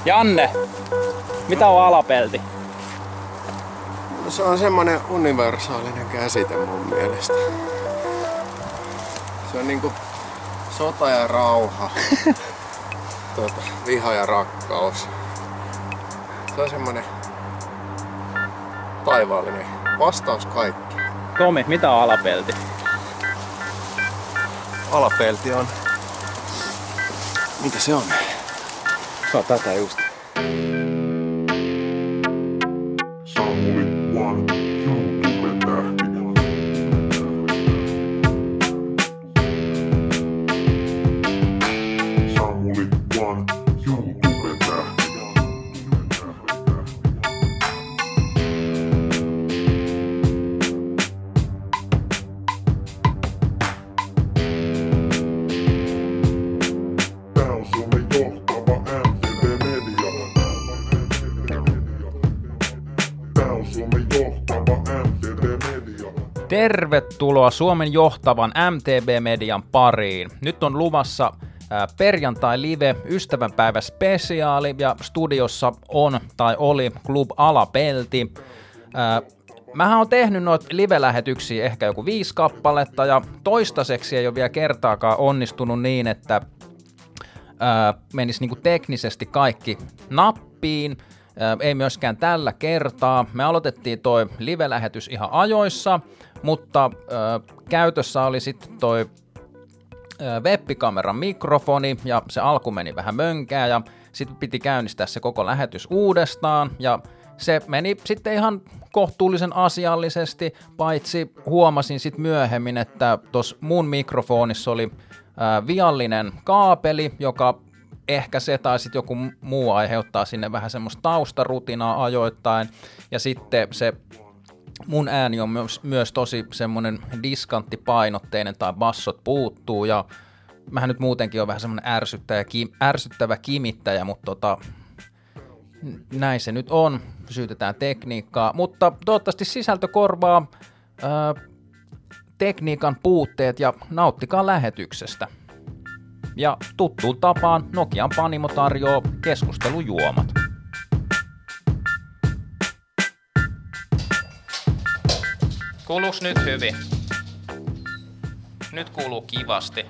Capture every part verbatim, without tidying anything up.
Janne, mitä on alapelti? No, se on semmonen universaalinen käsite mun mielestä. Se on niinku sota ja rauha, tuota, viha ja rakkaus. Se on semmonen taivaallinen vastaus kaikki. Tomi, mitä on alapelti? Alapelti on... Mitä se on? Se on tätä just. Samuli One, YouTuben tähti. Samuli One, YouTuben tähti. Tää on Suomen johtava M T V-media. Tää on Suomen johtava M T V-media. Tervetuloa Suomen johtavan M T V-median pariin. Nyt on luvassa ää, perjantai-live ystävänpäivä spesiaali ja studiossa on tai oli Club Alapelti. Ää, Mähän on tehnyt noita live-lähetyksiä ehkä joku viisi kappaletta ja toistaiseksi ei ole vielä kertaakaan onnistunut niin, että ää, menisi niinku teknisesti kaikki nappiin. Ää, ei myöskään tällä kertaa. Me aloitettiin toi live-lähetys ihan ajoissa, mutta ää, käytössä oli sitten toi ää, web-kameran mikrofoni ja se alku meni vähän mönkään ja sitten piti käynnistää se koko lähetys uudestaan ja se meni sitten ihan kohtuullisen asiallisesti, paitsi huomasin sitten myöhemmin, että tuossa mun mikrofonissa oli ää, viallinen kaapeli, joka ehkä se tai sitten joku muu aiheuttaa sinne vähän semmoista taustarutinaa ajoittain, ja sitten se mun ääni on myös, myös tosi semmoinen diskanttipainotteinen tai bassot puuttuu, ja mähän nyt muutenkin on vähän semmoinen ärsyttävä, ki, ärsyttävä kimittäjä, mutta tota, näin se nyt on, syytetään tekniikkaa, mutta toivottavasti sisältö korvaa ää, tekniikan puutteet ja nauttikaa lähetyksestä. Ja tuttuun tapaan Nokian Panimo tarjoaa keskustelujuomat. Kuuluuks nyt hyvin? Nyt kuuluu kivasti.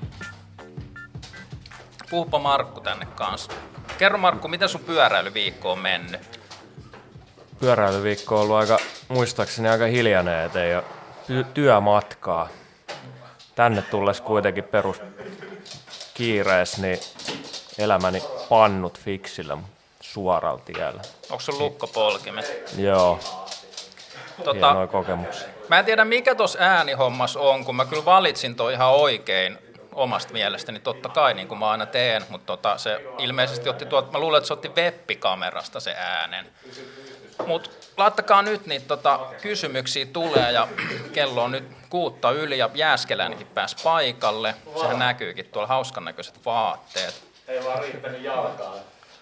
Puhupa Markku tänne kanssa. Kerro Markku, miten sun pyöräilyviikko on mennyt? Pyöräilyviikko on ollut aika, muistaakseni aika hiljainen, ettei ole ty- työmatkaa. Tänne tulles kuitenkin perus kiirees, niin elämäni pannut fiksillä suoralla tiellä. Onko sun lukkopolkimet? Joo, Tota, hienoja kokemuksia. mä en tiedä mikä tossa äänihommas on, kun mä kyllä valitsin toi ihan oikein omasta mielestäni, totta kai niin kuin mä aina teen, mutta tota, se ilmeisesti otti tuolta, mä luulen, että se otti web-kamerasta se äänen. Mutta laittakaa nyt niitä tota, kysymyksiä tulee ja kello on nyt kuutta yli ja Jääskeläinenkin pääsi paikalle. Sehän näkyykin tuolla hauskan näköiset vaatteet. Ei vaan riittänyt jalkaa.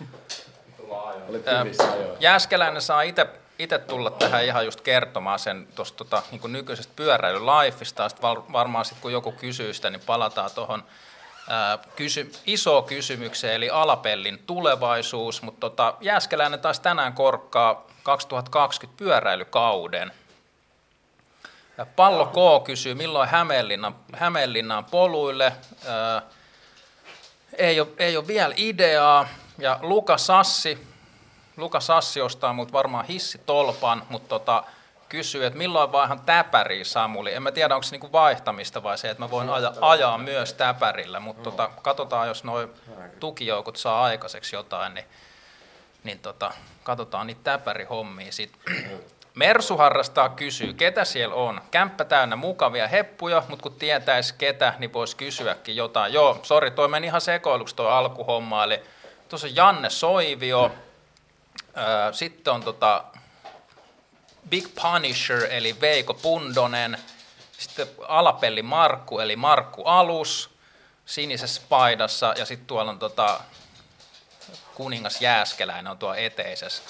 Jääskeläinen saa itse itse tulla tähän ihan just kertomaan sen tuosta tota, niin nykyisestä pyöräilylifesta. Sitten varmaan sitten kun joku kysyy sitä, niin palataan tuohon kysy- isoon kysymykseen, eli Alapellin tulevaisuus. Mutta tota, Jääskeläinen taas tänään korkkaa kaksituhattakaksikymmentä pyöräilykauden. Ja Pallo K kysyy, milloin Hämeenlinnan, Hämeenlinnaan poluille. Ää, ei, ole, ei ole vielä ideaa. Ja Luka Sassi, Luka Sassi ostaa mut varmaan hissitolpan, mutta tota, kysyy, että milloin vaihan täpäriä, Samuli. En mä tiedä, onko se niinku vaihtamista vai se, että mä voin aja, ajaa myös täpärillä, mutta tota, katsotaan, jos nuo tukijoukot saa aikaiseksi jotain, niin, niin tota, katsotaan niitä täpärihommia sitten. Mersu harrastaa kysyy, ketä siellä on? Kämppä täynnä mukavia heppuja, mutta kun tietäisi ketä, niin voisi kysyäkin jotain. Joo, sori, toi meni ihan sekoiluksi toi alkuhomma, eli tuossa on Janne Soivio, sitten on tota Big Punisher, eli Veiko Pundonen, sitten Alapelli Markku, eli Markku Alus, sinisessä paidassa, ja sitten tuolla on tota Kuningas Jääskeläinen on tuolla eteisessä.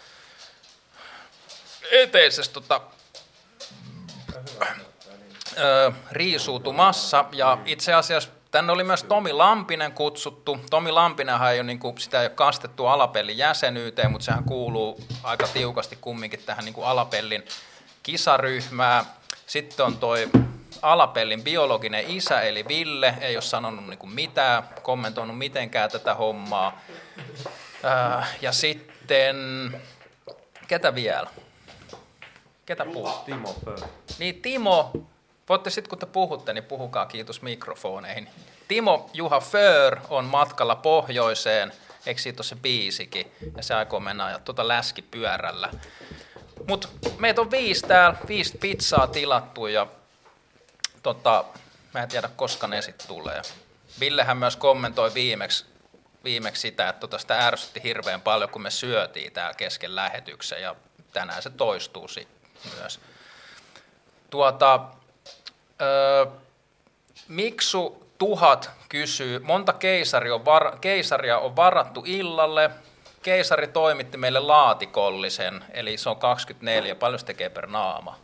Eteisessä tota, ö, riisuutumassa, ja itse asiassa tänne oli myös Tomi Lampinen kutsuttu. Tomi Lampinenhan ei ole, niin kuin, sitä ei ole kastettu Alapellin jäsenyyteen, mutta sehän kuuluu aika tiukasti kumminkin tähän niin kuin Alapellin kisaryhmään. Sitten on toi Alapellin biologinen isä, eli Ville, ei ole sanonut niin kuin mitään, kommentoinut mitenkään tätä hommaa. Äh, ja sitten, ketä vielä? Ketä puhuu? Timo Föö. Niin Timo, voitte sitten kun te puhutte, niin puhukaa kiitos mikrofoneihin. Timo Juha Föör on matkalla pohjoiseen, eikö siitä ole se biisikin, ja se aikoo mennä ajaa tuota läskipyörällä. Mutta meitä on viisi täällä, viisi pizzaa tilattu ja tota, mä en tiedä koska ne sitten tulee. Villehän myös kommentoi viimeksi, viimeksi sitä, että tota sitä ärsytti hirveän paljon, kun me syötiin täällä kesken lähetyksen ja tänään se toistuu sitten myös. Tuota, öö, Miksu tuhat kysyy, monta keisari on var, keisaria on varattu illalle. Keisari toimitti meille laatikollisen, eli se on kaksikymmentäneljä. Paljon se tekee per naama?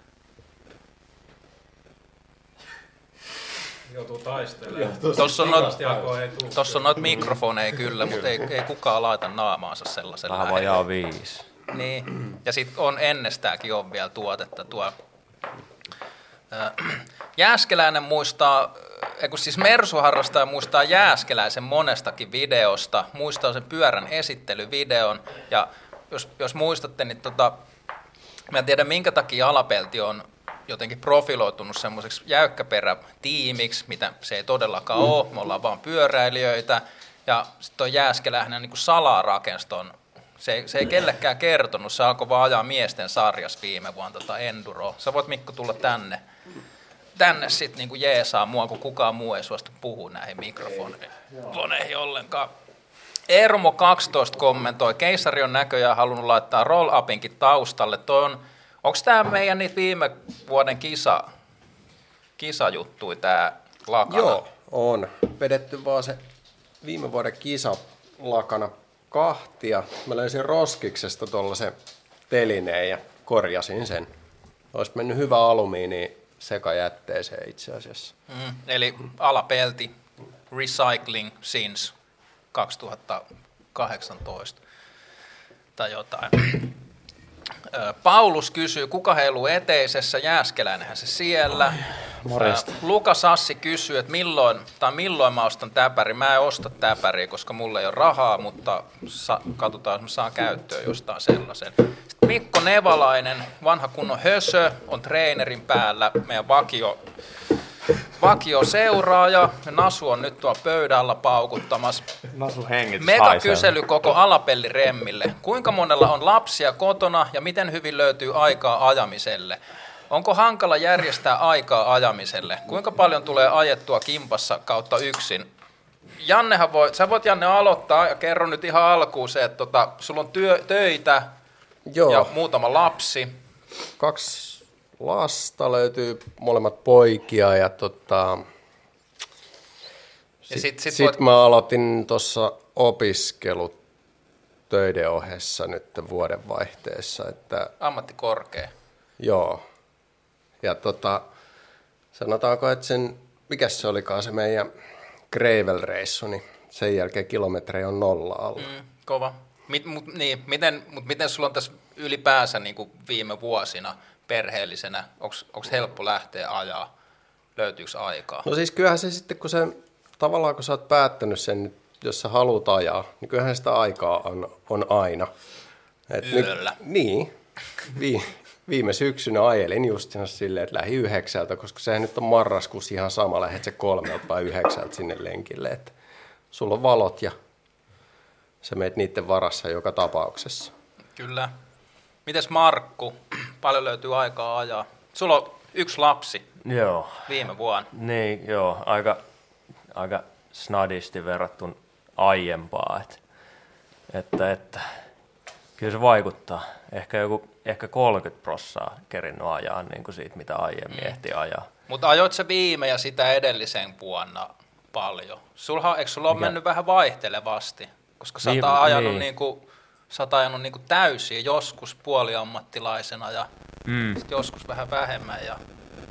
Joutuu taistelemaan. Tuossa on, noit, tossa on noita mikrofoneja kyllä, mutta ei, ei kukaan laita naamaansa sellaisen Vähän vajaa viisi. Niin, ja sitten on ennestäänkin on vielä tuotetta tuo. Jääskeläinen muistaa, kun siis Mersu-harrastaja muistaa Jääskeläisen monestakin videosta, muistaa sen pyörän esittelyvideon, ja jos, jos muistatte, niin tota, mä en tiedä minkä takia Alapelti on jotenkin profiloitunut semmoiseksi jäykkäperätiimiksi, mitä se ei todellakaan mm. ole, me ollaan vaan pyöräilijöitä, ja sitten tuo Jääskeläinen niin kuin salaa rakensi ton. Se ei, se ei kellekään kertonut, se alkoi vaan ajaa miesten sarjas viime vuonna tota Enduro. Sä voit Mikko tulla tänne, tänne sitten niinku jeesaa mua, kun kukaan muu ei suostu puhua näihin mikrofoneihin ollenkaan. Ermo kaksitoista kommentoi, keisari on näköjään halunnut laittaa roll-upinkin taustalle. Toi on, onko tämä meidän niitä viime vuoden kisa, kisajuttui tää lakana? Joo, on. Vedetty vaan se viime vuoden kisa lakana kahtia. Mä löysin roskiksesta tuollaisen telineen ja korjasin sen. Olisi mennyt hyvä alumiini sekajätteeseen itse asiassa. Mm, eli Alapelti Recycling since kaksituhattakahdeksantoista tai jotain. Paulus kysyy, kuka heiluu eteisessä, Jääskeläinenhän se siellä. Morjesta. Luka Sassi kysyy, että milloin, tai milloin mä ostan täpäri. Mä en osta täpäriä, koska mulla ei ole rahaa, mutta sa, katsotaan, jos mä saan käyttöön jostain sellaisen. Sitten Mikko Nevalainen, vanha kunnon hösö, on treenerin päällä, meidän vakio, vakio seuraaja. Nasu on nyt tuo pöydällä paukuttamassa. Nasu hengitys Megakysely koko Alapelli-remmille. Kuinka monella on lapsia kotona ja miten hyvin löytyy aikaa ajamiselle? Onko hankala järjestää aikaa ajamiselle? Kuinka paljon tulee ajettua kimpassa kautta yksin? Jannehan voi, sä voit Janne aloittaa ja kerro nyt ihan alkuun se, että tota, sulla on työ, töitä Joo. ja muutama lapsi. Kaksi lasta löytyy, molemmat poikia ja tota... Ja sit, sit Sitten voit... mä aloitin tuossa opiskelut töiden ohessa nyt vuodenvaihteessa, että Ammattikorkea. joo. Ja tota, sanotaanko, että sen, mikä se olikaan se meidän Gravel-reissu, niin sen jälkeen kilometrejä on nolla alla. Mm, kova. Mit, mut, niin, miten, mut miten sulla on tässä ylipäänsä niin kuin viime vuosina perheellisenä, onko helppo lähteä ajaa? Löytyykö aikaa? No siis kyllähän se sitten, kun se tavallaan kun sä oot päättänyt sen, jos sä haluat ajaa, niin kyllähän sitä aikaa on, on aina. Et Yöllä. Nyt, niin. Vi, viime syksynä ajelin just silleen, että lähdin yhdeksältä, koska sehän nyt on marraskuussa ihan sama, lähdet se kolmelta vai yhdeksältä sinne lenkille. Että sulla on valot ja sä meet niiden varassa joka tapauksessa. Kyllä. Mites Markku? Paljon löytyy aikaa ajaa. Sulla on yksi lapsi Joo. viime vuonna. Niin, joo. Aika, aika snadisti verrattuna aiempaa. Että, että, että kyllä se vaikuttaa. Ehkä joku ehkä kolmekymmentä prosenttia kerinnyt ajaa niin kuin siitä, mitä aiemmin mm. ehti ajaa. Mutta ajoit sä viime ja sitä edellisen vuonna paljon? Sulha, eikö sulla ole Mikä? mennyt vähän vaihtelevasti? Koska sä oot Viime- ajanut, niin. niinku, sä oot ajanut niinku täysin, joskus puoliammattilaisena ja Mm. sit joskus vähän vähemmän. Ja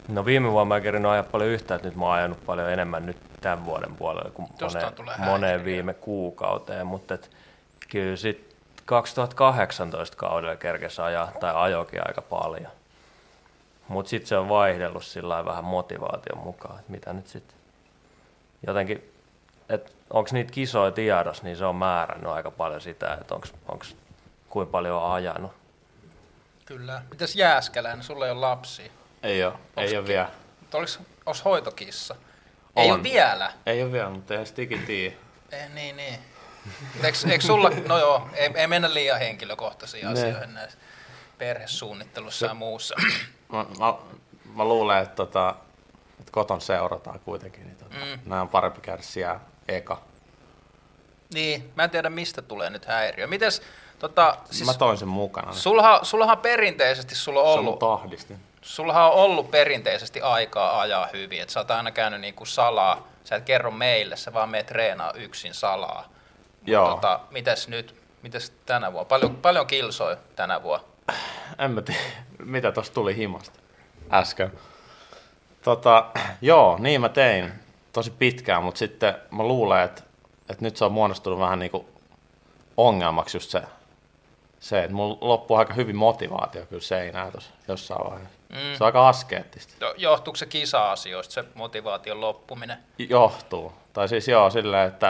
No viime vuonna mä en kerinyt ajaa paljon yhtään, että nyt mä oon ajanut paljon enemmän nyt tämän vuoden puolella kuin moneen, moneen viime kuukauteen, mutta et, kyllä sitten kaksituhattakahdeksantoista kaudella kerkesi ajaa, tai ajokin aika paljon. Mutta sitten se on vaihdellut sillä vähän motivaation mukaan, että mitä nyt sitten jotenkin, että onko niitä kisoja tiedossa, niin se on määrännyt aika paljon sitä, että onko kuinka paljon on ajanut. Kyllä. Mitäs Jääskelän, sulla ei ole lapsia? Ei ole, ei ole vielä. Olis, olis hoitokissa? Ei ole vielä? Ei ole vielä, mutta eihän sitä tiedä. Ei, niin, niin. Eikö, eikö sulla, no joo, ei, ei mennä liian henkilökohtaisiin asioihin näissä perhesuunnittelussa ja muussa. Mä, mä, mä luulen, että, tota, että koton seurataan kuitenkin. Niin tota, mm. Nämä on parempi käydä siellä eka. Niin, mä en tiedä mistä tulee nyt häiriö. Mites, tota, siis mä toin sen mukana. Sullahan, sullahan perinteisesti sulla on ollut, tahdistin. Sullahan on ollut perinteisesti aikaa ajaa hyvin. Et sä oot aina käynyt niinku salaa, sä et kerro meille, sä vaan meet treenaa yksin salaa. Joo. Tota, mites nyt, mites tänä vuonna? Paljon, paljon kilsoi tänä vuonna? En mä tiedä, mitä tossa tuli himasta äsken. Tota, joo, niin mä tein tosi pitkään, mutta sitten mä luulen, että, että nyt se on muodostunut vähän niinku ongelmaksi just se, se että mulla loppuu aika hyvin motivaatio kyllä seinään tuossa jossain vaiheessa. Mm. Se on aika askeettista. Johtuuko se kisa-asioista, se motivaation loppuminen? Johtuu. Tai siis joo, silleen, että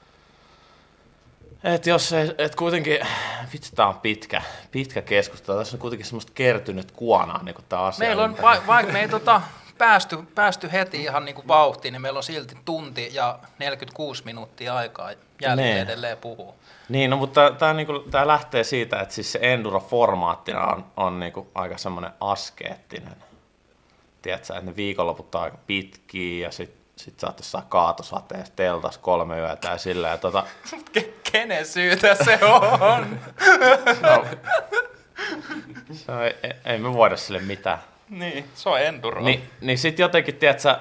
et jos ei, et kuitenkin, vitsi tää on pitkä, pitkä keskustelu, tässä on kuitenkin semmoista kertynyt kuonaa niin kuin tää asia. Meillä on, va- vaikka me ei tota, päästy, päästy heti ihan niin kuin vauhtiin, niin meillä on silti tunti ja neljäkymmentäkuusi minuuttia aikaa jälleen edelleen puhua. Niin, no mutta tää, niinku, tää lähtee siitä, että siis se enduro-formaattina on, on niinku aika semmoinen askeettinen. Tiedätkö, että ne viikonloput on aika pitkiä ja sit Sitten sä oot jossain kaatosateessa teltas kolme yötä ja silleen, tota... Kenen syytä se on? No, se on, ei, ei me voida sille mitään. Niin, se on enduro. Ni, niin sit jotenkin, tiedätkö,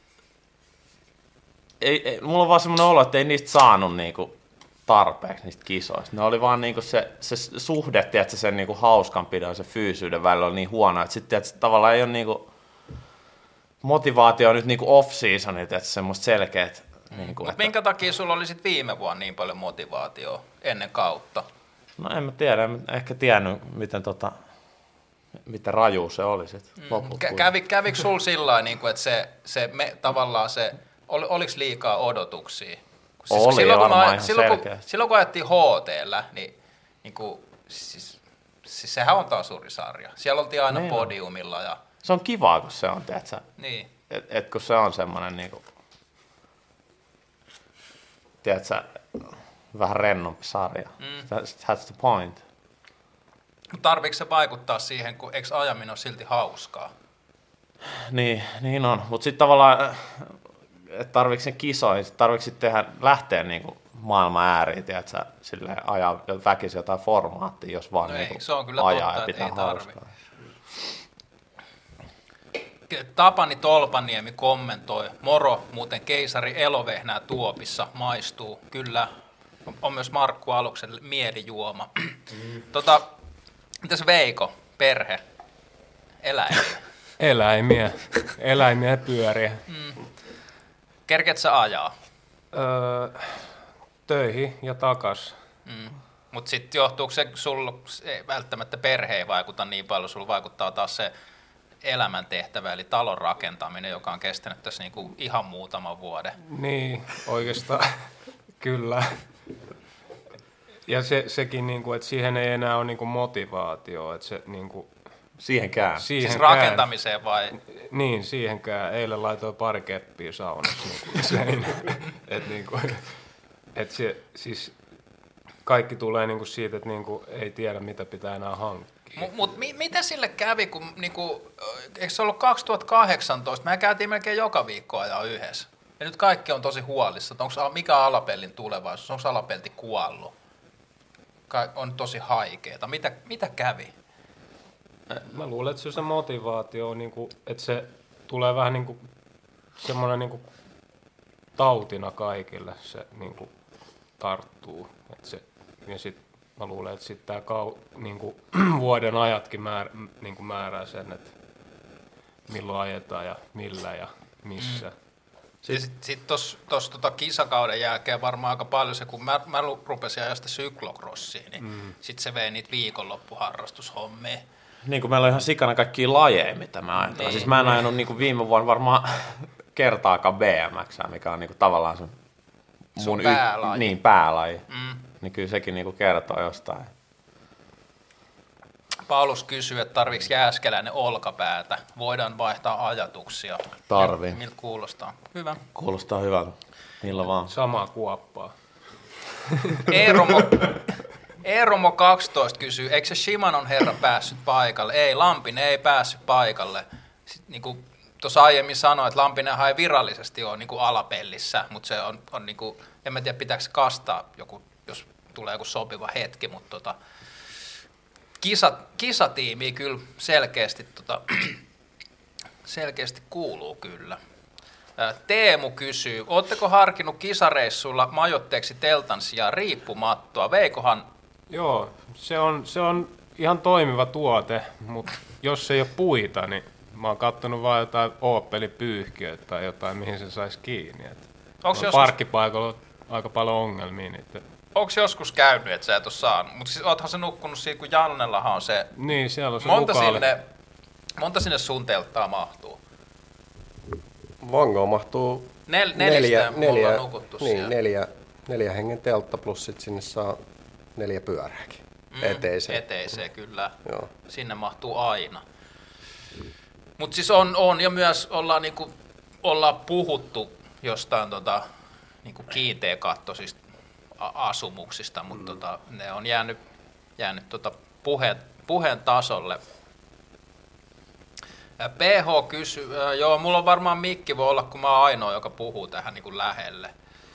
ei, ei, mulla on vaan semmoinen olo, että ei niistä saanut niinku tarpeeksi niistä kisoista. Ne oli vaan niinku se, se suhde, tiedätkö, sen niinku hauskanpidon ja se fyysyyden välillä oli niin huono, että sit tiedätkö, tavallaan ei ole niinku... Motivaatio on nyt niinku off-seasonit, että semmoista selkeät... Mm. Niinku, Mutta että... minkä takia sulla oli sit viime vuonna niin paljon motivaatiota ennen kautta? No en mä tiedä, en ehkä tiennyt, miten, tota, miten raju se oli sit mm. lopulta. Kävi, kävikö sulla sillä lailla, niin että se, se me, tavallaan se... Ol, oliko liikaa odotuksia? Siis oli silloin, varmaan kun, ihan silloin, kun, selkeästi. silloin kun ajettiin H T:llä, niin, niin kuin, siis, siis sehän on tasurisarja. Siellä oltiin aina niin podiumilla ja... Se on kivaa, kun se on, tiedätkö? Niin. Et, et kun se on semmoinen niinku, tiedätkö, vähän rennompi sarja. Mm. That's the point. Tarviiko se vaikuttaa siihen, kun eikö ajaminen ole silti hauskaa? Niin, niin on. Mutta sitten tavallaan, että tarviiko sen kisoihin, tarviiko sitten tehdä, lähteä niinku maailman ääriin, tiedätkö, silleen ajaa väkisin jotain formaattia, jos vaan no niinku ei, se on kyllä ajaa totta, ja pitää hauskaa. Tapani Tolpaniemi kommentoi, moro, muuten keisari Elovehnää Tuopissa maistuu. Kyllä, on myös Markku Aluksen mielijuoma. Mm. Tota, mitäs Veiko, perhe, eläimiä? Eläimiä, eläimiä ja pyöriä. Mm. Kerket sä ajaa? Öö, töihin ja takas. Mm. Mutta sitten johtuuko se sulla, ei välttämättä perhe ei vaikuta niin paljon, sulla vaikuttaa taas se elämäntehtävä, eli talon rakentaminen, joka on kestänyt tässä niinku ihan muutaman vuoden. Niin, oikeastaan, kyllä. Ja se, sekin, niinku, että siihen ei enää ole niinku motivaatio, että se niinku... Siihenkään. Siihen siis rakentamiseen vai? Niin, siihenkään. Eilen laitoin pari keppiä saunassa niinku seinään. Että niinku, et se, siis kaikki tulee niinku siitä, että niinku ei tiedä, mitä pitää enää hankkia. Mutta mut, mi, mitä sille kävi, kun niinku, eikö se ollut kaksituhattakahdeksantoista? Mehän käytiin melkein joka viikko ajaa yhdessä. Ja nyt kaikki on tosi huolissa. Onko mikä Alapellin tulevaisuus? Onko Alapelti kuollut? Ka- on tosi haikeeta. Mitä, mitä kävi? Mä luulen, että se, se motivaatio on, niinku, että se tulee vähän niin kuin semmoinen niinku tautina kaikille, se niinku tarttuu. Et se, ja sit mä luulen, että sitten tämä kau, niinku, vuoden ajatkin määr, niinku määrää sen, että milloin ajetaan ja millä ja missä. Mm. Sitten sit tuossa tota kisakauden jälkeen varmaan aika paljon se, kun mä, mä rupesin ajaa sitä syklokrossiin, niin mm. sitten se vei niitä viikonloppuharrastushommia. Niin kuin meillä on ihan sikana kaikkia lajeja, mitä mä ajattelen. Niin, siis mä en ajanut niin kuin viime vuonna varmaan kertaakaan B M X, mikä on niin kuin tavallaan sun, sun mun päälaji. Y- niin, päälaji. Mm. Niin kyllä sekin niin kuin kertoo jostain. Paulus kysyy, että tarviiko Jääskeläinen olkapäätä. Voidaan vaihtaa ajatuksia. Tarvii. Miltä kuulostaa? Hyvä. Kuulostaa hyvältä. Millä vaan. Samaa kuoppaa. Eeromo, Eeromo kaksitoista kysyy, eikö se Shimanon herra päässyt paikalle? Ei, Lampinen ei päässyt paikalle. Sitten, niin kuin tuossa aiemmin sanoin, että Lampinenhan ei virallisesti ole niin kuin alapellissä, mutta se on, on niin kuin, en mä tiedä pitääkö se kastaa, joku, jos tulee joku sopiva hetki, mutta tota, kisa, kisatiimiä kyllä selkeästi, tota, selkeästi kuuluu kyllä. Teemu kysyy, ootteko harkinnut kisareissulla majoitteeksi teltan sijaan riippumattoa? Veikohan... Joo, se on, se on ihan toimiva tuote, mutta jos ei ole puita, niin mä oon kattonut vaan jotain Opel-pyyhkiöitä tai jotain, mihin se saisi kiinni. Onko joskus... Parkkipaikalla on aika paljon ongelmia niitä. Onko joskus käynyt, että sä et ole saanut? Mutta siis oothan sä nukkunut siinä, kun Jannellahan on se... Niin, siellä on se monta sinne, monta sinne sun telttaa mahtuu? Vangoon mahtuu Nel, neljä, neljä, nukuttu niin, neljä, neljä hengen teltta plus sit sinne saa neljä pyörääkin mm, eteiseen. Eteiseen, kyllä. Joo. Sinne mahtuu aina. Mutta siis on, on, ja myös ollaan, niinku, ollaan puhuttu jostain tota, niinku kiinteäkattoisista asumuksista, mutta mm. tota, ne on jäänyt, jäänyt tota puheen, puheen tasolle. P H kysyy, joo, mulla on varmaan mikki, voi olla, kun mä oon ainoa, joka puhuu tähän niin kuin lähelle.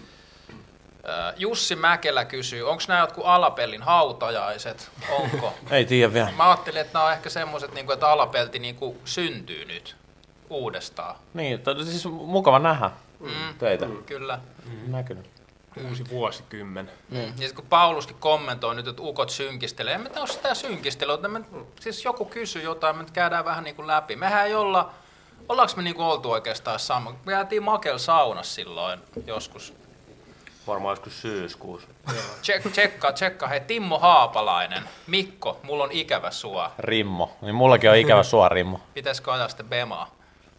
Jussi Mäkelä kysyy, onko nämä jotkut alapellin hautajaiset? Onko? Ei tiedä vielä. Mä ajattelin, että nämä on ehkä semmoiset, että alapelti niin kuin syntyy nyt uudestaan. Niin, siis mukava nähdä mm, teitä. Mm, kyllä. Mm. Näkynyt. Uusi vuosikymmen. Mm. Ja sitten kun Pauluskin kommentoi nyt, että ukot synkistelee, en mä tiedä, sitä synkistelyä, siis joku kysyy jotain, me käydään vähän niin kuin läpi. Mehän ei olla, ollaanko me niin kuin oltu oikeastaan sama? Me jäätiin Makel saunassa silloin joskus. Varmaan joskus syyskuussa. Tsek, tsekka, tsekka, hei Timmo Haapalainen, Mikko, mulla on ikävä sua. Rimmo, niin mullakin on ikävä sua, Rimmo. Pitäisikö ajaa sitten Bemaa?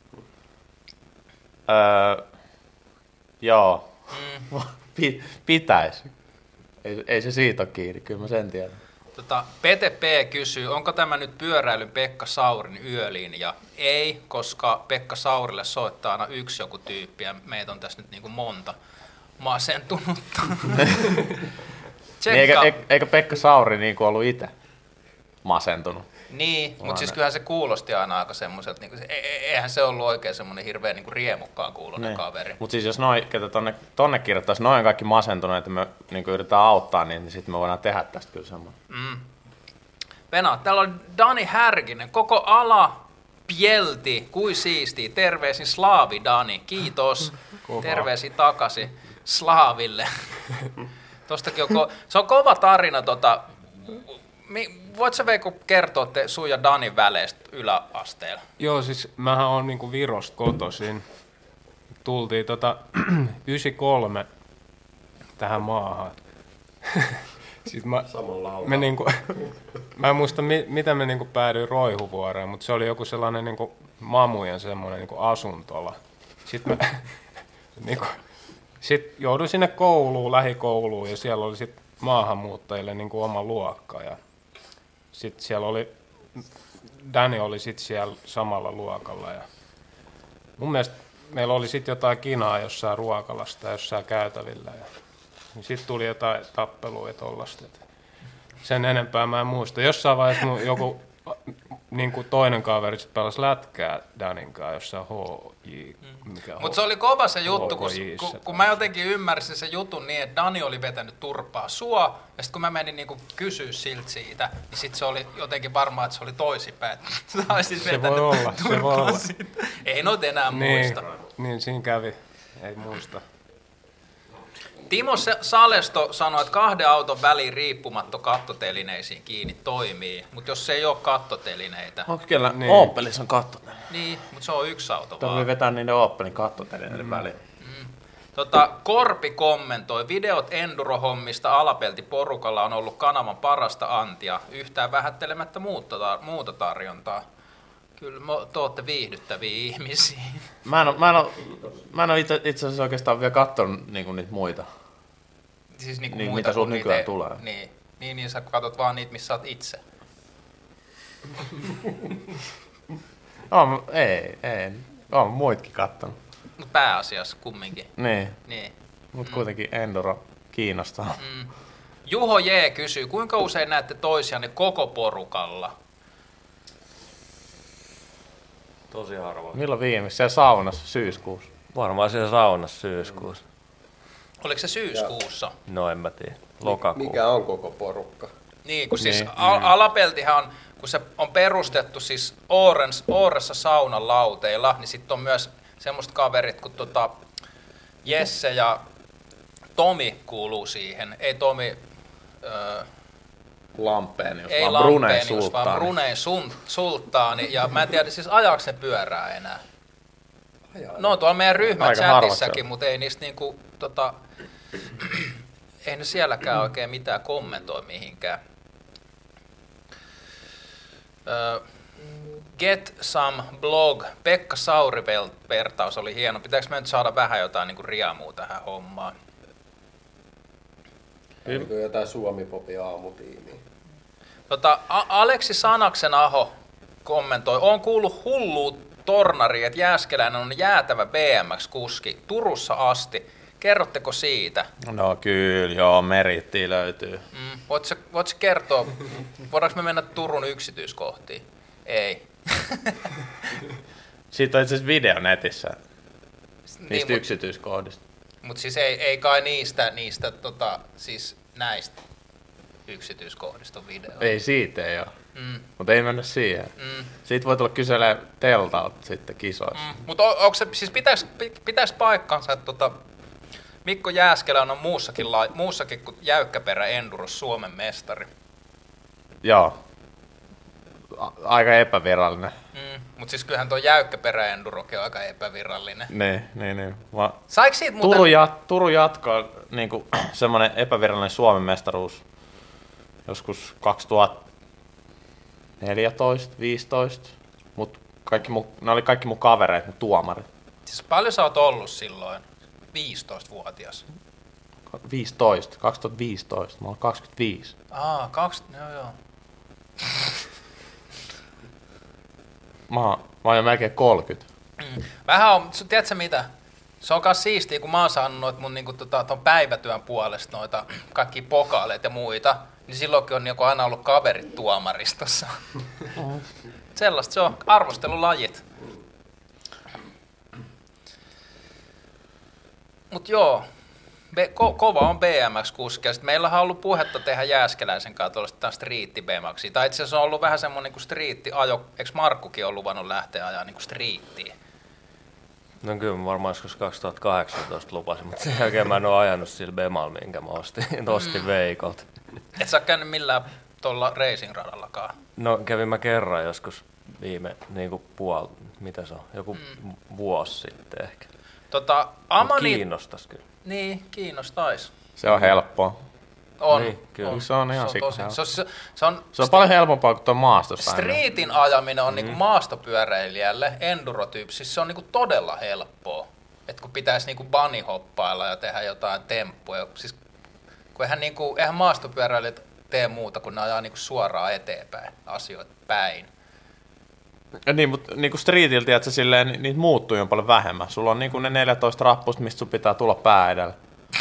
Öö, joo. Mm. Pitäisi. Ei, ei se siitä ole kiinni, kyllä mä sen tiedän. Tota, Pete P. kysyy, onko tämä nyt pyöräilyn Pekka Saurin yölinja? Ei, koska Pekka Saurille soittaa aina yksi joku tyyppi ja meitä on tässä nyt niin kuin monta masentunutta. niin eikä, eikä Pekka Sauri niin kuin ollut itse masentunut? Niin, mutta siis kyllähän se kuulosti aina aika semmoiselta, niin e- eihän se ollut oikein semmoinen hirveän niin kuin riemukkaan kuuloinen niin kaveri. Mutta siis jos noi, ketä tonne, tonne kirjoittaisi, noin kaikki masentuneet, että me niin yritetään auttaa, niin, niin sitten me voidaan tehdä tästä kyllä semmoinen. Mm. Venä, täällä on Dani Härkinen, koko ala pielti, kui siistiä, terveisin Slaavi Dani, kiitos, terveisin takaisin Slaaville. Tostakin on ko- se on kova tarina, tota, voit sä Veikko kertoa te sun ja Danin väleistä yläasteella? Joo, siis mähän on niinku Virosta kotoisin. Tultiin tota yhdeksänkymmentäkolme tähän maahan. Siis mä, me niinku, mä en muista, mi, mitä me niinku päädyin Roihuvuoreen, mutta se oli joku sellainen niinku mamujen semmoinen niinku asuntola. Sitten mä niinku, sit jouduin sinne kouluun, lähikouluun, ja siellä oli sit maahanmuuttajille niinku oma luokka. Ja sitten siellä oli, Danny oli sitten siellä samalla luokalla. Ja mun mielestä meillä oli sitten jotain kinaa jossain ruokalasta ja jossain käytävillä. Ja sitten tuli jotain tappelua ja tollaista. Sen enempää mä en muista. Jossain vaiheessa mun joku niin kuin toinen kaveri sit pelasi lätkää Danin kanssa jossain H J. Mutta se oli kova se juttu, kun, kun, kun mä jotenkin ymmärsin sen jutun niin, että Dani oli vetänyt turpaa sua, ja sitten kun mä menin niin kysyä siltä siitä, niin sitten se oli jotenkin varmaa, että se oli toisinpäin. Se voi olla, se voi olla. Ei noita enää niin, muista. Niin, siinä kävi. Ei muista. Timo Salesto sanoi, että kahden auton väliin riippumatto kattotelineisiin kiinni toimii, mutta jos se ei ole kattotelineitä. Onko kyllä niin. Opelissa on kattotelineitä? Niin, mutta se on yksi auto Tämä vaan. vetää niiden Opelin kattotelineiden mm. väliin. Mm. Tota, Korpi kommentoi, videot Enduro-hommista Alapelti porukalla on ollut kanavan parasta antia, yhtään vähättelemättä muuta, muuta tarjontaa. Kyllä te olette viihdyttäviä ihmisiä. Mä en ole, mä en ole, mä en ole itse, itse asiassa oikeastaan vielä katsonut niinku niitä muita. Siis niinku niin, muita mitä sulla nykyään niitä, tulee. Niin, niin, niin sä katsot vaan niitä, missä oot itse. on, ei, ei. Oon muitkin kattonut. Mut pääasiassa kumminkin. Niin. Niin. Mut kuitenkin Enduro kiinnostaa. Mm. Juho J. kysyy, kuinka usein näette toisianne koko porukalla? Tosi harvoin. Milloin viimeksi? Siellä saunassa syyskuussa. Varmaan siellä saunassa syyskuussa. Oliko se syyskuussa? No en mä tiedä. Lokakuun. Mikä on koko porukka? Niin, kun siis Niin. Al- Alapeltihän on, kun se on perustettu siis Oorens, Ooressa saunan lauteilla, niin sitten on myös semmoista kaverit kuin tota Jesse ja Tomi kuuluu siihen. Ei Tomi, öö, Lampenius, ei vaan Brunei Lampenius, vaan Sulttaani. Brunei sun, Sulttaani. Ja mä en tiedä, siis ajaako ne pyörää enää? No tuolla meidän ryhmän Aika harvat chatissakin, se mutta ei niistä niinku, tota, ei ne sielläkään oikein mitään kommentoi mihinkään. Uh, Get Some Blog. Pekka Sauri-vertaus oli hieno. Pitääkö me nyt saada vähän jotain niinku riamua tähän hommaan? Oliko jotain Suomi-popin aamutiimiä? Tota, A- Aleksi Sanaksen Aho kommentoi, on kuullut hulluut tornari, että Jääskeläinen on jäätävä B M X-kuski Turussa asti. Kerrotteko siitä? No kyllä, joo, merittiä löytyy. Mm, voitko, sä, voitko sä kertoa, voidaanko me mennä Turun yksityiskohtiin? Ei. Siitä on itse asiassa video netissä, niistä niin, mut, yksityiskohdista. Mutta siis ei, ei kai niistä, niistä tota, siis näistä yksityiskohdista on video. Ei siitä ei ole, Mm, mutta ei mennä siihen. mm, Siitä voi tulla kyselemään teltalta sitten kisoissa. mm. Mutta on, onko se, siis pitäis, pitäis paikkansa, että tota, Mikko Jääskelä on muussakin, la, muussakin kuin jäykkäperä Enduros Suomen mestari. Joo. A- aika epävirallinen. Mm, mutta siis kyllähän tuo jäykkäperä Endurokin on aika epävirallinen. Niin, niin, niin. Va- Saiko siitä muuten... Turun, jat- Turun jatko on niinku, semmoinen epävirallinen Suomen mestaruus joskus kaksituhattaneljätoista viisitoista, mut kaikki mu, ne oli kaikki mun kavereet, mun tuomarit. Siis paljon sä oot ollut silloin? viisitoistavuotias. viisitoista, kaksituhattaviisitoista, mä oon kaksikymmentäviisi. Aa, kaksi, joo joo. Mä oon, mä oon jo melkein kolmekymmentä. Mm. Vähän on, su- tiedätkö mitä? Se on myös siistiä, kun mä oon saanut noit mun niinku, tota, ton päivätyön puolesta noita kaikkia pokaaleita ja muita, niin silloinkin on niinku aina ollut kaverit tuomaristossa. Sellaista se on, arvostelulajit. Mut joo, Be- ko- kova on B M X-kuski, ja sit meillähän on ollut puhetta tehdä Jääskeläisen kanssa tuollaista striitti B M Xia. Tai itse asiassa on ollut vähän semmoinen niin striitti-ajo, eikö Markkukin ole luvannut lähteä ajaa niin striittiin? No kyllä mä varmaan joskus kaksituhattakahdeksantoista lupasin, mutta sen jälkeen mä en ole ajanut sillä Bemalla, minkä mä ostin, ostin Veikolta. Et sä oo käynyt millään tuolla racing-radallakaan? No kävin mä kerran joskus viime niinku puol, mitä se on, joku mm. vuosi sitten ehkä. Tota, Mut Amani... kiinnostas kyllä. Niin, kiinnostais. Se on helppoa. On. Niin, kyllä. Se on ihan se on, tosi, sikku se, on, se, se on, Se on paljon helpompaa kuin tuo maastossa. Streetin ajaminen on mm. niinku maastopyöräilijälle, endurotyyppi, siis se on niinku todella helppoa. Et kun pitäisi niinku bunnyhoppailla ja tehdä jotain temppuja. Siis, kun eihän, niinku, eihän maastopyöräilijät tee muuta, kun ne ajaa niinku suoraan eteenpäin asioita päin. Ja niin, mutta niin kuin streetiltä, tiedätkö, silleen, ni- niitä muuttuu jo paljon vähemmän. Sulla on niin kuin ne neljätoista rappusta, mistä sun pitää tulla pää edellä.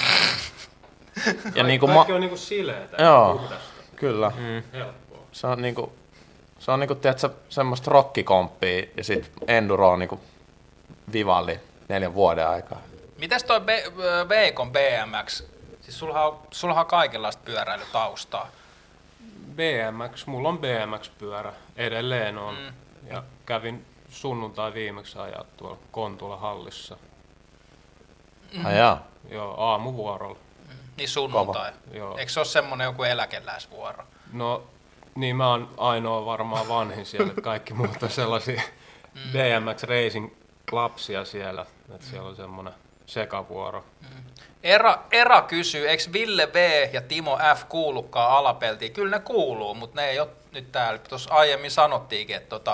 Ja niin kuin Kaikki ma- on niinku sileetä, Joo. puhdasta, Kyllä. Mm. helppoa. Se on niinku, se on niinku, tiedätkö, semmoista rockikomppia ja sit enduro on niinku vivalli neljän vuoden aikaa. Mitäs toi Be- Veikon B M X? Siis sullahan on, sullahan on kaikenlaista pyöräilytaustaa. B M X, mulla on B M X-pyörä, edelleen on. Mm. Ja kävin sunnuntai viimeksi ajaa tuolla Kontula hallissa. Mm. Ai jaa. Joo, aamuvuorolla. Niin sunnuntai. Joo. Eikö se ole semmoinen joku eläkeläisvuoro? No niin, mä oon ainoa varmaan vanhin siellä, että kaikki muut on sellaisia mm. B M X Racing lapsia siellä, että siellä on semmoinen sekavuoro. Mm. Era, Era kysyy, eikö Ville V ja Timo F kuulukaan alapeltiin? Kyllä ne kuuluu, mutta ne ei ole nyt täällä. Tuossa aiemmin sanottiinkin, että tota,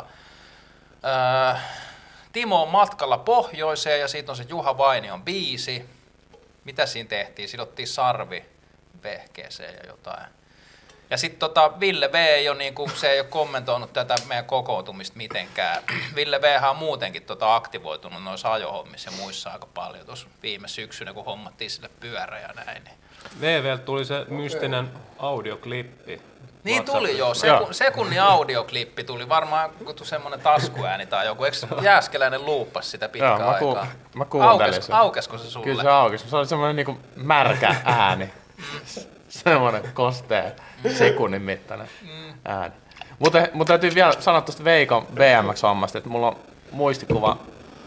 ää, Timo on matkalla pohjoiseen ja siitä on se Juha Vainion biisi. Mitä siinä tehtiin? Sidottiin sarvi vehkeeseen ja jotain. Ja sitten tota, Ville V ei ole, niinku, se ei ole kommentoinut tätä meidän kokoontumista mitenkään. Ville V on muutenkin tota aktivoitunut noissa ajohommissa ja muissa aika paljon tuossa viime syksynä, kun hommattiin sille pyörä ja näin. Niin. V V:ltä tuli se mystinen audioklippi. Niin tuli joo, Seku, sekunnin audioklippi tuli, varmaan semmoinen taskuääni tai joku, eikö Jääskeläinen luuppasi sitä pitkään Joo, mä ku- aikaa? mä kuuntelin Aukes, sen. Aukesko se sulle? Kyllä se aukesi. Se oli semmoinen niinku märkä ääni. Semmoinen kostea sekunnin mittainen ääni. Mutta mut täytyy vielä sanoa tuosta Veikon B M X-hommasta, että mulla on muistikuva.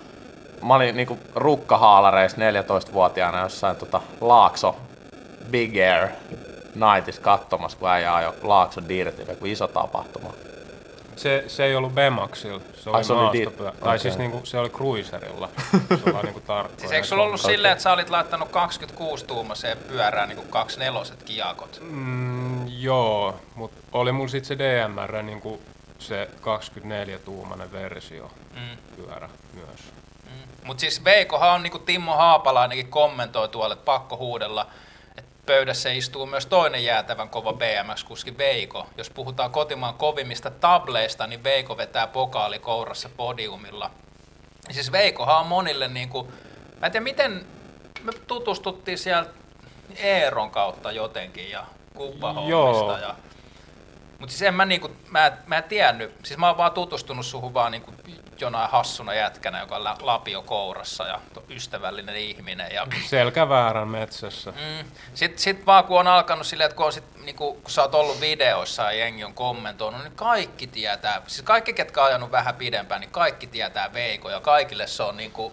Mä olin niinku rukkahaalareissa neljätoistavuotiaana jossain tota Laakso Big Air Nightissa katsomassa, kun äijä ajoi Laakso Dirtille, kun iso tapahtuma. Se, se ei ollut B M Xilla, se oli Ai, se oli maastopyörä. di- Tai okei. siis niinku, se oli cruiserilla. Se oli niinku tarkkoja. Siis eikö sulla ollut silleen, että sä olit laittanut kaksikymmentäkuusi-tuumaiseen pyörään niin kaksikymmentäneljä kiakot? Mm, joo, mutta oli mulla sitten se D M R, niinku se kaksikymmentäneljä-tuumainen versio Mm. pyörä myös. Mm. Mutta siis Veikohan on, niin kuin Timmo Haapalainenkin kommentoi tuolle, että pakko huudella, että pöydässä istuu myös toinen jäätävän kova B M X-kuski Veiko. Jos puhutaan kotimaan kovimmista tableista, niin Veiko vetää pokaali kourassa podiumilla. Siis Veikohan on monille, niin kuin, mä en tiedä miten, me tutustuttiin siellä Eeron kautta jotenkin ja kuvahommista. Ja, mutta siis en mä, niinku, mä, mä en tiennyt, siis mä oon vaan tutustunut suhun vaan niinku jonain hassuna jätkänä, joka on lä- lapio kourassa ja ystävällinen ihminen. Ja Selkäväärän metsässä. Mm. Sitten sit vaan kun on alkanut silleen, että kun, on sit, niinku, kun sä oot ollut videoissa ja jengi on kommentoinut, niin kaikki tietää, siis kaikki ketkä on ajanut vähän pidempään, niin kaikki tietää Veiko ja kaikille se on niinku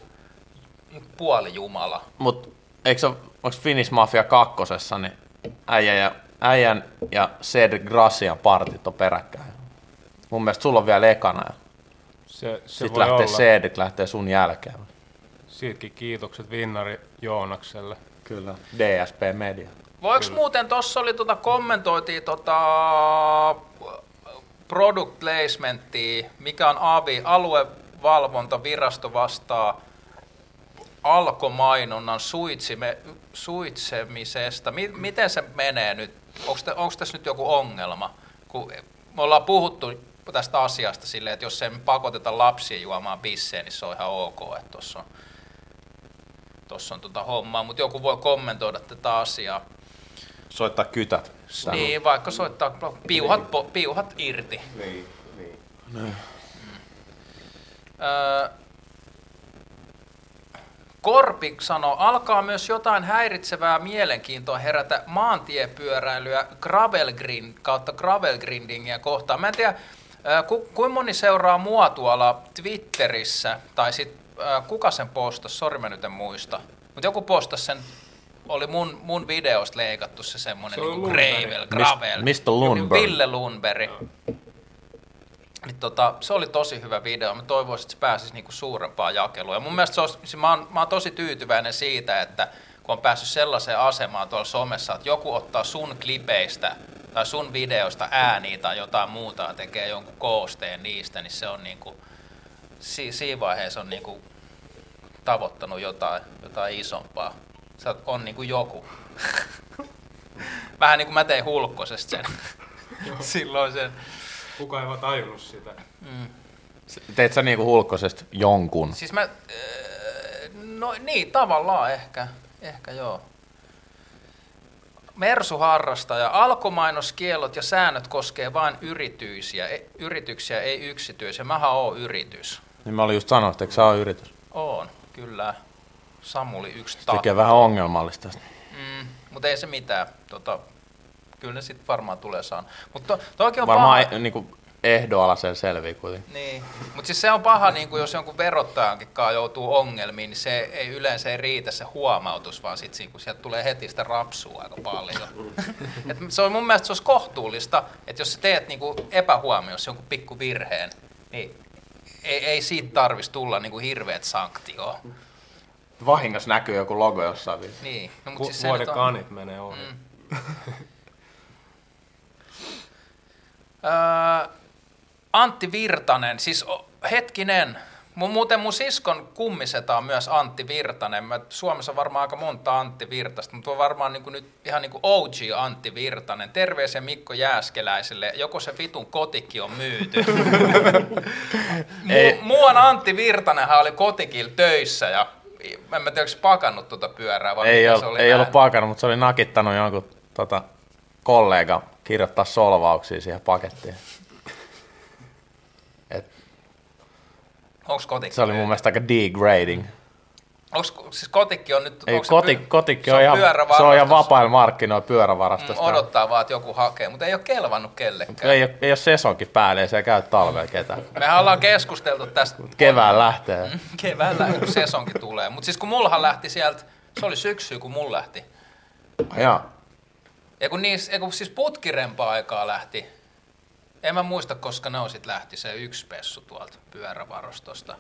puoli jumala. Mut eikö se, onks Finnish Mafia kakkosessa, niin äijä ja, äijän ja Cedric Gracian partit on peräkkäin. Mun mielestä sulla on vielä ekana ja Se, se sit voi lähtee olla. Cedric lähtee sun jälkeen. Siitäkin kiitokset vinnari Joonakselle. Kyllä. D S P Media. Voiko muuten, tuossa oli tota, kommentoitiin tota, product placementtia, mikä on A V I, aluevalvontavirasto vastaa alkomainonnan suitsime, suitsemisesta. Mi, miten se menee nyt? Onko tässä nyt joku ongelma? Kun me ollaan puhuttu tästä asiasta silleen, että jos ei me pakoteta lapsia juomaan bisseen, niin se on ihan ok, että tuossa on, tossa on tota hommaa, mutta joku voi kommentoida tätä asiaa. Soittaa kytät. Niin, vaikka soittaa piuhat, po, piuhat irti. Niin, niin. Mm. Öö, Korpi sanoo, alkaa myös jotain häiritsevää mielenkiintoa herätä maantiepyöräilyä gravelgrind kautta gravelgrindingia kohtaan. Mä en tiedä, ku, kuinka moni seuraa mua tuolla Twitterissä, tai sit äh, kuka sen postasi, sori mä nyt en muista. Mutta joku postasi sen, oli mun, mun videosta leikattu se semmonen Se on niinku Lundberg. gravel, gravel. mister Lundberg. Ville Lundberg. Niin tota, se oli tosi hyvä video. Mä toivoisin, että se pääsisi niinku suurempaan jakeluun. Ja mun mielestä se olisi, mä, oon, mä oon tosi tyytyväinen siitä, että kun on päässyt sellaiseen asemaan tuolla somessa, että joku ottaa sun klipeistä tai sun videoista ääniä tai jotain muuta ja tekee jonkun koosteen niistä, niin se on niinku, si, siinä vaiheessa on niinku tavoittanut jotain, jotain isompaa. Se on niinku joku. Vähän niin kuin mä tein Hulkkosesta sen. Silloin sen. Kuka ei ole tajunnut sitä. Mm. Teit sä niinku Hulkkosesta jonkun? Siis mä, äh, no niin, tavallaan ehkä, ehkä joo. Mersuharrastaja, alkomainoskiellot ja säännöt koskee vain yrityksiä, e, yrityksiä, ei yksityisiä. Mähän oon yritys. Niin mä olin just sanonut, että eikö sä ole yritys? Oon, kyllä. Samuli yksi Se tekee vähän ongelmallista. Mm, mutta ei se mitään. Tota, kyllä ne sitten varmaan tulee saan. Mutta to, toikin on Varmaan paha. ei, niinku, ehdoalaseen selvii kuitenkin. Niin, mutta siis se on paha, niin kun jos jonkun verottajankin kanssa joutuu ongelmiin, niin se ei yleensä ei riitä se huomautus, vaan sitten kun sieltä tulee heti sitä rapsua aika paljon. Et se on mun mielestä se olisi kohtuullista, että jos sä teet niin kuin epähuomiossa jonkun pikku virheen, niin ei, ei siitä tarvitsisi tulla niin kuin hirveät sanktioa. Vahingossa näkyy joku logo jossain. Niin. No, Vu- mutta siis se vuoden nyt on- kanit menee ohi. Mm. Öö, Antti Virtanen, siis o, hetkinen, mun, muuten mun siskon kummiseta on myös Antti Virtanen. Mä, Suomessa on varmaan aika monta Antti Virtasta, mutta on varmaan niin kuin nyt ihan niin kuin O G Antti Virtanen. Terveisiä Mikko Jääskeläiselle, joko se vitun kotikki on myyty. Mu, muuan Antti Virtanenhan oli kotikilla töissä ja en mä tiedä, onko se pakannut tuota pyörää vai Ei, mitä ol, se oli ei ollut nähnyt. pakannut, mutta se oli nakittanut jonkun tota, kollega kirjoittaa solvauksia siihen pakettiin. Et Onks kotikki se oli mun mielestä aika degrading. Onks, siis kotikki on nyt... Ei, onks se koti, py- kotikki se on, ihan, pyörävarastossa. se on ihan vapailla markkinoilla pyörävarastosta. Mm, odottaa vaan, että joku hakee, mutta ei ole kelvannut kellekään. Ei, ei ole sesonkin päälle, ei se käy talvella ketään. Mehän ollaan keskusteltu tästä... Kevään lähtee. Keväällä, kun sesonkin tulee. Mutta siis kun mullahan lähti sieltä, se oli syksy, kun mulla lähti. Joo. Ja kun, niis, ja kun siis putkirempaa aikaa lähti, en mä muista, koska ne on sit lähti se yksi pessu tuolta pyörävarastosta.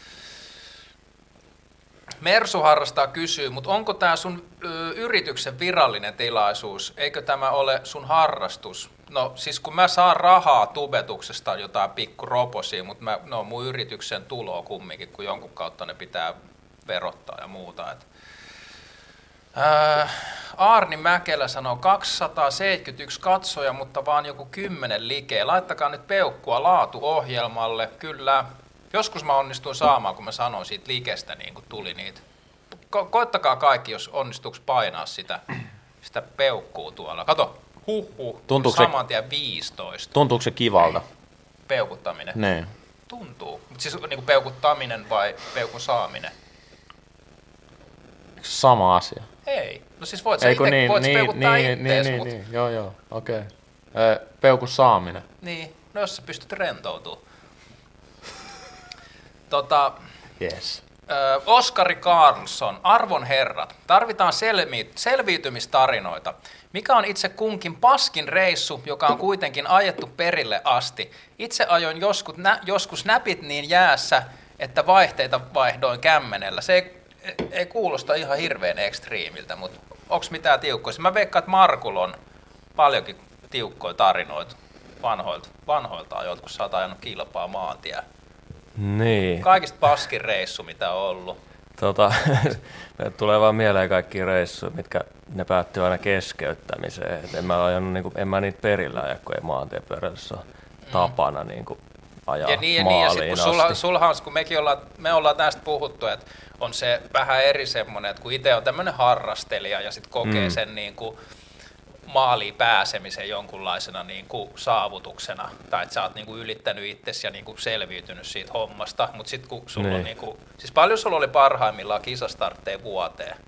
Mersu harrastaa kysyy, mutta onko tämä sun ö, yrityksen virallinen tilaisuus? Eikö tämä ole sun harrastus? No siis kun mä saan rahaa tubetuksesta jotain pikku roposia, mutta mä, ne on mun yrityksen tuloa kumminkin, kun jonkun kautta ne pitää verottaa ja muuta. Et. Ää, Aarni Mäkelä sanoo kaksisataaseitsemänkymmentäyksi katsoja, mutta vaan joku kymmenen likeä. Laittakaa nyt peukkua laatuohjelmalle. Kyllä. Joskus mä onnistuin saamaan, kun mä sanoin siitä likestä, niin kun tuli niitä. Ko- koittakaa kaikki, jos onnistuuko painaa sitä, sitä peukkuu tuolla. Kato, huh huh, Tuntuuko se- saman tien viisitoista. Tuntuuko se kivalta? Peukuttaminen. Niin. Tuntuu. Mutta siis niin kuin peukuttaminen vai peukun saaminen? Sama asia. Ei. No siis voit sä Eikö ite, niin, voit sä niin, peukuttaa niin, ittees, niin, mut... niin, joo, joo, okei. Okay. Peukun saaminen. Niin, no jos sä pystyt rentoutumaan. Tota, Yes. ö, Oskari Karlsson, arvon herrat, tarvitaan selmi- selviytymistarinoita. Mikä on itse kunkin paskin reissu, joka on kuitenkin ajettu perille asti? Itse ajoin joskus, nä- joskus näpit niin jäässä, että vaihteita vaihdoin kämmenellä. Se ei, ei kuulosta ihan hirveän ekstriimiltä, mutta onko mitään tiukkoja? Mä veikkaan, että Markulla on paljonkin tiukkoja tarinoita vanhoilta, vanhoilta ajoilta, kun sä oot ajanut kilpaa maantiellä. Niin. Kaikista paskin reissu, mitä on ollut. Tota, tulee vaan mieleen kaikki reissuja, mitkä ne päättyy aina keskeyttämiseen. Et en, mä ajanut, niin kuin, en mä niitä perillä aja, kun ei maantiepyöräilyssä ole tapana niin kuin, ajaa Ja niin ja niin, ja sit, maaliin kun sulla, asti. sulhan, kun mekin ollaan, me ollaan tästä puhuttu, että on se vähän eri semmoinen, että kun itse on tämmöinen harrastelija ja sitten kokee Mm. sen niin kuin maaliin pääsemisen jonkunlaisena niin kuin saavutuksena, tai että sä oot niin kuin ylittänyt itsesi ja niin kuin selviytynyt siitä hommasta, mutta sitten kun sulla Niin. on niin kuin, siis paljon sulla oli parhaimmillaan kisastartteja vuoteen?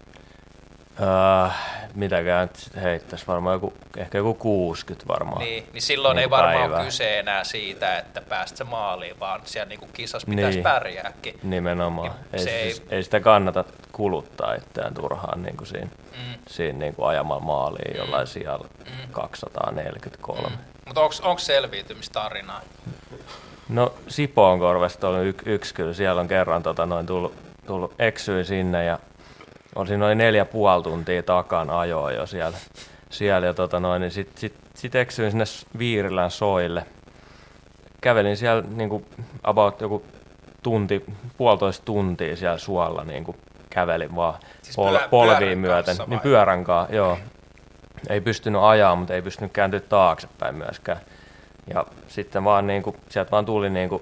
Äh, mitäkään nyt sit heittäisi, varmaan joku, ehkä joku kuusikymmentä varmaan. Niin, niin silloin Niin ei kuin varmaan ole päivää. kyse enää siitä, että pääst sä maaliin, vaan siellä niin kuin kisassa pitäisi Niin. pärjääkin. Nimenomaan. Niin Ei, se siis, ei- ei sitä kannata kuluttaa itseään turhaan niin kuin siinä, Mm. siinä niin kuin ajamalla maaliin jollain sijalla kaksisataaneljäkymmentäkolme. Mutta onko selviytymistarinaa? No Sipoonkorvesta oli y- yksi kyllä, siellä on kerran tota, noin tullut, tullut eksyin sinne ja on siinä noin neljä puoli tuntia takana ajoa jo siellä, siellä ja tota noin, niin sit, sit, sit eksyin sinne Viirilän soille. Kävelin siellä niinku about joku tunti, puolitoista tuntia siellä suolla niinku kävelin vaan Siis pol- pyö- polviin pyörän myöten. kanssa Niin vai? pyörän kanssa, joo. Ei pystynyt ajaa, mutta ei pystynyt kääntyä taaksepäin myöskään. Ja sitten vaan niinku, sieltä vaan tuli niinku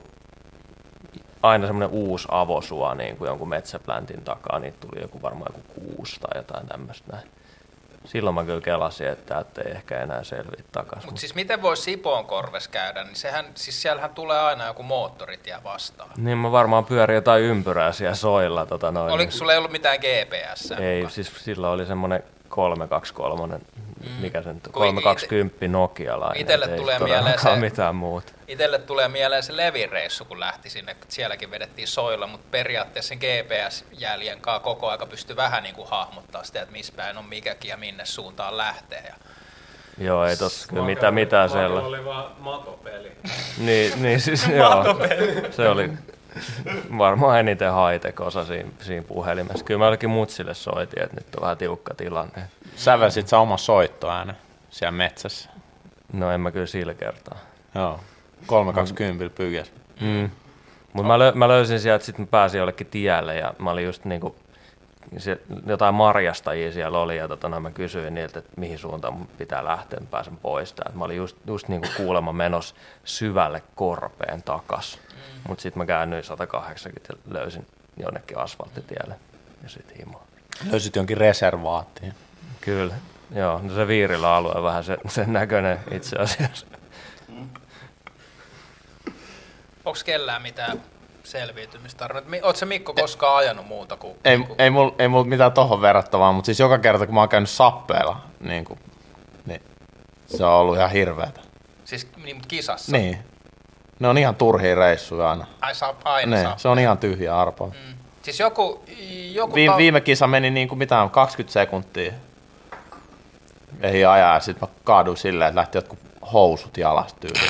aina semmoinen uusi avosua niinku jonkun metsäpläntin takaa. Niitä tuli joku varmaan joku kuusi tai jotain tämmöistä näin. Silloin mä kyllä kelasin, että täältä ei ehkä enää selviä takaisin. Mutta siis miten voi Sipoonkorvessa käydä, niin sehän, siis siellähän tulee aina joku moottoritie vastaan. Niin mä varmaan pyörin jotain ympyrää siellä soilla. Tota noin. Oliko sulla ei ollut mitään G P S? Ei, siis sillä oli semmoinen kolme kaksi kolme mikä sen kolmesataakaksikymmentä Nokialainen. Itelle ei tulee mieleen se, se, mitään muuta. Itelle tulee mieleen se Levin-reissu, kun lähti sinne. Sielläkin vedettiin soilla, mutta periaatteessa sen G P S-jäljen kanssa koko aika pystyi vähän niin kuin hahmottaa sitä, että missä päin on mikäkin ja minne suuntaan lähtee. Ja joo, ei tossa kyllä mitään, mitään sellaista. oli vaan matopeli. niin, niin siis joo, se oli varmaan eniten high-tech osa siinä, siinä puhelimessa. Kyllä mä jollekin mutsille soitin, että nyt on vähän tiukka tilanne. Sävelsit sä oma soittoäänen siellä metsässä? No en mä kyllä sillä kertaa. Joo, kolmesataakaksikymmentä pykäs. Mm. Mutta mä, lö, mä löysin sieltä, että sitten mä pääsin jollekin tielle ja mä olin just niinku, se, jotain marjastajia siellä oli ja tota, no, mä kysyin niiltä, että mihin suuntaan mun pitää lähteä, mä pääsen pois täältä. Mä olin just, just niinku kuulemma menossa syvälle korpeen takas, mm. mutta sitten mä käännyin sata kahdeksankymmentä ja löysin jonnekin asfalttitielle ja sitten himoa. Löysit jonkin reservaattiin. Kyllä, joo, no se Viirilän alue on vähän se, sen näköinen itse asiassa. Mm. Onko kellään mitään selviytymistarinoita? Oletko se Mikko koskaan ajanut muuta kuin... Ei, niin kuin... ei mulla ei mul mitään tohon verrattavaa, mutta siis joka kerta kun mä oon käynyt sappeilla, niin, kuin, niin se on ollut ihan hirveetä. Siis niin, mutta kisassa? Niin. Ne on ihan turhia reissuja aina. Ai saa aina niin, saa. Se on ihan tyhjä arpoa. Mm. Siis joku... joku Viime, ta... viime kisa meni niin kuin mitään kaksikymmentä sekuntia. Ei ajaa ja sit mä kaaduin silleen, että lähti jotkut housut jalasta tyyliin.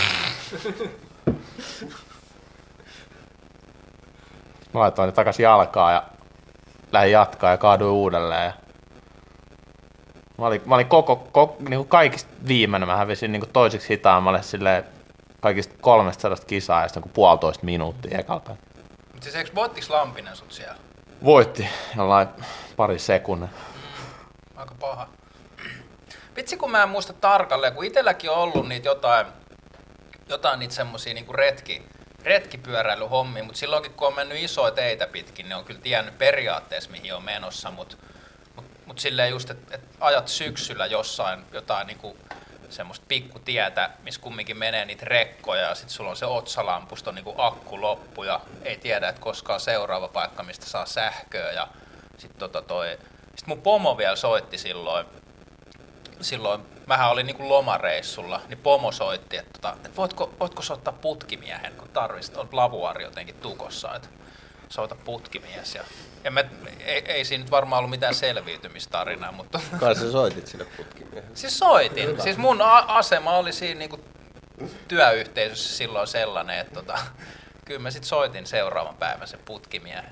Mä laitoin ne takas jalkaa ja lähdin jatkaa ja kaaduin uudelleen. Ja mä olin, mä olin koko, koko niin kuin kaikista viimeinen, mä hävisin niin kuin toisiksi hitaammalle silleen kaikista kolmestasadasta kisaa ja sitten kuin puolitoista minuuttia ekalta. Mutta siis eikö voittiks Lampinen sut siellä? Voitti jollain pari sekunnin. Mm, aika paha. Vitsi kun mä en muista tarkalleen, kun itselläkin on ollut niitä jotain, jotain niitä semmosia niinku retki, retkipyöräilyhommia, mutta silloinkin kun on mennyt isoja teitä pitkin, niin on kyllä tiennyt periaatteessa mihin on menossa, mutta mut, mut silleen just, että et ajat syksyllä jossain jotain niinku semmoista pikkutietä, missä kumminkin menee niitä rekkoja ja sit sulla on se otsalampusta, on niinku akku loppu ja ei tiedä, että koskaan seuraava paikka, mistä saa sähköä ja sit tota toi, sit mun pomo vielä soitti silloin, silloin mähän olin niinku lomareissulla, niin pomo soitti, että, tota, että voitko, voitko soittaa putkimiehen, kun tarvitset, on lavuari jotenkin tukossa, että soita putkimies. Ja, ja mä, ei, ei siinä nyt varmaan ollut mitään selviytymistarinaa, mutta... Kai sä soitit sille putkimiehelle? Siis soitin. Hyvä. Siis mun a- asema oli siinä niinku työyhteisössä silloin sellainen, että tota, kyllä mä sit soitin seuraavan päivän sen putkimiehen.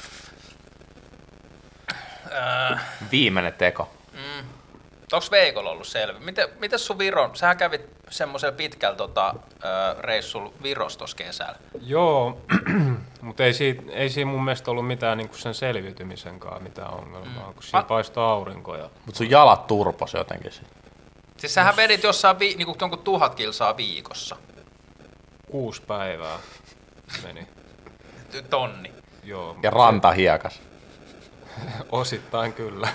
Öö, Viimeinen teko. Mm. Onko Veikolla ollut selvä? Miten, miten sun Viron, sähän kävit semmoisella pitkällä tota, reissulla Virossa tuossa kesällä. Joo, mutta ei siinä, ei siinä mun mielestä ollut mitään niin sen selviytymisenkaan mitään ongelmaa, mm. kun siinä A- paistoi aurinko. Ja... Mutta sun jalat turpos jotenkin. Siis sähän vedit jossain vi- niin kuin jonkun tuhat kilsaa viikossa. Kuusi päivää meni. Tonni. Joo. Ja rantahiekas. Osittain kyllä.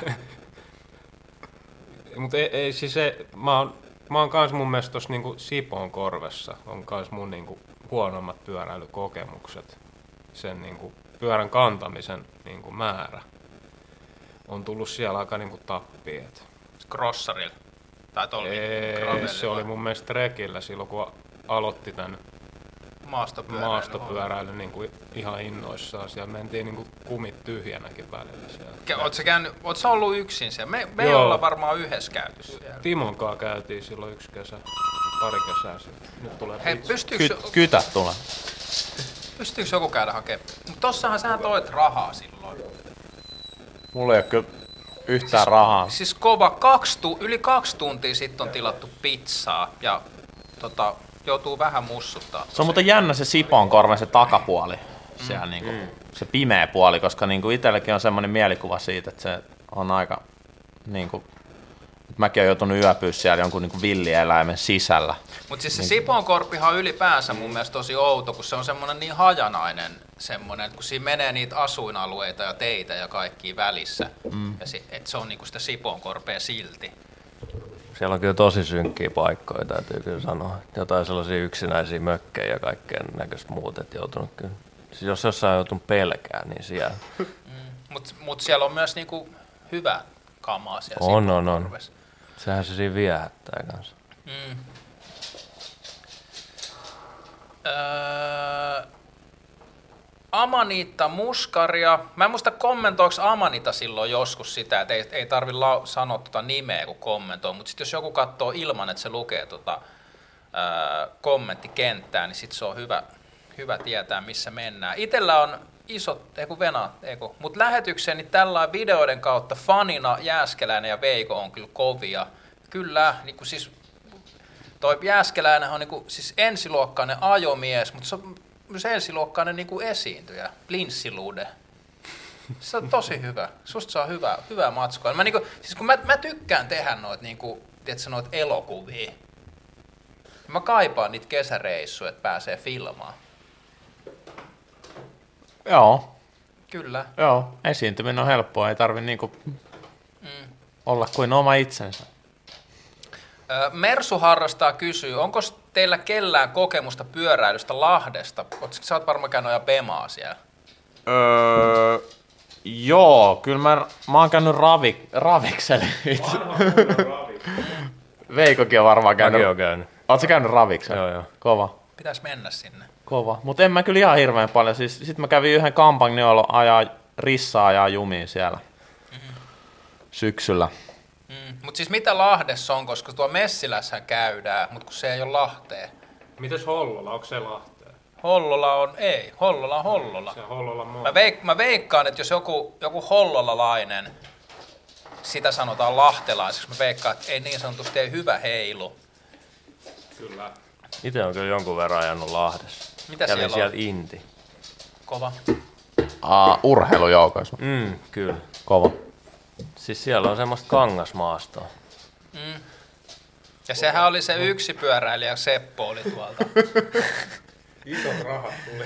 Mutta ei, ei siis se, mä oon, mä oon kans mun mielestä tossa niinku Sipon korvessa on kans mun niinku huonommat pyöräilykokemukset. Sen niinku pyörän kantamisen niinku määrä on tullut siellä aika niinku tappiet. Crossarilla? Tai Ei, se oli mun mielestä rekillä silloin kun aloitti tän maastopyöräily, maastopyöräily niin kuin ihan innoissaan. Siellä mentiin niin kuin kumit tyhjänäkin välillä siellä. Oletko käynyt, oletko ollut yksin siellä? Me, me ei olla varmaan yhdessä käyty siellä. Timon kanssa käytiin silloin yksi kesä, pari kesää sitten. Nyt tulee Hei, pystyykö, Ky- kytät tulee. Pystyykö joku käydä hakemaan? Mutta tossahan sä toit rahaa silloin. Mulla ei ole kyllä yhtään siis, rahaa. Siis kova, kaksi tu- yli kaksi tuntia sitten on tilattu pizzaa ja tota, joutuu vähän mussuttaa. Se on muuten jännä se Sipoonkorven se takapuoli, mm. siellä niinku, mm. se pimeä puoli, koska niinku itselläkin on semmoinen mielikuva siitä, että se on aika, niinku, mäkin olen joutunut yöpyä siellä jonkun niinku villieläimen sisällä. Mutta siis se Sipoonkorpihan on ylipäänsä mun mielestä tosi outo, kun se on semmoinen niin hajanainen, semmoinen, että kun siinä menee niitä asuinalueita ja teitä ja kaikkia välissä, mm. ja si- että se on niinku sitä Sipoonkorpea silti. Siellä on kyllä tosi synkkiä paikkoja, täytyy kyllä sanoa. Jotain sellaisia yksinäisiä mökkejä ja kaikkea näköistä muuta, että joutunut kyllä. Siis jos jossain on joutunut pelkään, niin siellä. Mm. Mutta mut siellä on myös niinku hyvä kamaa siellä on, on, on. Sehän se siinä viehättää kanssa. Mm. Öö, Amanita Muskaria. Mä en muista kommentoiko Amanita silloin joskus sitä, että ei, ei tarvi lau- sanoa tota nimeä kun kommentoi, mutta sitten jos joku katsoo ilman, että se lukee tota, öö, kommenttikenttää, niin sitten se on hyvä, hyvä tietää, missä mennään. Itellä on isot, ei kun Venä, ei kun, mutta lähetykseen niin tällä videoiden kautta fanina Jääskeläinen ja Veiko on kyllä kovia. Kyllä, niin kuin siis toi Jääskeläinen on niin kuin, siis ensiluokkainen ajomies, mutta se on myös ensiluokkainen niin kuin esiintyjä, Blinssilude. Se on tosi hyvä. Susta saa hyvää, hyvää matskua. Mä, niin kuin, siis kun mä, mä tykkään tehdä noita, niin kuin, tiedätkö, noita elokuvia. Mä kaipaan niitä kesäreissuja, että pääsee filmaan. Joo, Kyllä. joo. Esiintyminen on helppoa, ei tarvi niinku Mm. olla kuin oma itsensä. Ö, Mersu harrastaa kysyy, onko teillä kellään kokemusta pyöräilystä Lahdesta? Oot, sä oot varmaan käynyt ja bemaa siellä. Öö, joo, kyllä mä, mä oon käynyt ravi, raviksella. Veikokin on varmaan käynyt. Mäkin oon käynyt. Oot sä käynyt raviksella? Joo, joo. Kova. Pitäis mennä sinne. Kova. Mutta en mä kyllä ihan hirveän paljon. Siis, sit mä kävin yhden kampanjalla ajaa rissaa ajaa jumiin siellä mm-hmm. syksyllä. Mm. Mutta siis mitä Lahdessa on, koska tuo Messilässähän käydään, mutta kun se ei ole Lahteen. Mites Hollola, onko se Lahteen? Hollola on, ei, Hollola on Hollola. Se Hollola muu. Mä, veik, mä veikkaan, että jos joku, joku hollolalainen, sitä sanotaan lahtelaiseksi, mä veikkaan, että ei niin sanotusti ei hyvä heilu. Kyllä. Itse on kyllä jonkun verran ajanut Lahdessa. Mitä Kävin siellä sieltä on? Inti. Kova. Aa, urheilujoukoissa. Mm, kyllä. Kova. Siis siellä on semmoista kangasmaastoa. Mm. Ja sehän oli se yksi pyöräilijä, Seppo oli tuolta. Isot rahat tuli.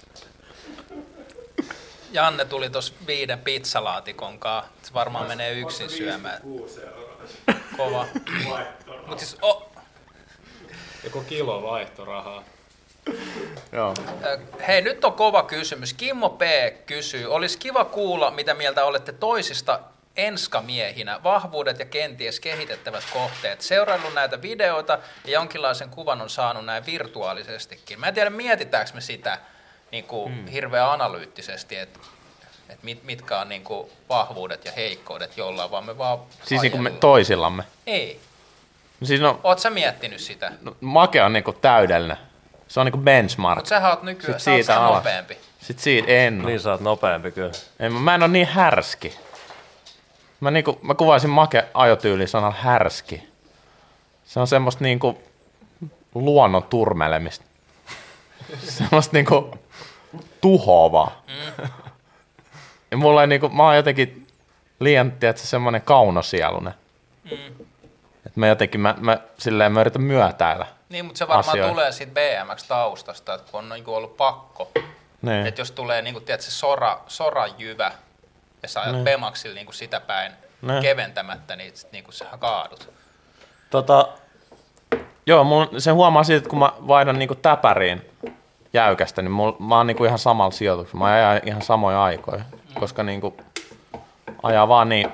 Janne tuli tuossa viiden pizzalaatikon kanssa. Se varmaan menee yksin syömään. Kova. Mut siis, oh, Joku kilo vaihtorahaa. Joo. hei, nyt on kova kysymys. Kimmo P. kysyy, olisi kiva kuulla, mitä mieltä olette toisista enskamiehinä, vahvuudet ja kenties kehitettävät kohteet. Seuraillut näitä videoita ja jonkinlaisen kuvan on saanut näin virtuaalisestikin. Mä en tiedä, mietitäänkö me sitä niin kuin hmm. hirveän analyyttisesti, että et mit, mitkä on niin kuin vahvuudet ja heikkoudet jollain, vaan me vaan Siis niinku me ajellaan. toisillamme. Ei. Siis no, Oot sä miettinyt sitä? no Make on niinku täydellinen. Se on niinku benchmark. Mutta sähän oot nykyään, Sit sä oot siitä sen alas. nopeampi. Sitten siitä en oo. Niin sä oot nopeampi kyllä. En, mä en oo niin härski. Mä, niinku, mä kuvaisin Make ajotyyliin sanalla härski. Se on semmoista niinku luonnon turmelemista. Semmoista niinku tuhoavaa. Mm. Ja mulla ei niinku, mä oon jotenkin liian, tiedätkö, semmoinen kaunosielunen. Mm. Et mä jotenkin, mä, mä silleen mä yritän myötäillä. Niin, mutta se varmaan asioita. tulee siitä B M X-taustasta, että kun on niin kuin ollut pakko. Niin. Että jos tulee niin kuin, tiedätkö, sora, sorajyvä ja sä ajat Niin. B M Xilla niin kuin sitä päin Niin. keventämättä, niin, sit niin kuin sähän kaadut. Tota, joo, mulla, se huomaa siitä, että kun mä vaihdan niinku täpäriin jäykästä, niin mulla, mä oon niinku ihan samalla sijoituksella. Mä ajan ihan samoja aikoja, koska niinku ajaa vaan niin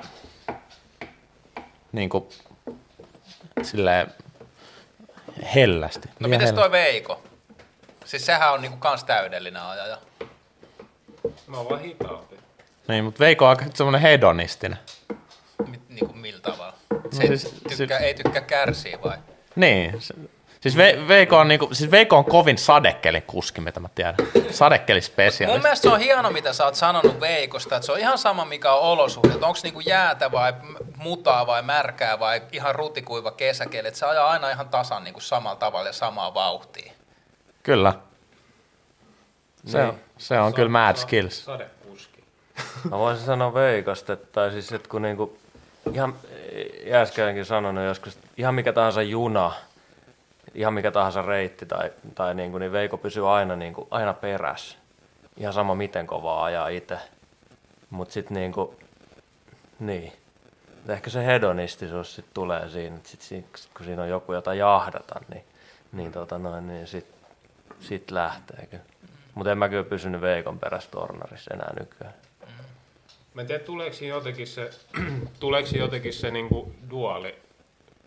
niinku silleen hellästi. No Liian mites hellästi. toi Veiko? Siis sehän on niin kuin kans täydellinen ajaja. Mä oon vaan hitaampi. Niin, mutta Veiko on aika semmoinen hedonistinen. Mit, niin kuin millä tavalla? Se No no, siis- tykkää, ei tykkää kärsiä vai? Niin, se, siis, Ve, Veiko on niinku, siis Veiko on kovin sadekelin kuski, mitä mä tiedän. Sadekelispesiaalisti. Mun mielestä se on hieno, mitä sä oot sanonut Veikosta, että se on ihan sama, mikä on olosuhteet. Onko niinku jäätä vai mutaa vai märkää vai ihan rutikuiva kesäkeli, että se ajaa aina ihan tasan niinku samalla tavalla ja samaa vauhtia. Kyllä. Se, Niin. on, se on kyllä mad skills. Sadekuski. Mä voisin sanoa Veikasta, että, tai siis, että kun niinku, ihan Jääskeläinenkin sanonut joskus, että ihan mikä tahansa juna, ihan mikä tahansa reitti tai, tai niinku, niin Veiko pysyy aina, niinku, aina perässä. Ihan sama miten kovaa ajaa itse. Mut sit niinku, niin. Ehkä se hedonistisuus sit tulee siinä, että sit, siinä, kun siinä on joku, jota jahdata, niin, niin, tota noin, niin sit, sit lähtee kyllä. Mutta en mä kyllä pysynyt Veikon perässä tornarissa enää nykyään. Mä en tiedä, tuleeko siinä jotenkin se, tuleeko siinä jotenkin se niinku duaali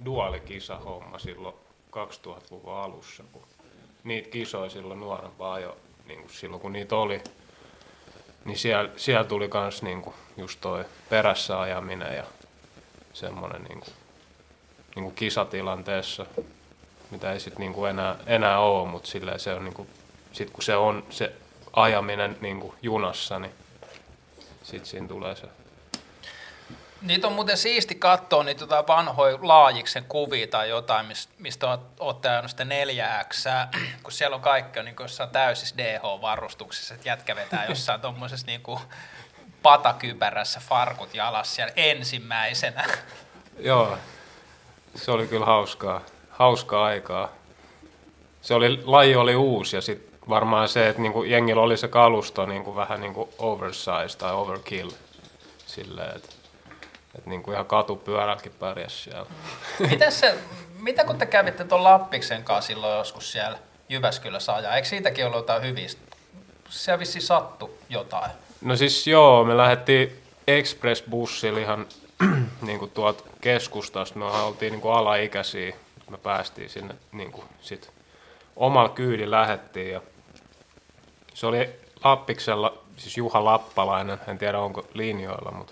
duaalikisahomma silloin kaksituhattaluvun alussa, kun niitä kisoja silloin nuorempaa jo, niin kuin silloin kun niitä oli, niin siellä, siellä tuli kans niin kuin just toi perässä ajaminen ja semmoinen niin kuin, niin kuin kisatilanteessa, mitä ei sit niin kuin enää, enää ole, mutta silleen se on niin kuin, sit kun se on se ajaminen niin kuin junassa, niin sitten siinä tulee se. Niitä on muuten siisti katsoa niitä jotain vanhoja Laajiksen kuvia tai jotain, mistä olette ajanut sitä neljä X, kun siellä on kaikki on niin jossain täysissä D H-varustuksessa, että jätkä vetää jossain tuommoisessa niin patakypärässä farkut jalassa siellä ensimmäisenä. Joo, se oli kyllä hauskaa, hauskaa aikaa. Se oli, laji oli uusi ja sitten varmaan se, että niinku jengillä oli se kalusto niinku vähän niinku oversized tai overkill silleen, että et niinku ihan katupyörälläkin pärjäs siellä. Mitäs se, mitä kun te kävitte tuon Lappiksen kanssa silloin joskus siellä Jyväskylässä ajaa, eikö siitäkin ollut jotain hyvistä? Siellä vissiin sattui jotain. No siis joo, me lähdettiin express-bussilla ihan niinku tuolta keskustasta, me oltiin niinku alaikäisiä, me päästiin sinne niinku sit omalla kyydin lähettiin ja se oli Lappiksella, siis Juha Lappalainen, en tiedä onko linjoilla, mutta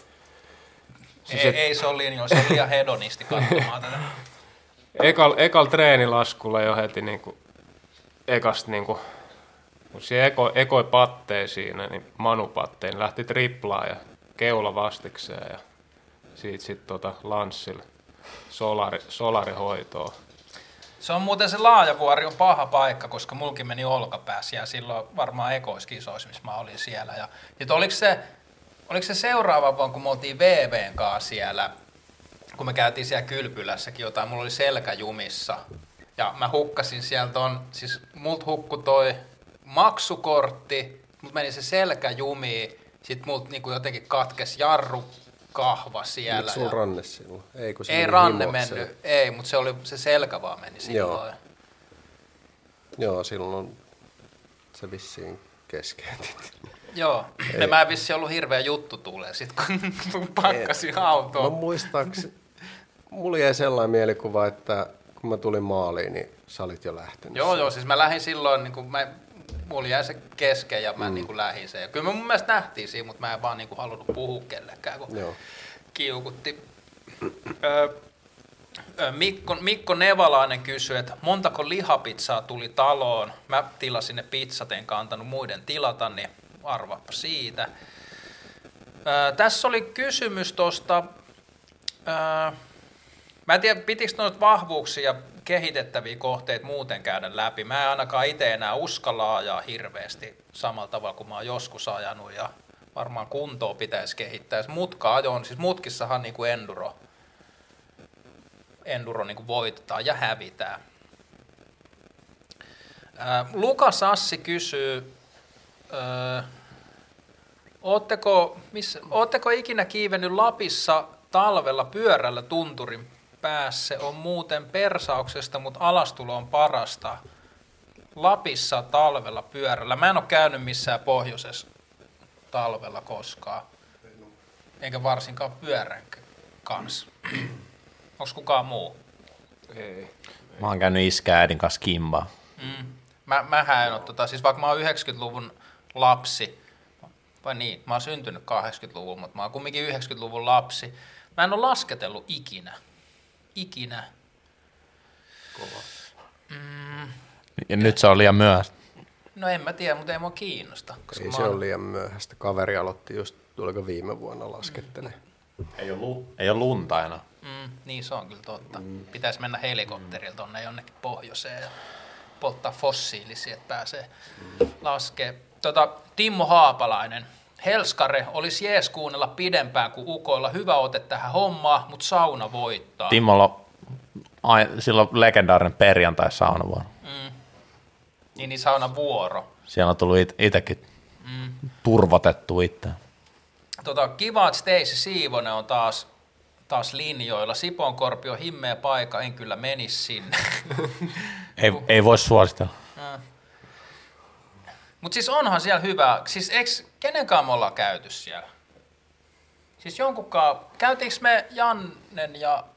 Siis ei, et... ei se ole linjoilla, se on liian hedonisti katsomaan tätä. Ekal, ekal treenilaskulla jo heti niinku, ekasta niinku, kun se eko, ekoi pattei siinä, niin manupattein lähti triplaa ja keula vastikseen ja siitä sitten tota lanssille solari, solarihoitoon. Se on muuten se Laajavuori on paha paikka, koska mulkin meni olkapäässä ja silloin varmaan ekoiskisoissa, missä mä olin siellä. Ja, ja oliko se, oliko se seuraava vuonna, kun me oltiin V V:n kanssa siellä, kun me käytiin siellä Kylpylässäkin jotain, mulla oli selkä jumissa. Ja mä hukkasin sieltä on, siis mult hukku toi maksukortti, mut meni se selkä jumiin, sit mult niinku jotenkin katkesi jarru kahva siellä. Oliko sulla ranne silloin? Ei, kun ei ranne mennyt, ei, mutta se, oli, se selkä vaan meni silloin. Joo, Joo silloin se vissiin keskeytit. Joo, ja mä en vissiin ollut hirveä juttu tulee sit, kun pakkasin autoon. Mä muistaakseni, mulla jäi sellainen mielikuva, että kun mä tulin maaliin, niin sä olit jo lähtenyt. Joo, joo, siis mä lähdin silloin, niin kun mä, mulla jäi se kesken ja mä mm. niin lähdin sen. Ja kyllä me mun mielestä nähtiin siinä, mutta mä en vaan niin kuin halunnut puhua kellekään, kun joo. kiukutti. Öö, Mikko, Mikko Nevalainen kysyi, että montako lihapizzaa tuli taloon. Mä tilasin ne pizzat, enkä antanut muiden tilata, niin arvaappa siitä. Öö, tässä oli kysymys tuosta, öö, mä en tiedä, pitikö noita vahvuuksia ja kehitettäviä kohteita muuten käydä läpi. Mä en ainakaan itse enää uskalla ajaa hirveästi samalla tavalla kuin mä oon joskus ajanut ja varmaan kuntoa pitäisi kehittää. Mutka-ajoon, siis mutkissahan niin kuin enduro, enduro niin kuin voitetaan ja hävitään. Ää, Lukas Assi kysyy, ää, ootteko, missä, ootteko ikinä kiivennyt Lapissa talvella pyörällä tunturin päässä? Se on muuten persauksesta, mutta alastulo on parasta. Lapissa talvella pyörällä. Mä en ole käynyt missään pohjoisessa talvella koskaan. Eikä varsinkaan pyörän kanssa. Onko kukaan muu? Ei. Mä oon käynyt iskä-äidin kanssa kimbaa. Mm. Mä, mähän en ole, tota, siis vaikka mä oon yhdeksänkymmentäluvun lapsi, vai niin, mä oon syntynyt kahdeksankymmentäluvulla, mutta mä oon kumminkin yhdeksänkymmentäluvun lapsi. Mä en ole lasketellut ikinä. Ikinä. Kova. Mm. Ja nyt se on liian myöhäistä. No en mä tiedä, mutta ei mua kiinnosta. Koska ei mä se oon... ole liian myöhäistä. Kaveri aloitti just, tuliko viime vuonna laskettele. Mm. Ei ole, lu- ei ole lunta enää. Mm, niin se on kyllä totta. Mm. Pitäisi mennä helikopterilla tonne jonnekin pohjoiseen ja polttaa fossiilisia, että pääsee mm. laskemaan. Tota, Timmo Haapalainen. Helskare olisi jees kuunnella pidempään kuin ukoilla. Hyvä ote tähän hommaan, mutta sauna voittaa. Timmolla ai, silloin legendaarinen perjantai-saunavuoro. Mm. Niin, niin saunavuoro. Siellä on tullut it- itsekin mm. turvotettu itse. Tota, kiva, että Stacey Siivonen on taas, taas linjoilla. Sipoonkorpi on himmeä paikka, en kyllä menisi sinne. ei, ei voi suositella. Mm. Mutta siis onhan siellä hyvä. Siis eks, kenenkaan me ollaan käyty siellä? Siis jonkunkaan, käytiinkö me Jannen ja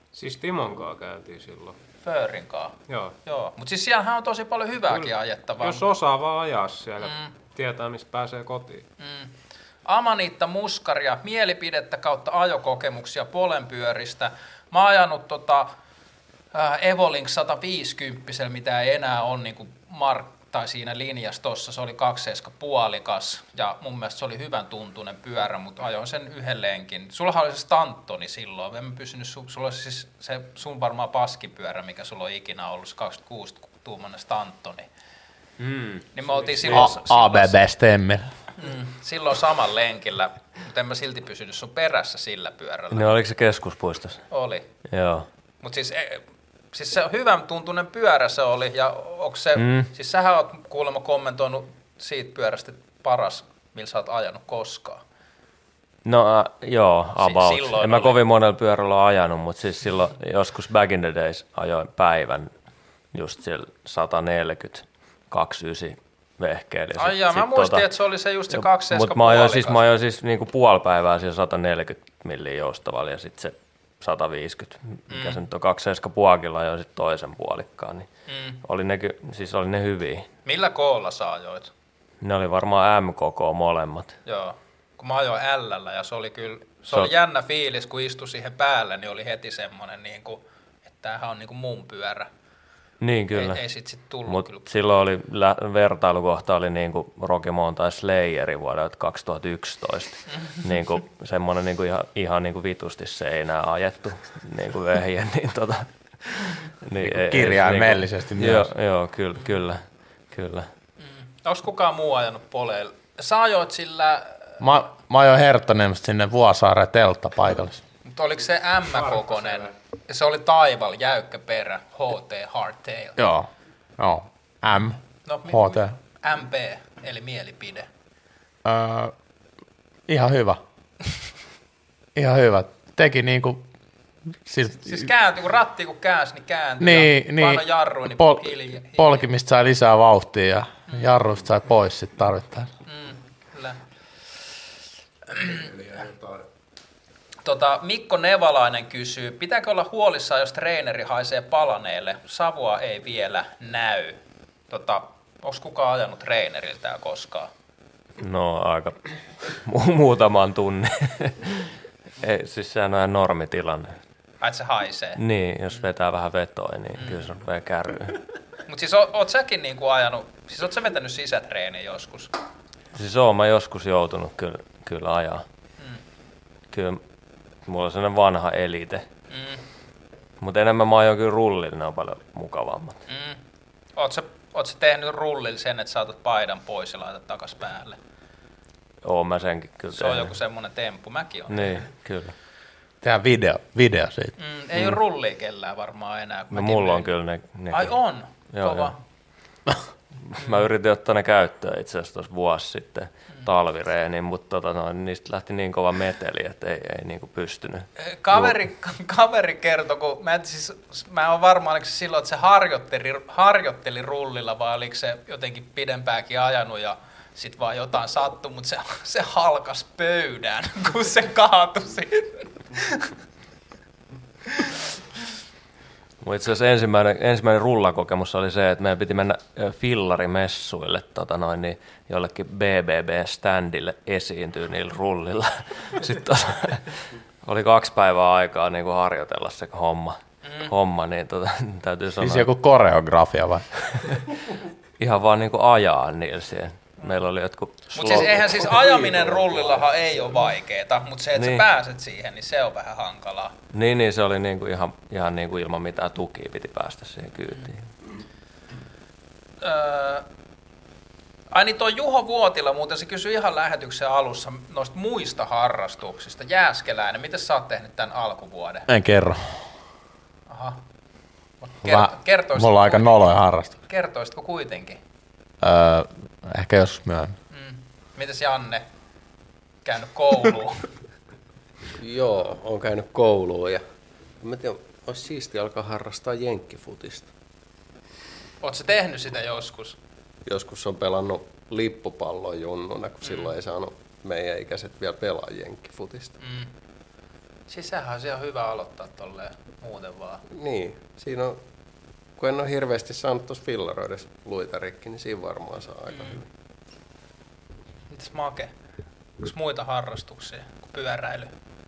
Siis Timonkaan käytiin silloin. Föörinkaan. Joo. Joo, mutta siis siellähän on tosi paljon hyvääkin Kyllä. ajettavaa. Jos osaa vaan ajaa siellä, Mm. tietää mistä pääsee kotiin. Mm. Amaniitta Muskaria, mielipidettä kautta ajokokemuksia polenpyöristä. Mä oon ajanut tota, äh, Evolink sata viisikymmentä, mitä ei enää ole niin kuin Mark tai siinä linjassa tossa, se oli kaksiseiska puolikas ja mun mielestä se oli hyvän tuntunen pyörä, mutta ajoin sen yhden lenkin. Sullahan oli se Stantoni silloin, en mä pysynyt, su- sulla oli siis se sun varmaan paskipyörä, mikä sulla on ikinä ollut, se kaksikymmentäkuusi tuumainen Stantoni. Mm. Niin me oltiin silloin, A B B-stemmillä. mm, silloin saman lenkillä, mutta en mä silti pysynyt sun perässä sillä pyörällä. Niin oliko se keskuspuistossa? Oli. Joo. Mutta siis, e, siis se hyvän tuntunen pyörä se oli, ja onko se, Mm. siis sähän oot kuulemma kommentoinut siitä pyörästä paras, millä sä oot ajanut koskaan. No äh, joo, about. silloin En mä oli. kovin monella pyörällä ole ajanut, mutta siis silloin joskus back in the days ajoin päivän just sillä sata neljäkymmentä kaksikymmentäyhdeksän vehkeellä. Ai jaa, mä muistin, että se oli se just se kaksiseiska Mutta mä ajoin puolikas. siis, mä ajoin siis niinku puoli päivää siellä sata neljäkymmentä milliä joustavalla ja sitten se sata viisikymmentä, mikä Mm. se nyt on kaksiseiska puolilla ajoin sitten toisen puolikkaan. Niin Mm. oli, ne, ky- siis oli ne hyviä. Millä koolla sä ajoit? Ne oli varmaan M K K molemmat. Joo, kun mä ajoin L:llä ja se oli kyllä, se, Se oli on- jännä fiilis, kun istui siihen päälle, niin oli heti semmoinen, niin kuin, että tämähän on niin kuin mun pyörä. Niin kyllä. Ei, ei sit, sit tullut Mut kyllä. silloin oli, lä- vertailukohta oli niinku Rocky Mountain Slayeri vuodelta kaksituhattayksitoista. niinku, semmoinen niinku ihan, ihan niinku vitusti seinää ajettu niinku vehje. Niin tota, niin ei- ei- kirjaimellisesti niinku, myös. Joo, joo kyllä, kyllä, kyllä. Onko kukaan muu ajanut poleilla? Sä ajoit sillä, Mä, mä ajoin Herttoniemestä sinne Vuosaareen teltta paikallis. mutta oliko se M-kokonen? Se oli taival, jäykkä perä, H T, hardtail. Joo, joo. M, No, mi- H T. M P, eli mielipide. Öö, ihan hyvä. ihan hyvä. Teki niinku... Siis, Siis kääntyi, kun ratti kun käänsi, niin kääntyi. niin, ja niin. paino jarruin, niin Pol- hilja, hilja. polkimista sai lisää vauhtia ja mm. jarruista sai pois sit tarvittaessa. Mm, kyllä. Tota, Mikko Nevalainen kysyy, pitääkö olla huolissaan, jos treeneri haisee palaneelle? Savua ei vielä näy. Tota, onko kukaan ajanut treeneriltään koskaan? No aika mu- muutaman tunnin. Ei, siis sehän on ihan normitilanne. Ai, että se haisee. Niin, jos vetää vähän vetoa, niin kyllä se rupeaa kärryyn. Mutta siis oot, oot säkin niinku ajanut, siis oot sä vetänyt sisätreeniä joskus? Siis oon mä joskus joutunut kyllä, kyllä ajaa. Mm. Kyllä mulla on sellainen vanha elite. Mm, Mutta enemmän mä ajoin kyllä rullilla, ne on paljon mukavammat. mm. Oot sä, oot sä tehnyt rullilla sen, että saatat paidan pois ja laitat takas päälle? Oon mä senkin kyllä Se on tehnyt. joku semmoinen temppu, mäkin on. Niin, kyllä. Tehdään video, video siitä. Mm, ei mm. ole rullia kellään varmaan enää. kun No mäkin mulla on myin. kyllä ne. ne Ai on? Joo, Kova. joo. Mä yritin ottaa ne käyttöön itse asiassa tuossa vuosi sitten mm. talvireeniin, mutta tota, no, niistä lähti niin kova meteli, että ei, ei niinku pystynyt. Kaveri, kaveri kertoi, kun mä, en siis, mä oon varma, oliko se silloin, että se harjoitteli, harjoitteli rullilla, vai oliko se jotenkin pidempääkin ajanut ja sit vaan jotain sattui, mutta se, se halkas pöydän, kun se kaatui siitä. Mun itse asiassa ensimmäinen, ensimmäinen rullakokemus oli se, että meidän piti mennä ö, fillarimessuille tota noin, niin jollekin B B B-standille esiintyä niillä rullilla. Sitten tota, oli kaksi päivää aikaa niin kuin harjoitella se homma, mm. homma niin tota, täytyy sanoa, Siis joku koreografia vai? ihan vaan niin kuin ajaa niillä siihen. Meillä oli jotkut Mutta siis eihän siis ajaminen rullillahan ei ole vaikeeta, mutta se, että Niin. sä pääset siihen, niin se on vähän hankalaa. Niin, niin se oli niinku ihan, ihan niinku ilman mitään tukia piti päästä siihen kyytiin. Öö, ai niin, tuo Juho Vuotila muuten, se kysyi ihan lähetyksen alussa noista muista harrastuksista. Jääskeläinen, miten sä oot tehnyt tämän alkuvuoden? En kerro. Aha. Mut Mä, Kert, kertoisitko, mulla on aika noloja harrastus. kertoisitko kuitenkin? Öö, ehkä joskus myöhemmin. Mm. Mites Janne? Käynyt kouluun? Joo, on käynyt kouluun ja mä tiedän, olisi siistiä alkaa harrastaa jenkkifutista. Oot sä tehnyt sitä joskus? Joskus on pelannut lippupallon junnuna, kun silloin ei saanut meidän ikäiset vielä pelaa jenkkifutista. Mm. Siis sehän on ihan hyvä aloittaa tolleen muuten vaan. Niin, siinä on, kun en ole hirveästi saanut tuossa fillaroidessa luita rikki, niin siinä varmaan saa aika mm. hyvin. Mitäs Make? Onko muita harrastuksia kuin pyöräily?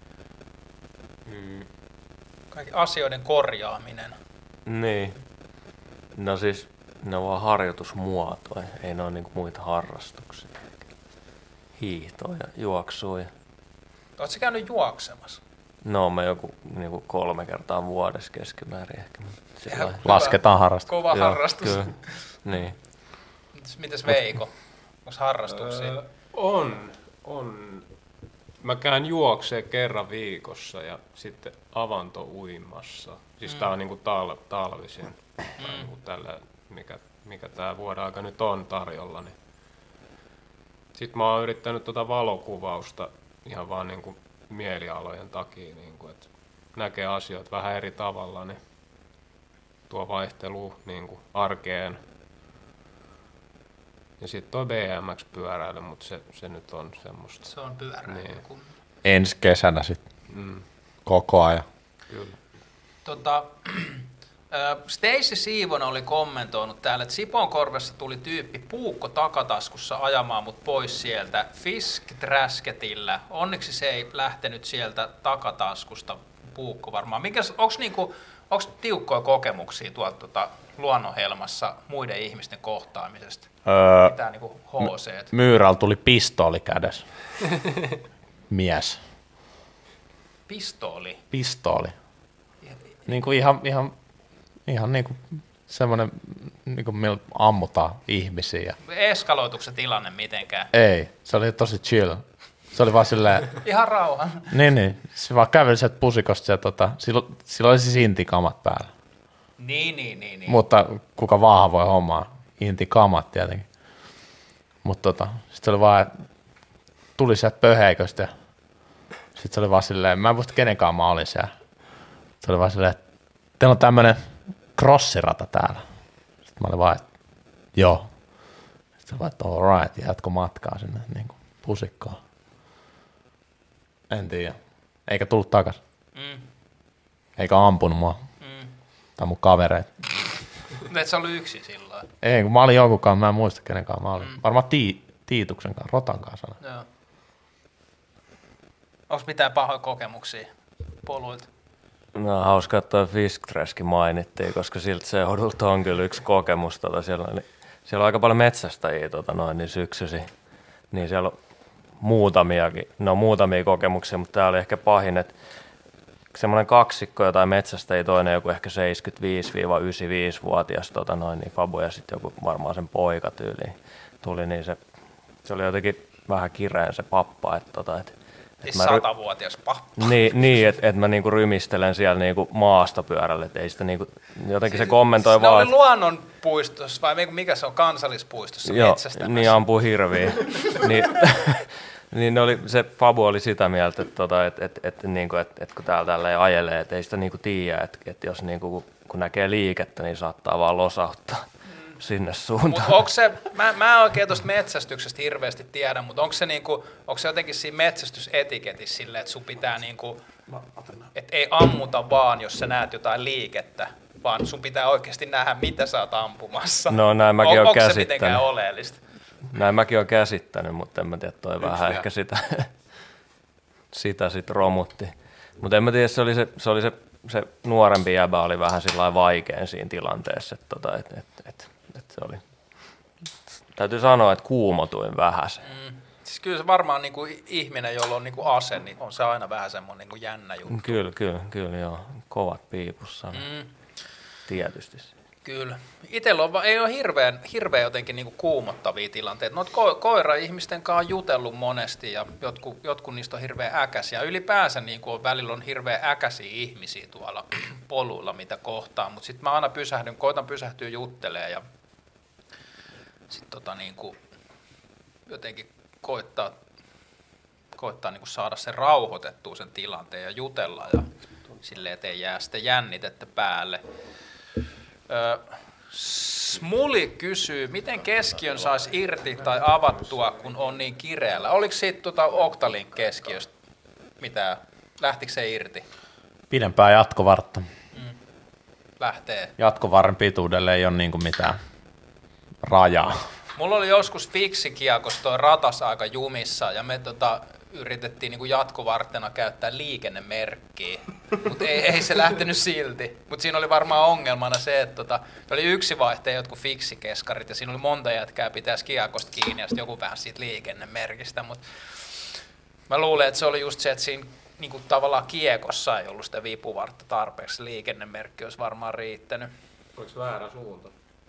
Mm. Kaikki asioiden korjaaminen. Niin. No siis, ne on vaan harjoitusmuotoja, ei ne ole niinku muita harrastuksia. Hiihtoa ja juoksua. Ja... Oletko käynyt juoksemassa? No, mä joku niinku kolme kertaa vuodessa keskimäärin ehkä. Ihan Lasketaan harrastus. Kova Joo, harrastus. Kyllä. Niin. Mites, mites Veiko? Onko harrastuksia? Öö, on, on. Mä käyn juokseen kerran viikossa ja sitten avantouimassa. Siis mm. tää on niinku tal- talvisin. Mm. Niinku tällä, mikä, mikä tää vuoden aika nyt on tarjolla. Niin. Sitten mä oon yrittänyt tuota valokuvausta ihan vaan niinku mielialojen takia, niinku, että näkee asioita vähän eri tavalla, niin tuo vaihtelu niinku arkeen. Ja sitten tuo B M X-pyöräily, mutta se, se nyt on semmoista. Se on pyöräily. Niin. Kun... Ensi kesänä sitten Mm. koko ajan. Kyllä. Tota, Stacey Siivonen oli kommentoinut täällä, että Sipoonkorvessa tuli tyyppi puukko takataskussa ajamaan mut pois sieltä Fisk-träsketillä. Onneksi se ei lähtenyt sieltä takataskusta, puukko varmaan. Onko niinku, tiukkoja kokemuksia tuolta tota, luonnonhelmassa muiden ihmisten kohtaamisesta? Öö, Mitään niinku H C? Myyrällä tuli pistooli kädessä. Mies. Pistooli? Pistooli. Niin kuin ihan, ihan, ihan niin kuin semmoinen, niin kuin millä ammutaan ihmisiä. Eskaloituiko se tilanne mitenkään? Ei, se oli tosi chill. Se oli vaan silleen... Ihan rauha. Niin, niin. Se vaan käveli sieltä pusikosta ja tota, silloin, silloin oli siis intikamat päällä. Niin, niin, niin. niin. Mutta kuka vaan voi hommaa. Intikamat tietenkin. Mutta tota, sitten se oli vaan, tuli sieltä pöheiköstä ja sitten se oli vaan silleen, mä en muista kenenkaan mä olin siellä. Se oli vaan silleen, että teillä on tämmönen crossirata täällä. Sitten mä olin vaan, että joo. Sitten se oli vaan, että all right, jatko matkaa sinne niin kuin pusikkoon. En tiedä. Eikä tullut takas. Mm. Eikä ampunut mua. Mm. Tai mun kavereita. Et sä ollut yksin silloin. Ei, kun mä olin jonkunkaan, mä en muista kenenkaan mä olin. Mm. Varmaan tii, Tiituksen kanssa, Rotan kanssa. Joo. Onko mitään pahoja kokemuksia poluilta? No hauska, että toi Fisk-träski mainittiin, koska siltä seudulta on kyllä yksi kokemus. Tota, siellä, on, siellä on aika paljon metsästäjiä tota, noin, niin syksysi. Niin siellä on muutamiakin, no muutamia kokemuksia, mutta tää oli ehkä pahin, että semmoinen kaksikko jotain metsästäjiä, toinen joku ehkä seitsemänkymmentäviisi–yhdeksänkymmentäviisi-vuotias tota, noin, niin Fabu ja sitten joku varmaan sen poika tyyliin tuli, niin se, se oli jotenkin vähän kireän se pappa, että tota, et, Siis satavuotias pappa. Niin, niin että et mä niinku rymistelen siellä niinku maastopyörällä, että ei sitä niinku, jotenkin siis, se kommentoi siis vaan. Ne oli luonnonpuistossa vai mikä se on, kansallispuistossa joo, metsästämässä? Niin ampuu hirviä. niin, niin oli, se Fabu oli sitä mieltä, että tota, et, et, et, niinku, et, et kun täällä tälleen ajelee, että ei sitä niinku tiedä, että et jos niinku, kun näkee liikettä, niin saattaa vaan losauttaa sinne suuntaan. Mutta onko se, mä, mä en oikein tuosta metsästyksestä hirveästi tiedä, mutta onko se, niinku, onko se jotenkin siinä metsästysetiketissä silleen, että sun pitää niinku, että ei ammuta vaan, jos sä näet jotain liikettä, vaan sun pitää oikeasti nähdä, mitä sä oot ampumassa. No näin mäkin on, oon käsittänyt. Onko se mitenkään oleellista? Näin mäkin oon käsittänyt, mutta en mä tiedä, toi vähän vielä. Ehkä sitä, sitä sit romutti. Mutta en mä tiedä, se oli se, se, oli se, se nuorempi jäbä oli vähän sillä vaikein siinä tilanteessa, että tota, et, et, et, et se oli, täytyy sanoa, että kuumotuin vähäsen. Mm. Siis kyllä se varmaan niinku ihminen, jolla on niinku ase, niin on se aina vähän semmoinen niinku jännä juttu. Kyllä, kyllä, kyllä joo. Kovat piipussa. Mm. Tietysti. Kyllä. Itsellä on, ei ole hirveän, hirveän jotenkin niinku kuumottavia tilanteita. Noita ko- koira-ihmisten kanssa on jutellut monesti ja jotkut, jotkut niistä on hirveän äkäisiä. Ylipäänsä niinku on, välillä on hirveän äkäisiä ihmisiä tuolla poluilla, mitä kohtaa. Mutta sitten mä aina pysähdyn, koitan pysähtyä juttelemaan ja sitten tota niinku, jotenkin koittaa, koittaa niinku saada sen rauhoitettua sen tilanteen ja jutella ja silleen, ettei jää sitten jännitettä päälle. Smuli kysyy, miten keskiön saisi irti tai avattua, kun on niin kireällä? Oliko siitä tuota Octalink keskiöstä mitään lähtikö se irti? Pidempää jatkovartta. Lähtee. Jatkovarren pituudelle ei ole niinku mitään rajaa. Mulla oli joskus fiksikiekossa toi ratas aika jumissa ja me tota, yritettiin niinku jatkovartena käyttää liikennemerkkiä, mutta ei, ei se lähtenyt silti. Mutta siinä oli varmaan ongelmana se, että tota, oli yksi vaihteen jotkut fiksikeskarit ja siinä oli monta jätkää pitää kiekosta kiinni ja sitten joku vähän siitä liikennemerkistä. Mutta mä luulen, että se oli just se, että siinä niinku tavallaan kiekossa ei ollut sitä vipuvartta tarpeeksi. Liikennemerkki olisi varmaan riittänyt. Oliko väärä suunta?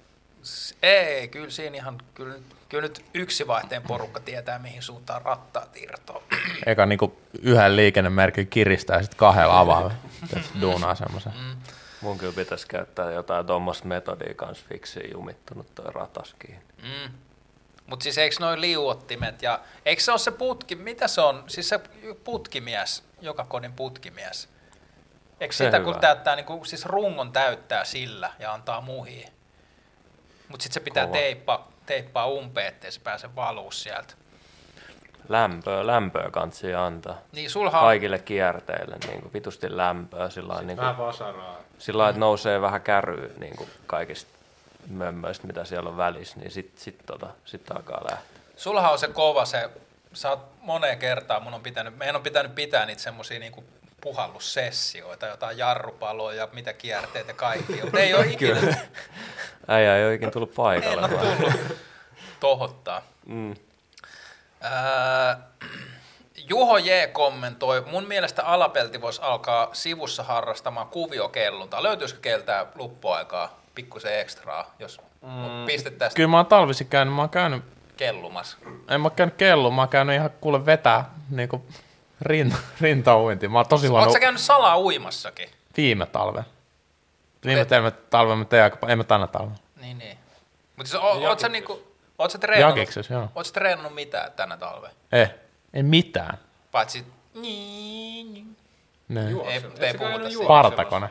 Ei, kyllä siinä ihan, kyllä, kyllä nyt yksi vaihteen porukka tietää, mihin suuntaan rattaat irtoaa. Eikä niinku yhden liikennemerkin kiristää ja sitten kahdella avaa. Duunaa semmoisen. Mm. Mun kyllä pitäisi käyttää jotain tuommoista metodia kanssa fiksiin jumittunut toi ratas kiinni. Mm. Mutta siis eikö noin liuottimet ja eikö se ole se putki, mitä se on, siis se putkimies, joka kodin putkimies. Eikö Se sitä hyvä. kun täyttää, niin kun, siis rungon täyttää sillä ja antaa muhiin. Mutta sitten se pitää Kova. teippaa, teippaa umpeen, ettei se pääse valuu sieltä. Lämpöä, lämpöä kansi antaa. Niin sulha on, Kaikille kierteille niin kuin vitusti lämpöä sillä lailla, niin Vähän kuin, vasaraa. sillä lailla, että nousee vähän käryä niin kuin kaikista mömmöistä, mitä siellä on välissä, niin sitten sit, tota, sit alkaa lähteä. sulha on se kova se, sä oot moneen kertaan, mun on pitänyt, meidän on pitänyt pitää niitä semmosia niinku puhallussessioita, jotain jarrupaloja ja mitä kierteet ja kaikki, mutta ei ole ikinä, Äijä ei ole ikinä tullut en paikalle. ole vaan- tullut tohottaa. Mm. Ää, Juho J. kommentoi, mun mielestä Alapelti voisi alkaa sivussa harrastamaan kuviokelluntaa. Löytyisikö keltää luppuaikaa pikkusen ekstraa, jos mm. pistettäisiin Kyllä mä oon talvisin käynyt, mä oon käynyt, kellumas? en mä oon käynyt kelluun, mä oon käynyt ihan kuule vetää niinku rin, rintauinti. Mä oon tosi huono Oletko sä käynyt salaa uimassakin? viime talven. Viime Et- teemme talven, mutta ei, aika- ei mä tänä talven. Niin, niin. Mutta siis, o, oot sä niinku, oot sä treenannut, Jakikses, joo. oot sä treenannut mitään tänä talvena? Ei, ei mitään. Paitsi, niin, niin. Ne. Ei, Et ei sä puhuta käynyt siitä. Partakone.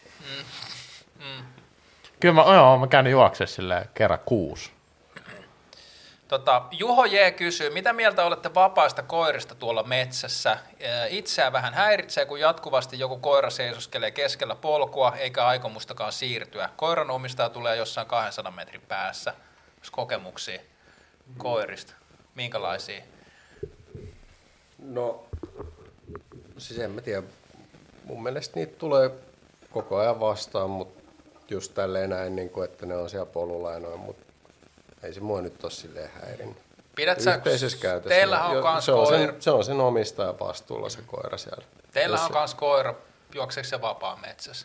Mm. Kyllä mä, joo, mä käynyt juoksemaan silleen kerran kuusi. Tota, Juho J. kysyy, mitä mieltä olette vapaista koirista tuolla metsässä? Ää, Itseään vähän häiritsee, kun jatkuvasti joku koira seisoskelee keskellä polkua, eikä aikomustakaan siirtyä. Koiran omistaja tulee jossain kahdensadan metrin päässä. Jos kokemuksia koirista, minkälaisia? No, siis en mä tiedä. Mun mielestä niitä tulee koko ajan vastaan, mutta just tälleen näin, niin kuin, että ne on siellä polulla ja noin, mutta ei se mua nyt ole silleen häirinnyt. Pidät sä, Yhteisessä käytössä. teillähän on Jo- kans se, on koira, sen, se on sen omistajan vastuulla se koira siellä. teillä Jos on se- kans koira, juokseeko se vapaa metsässä?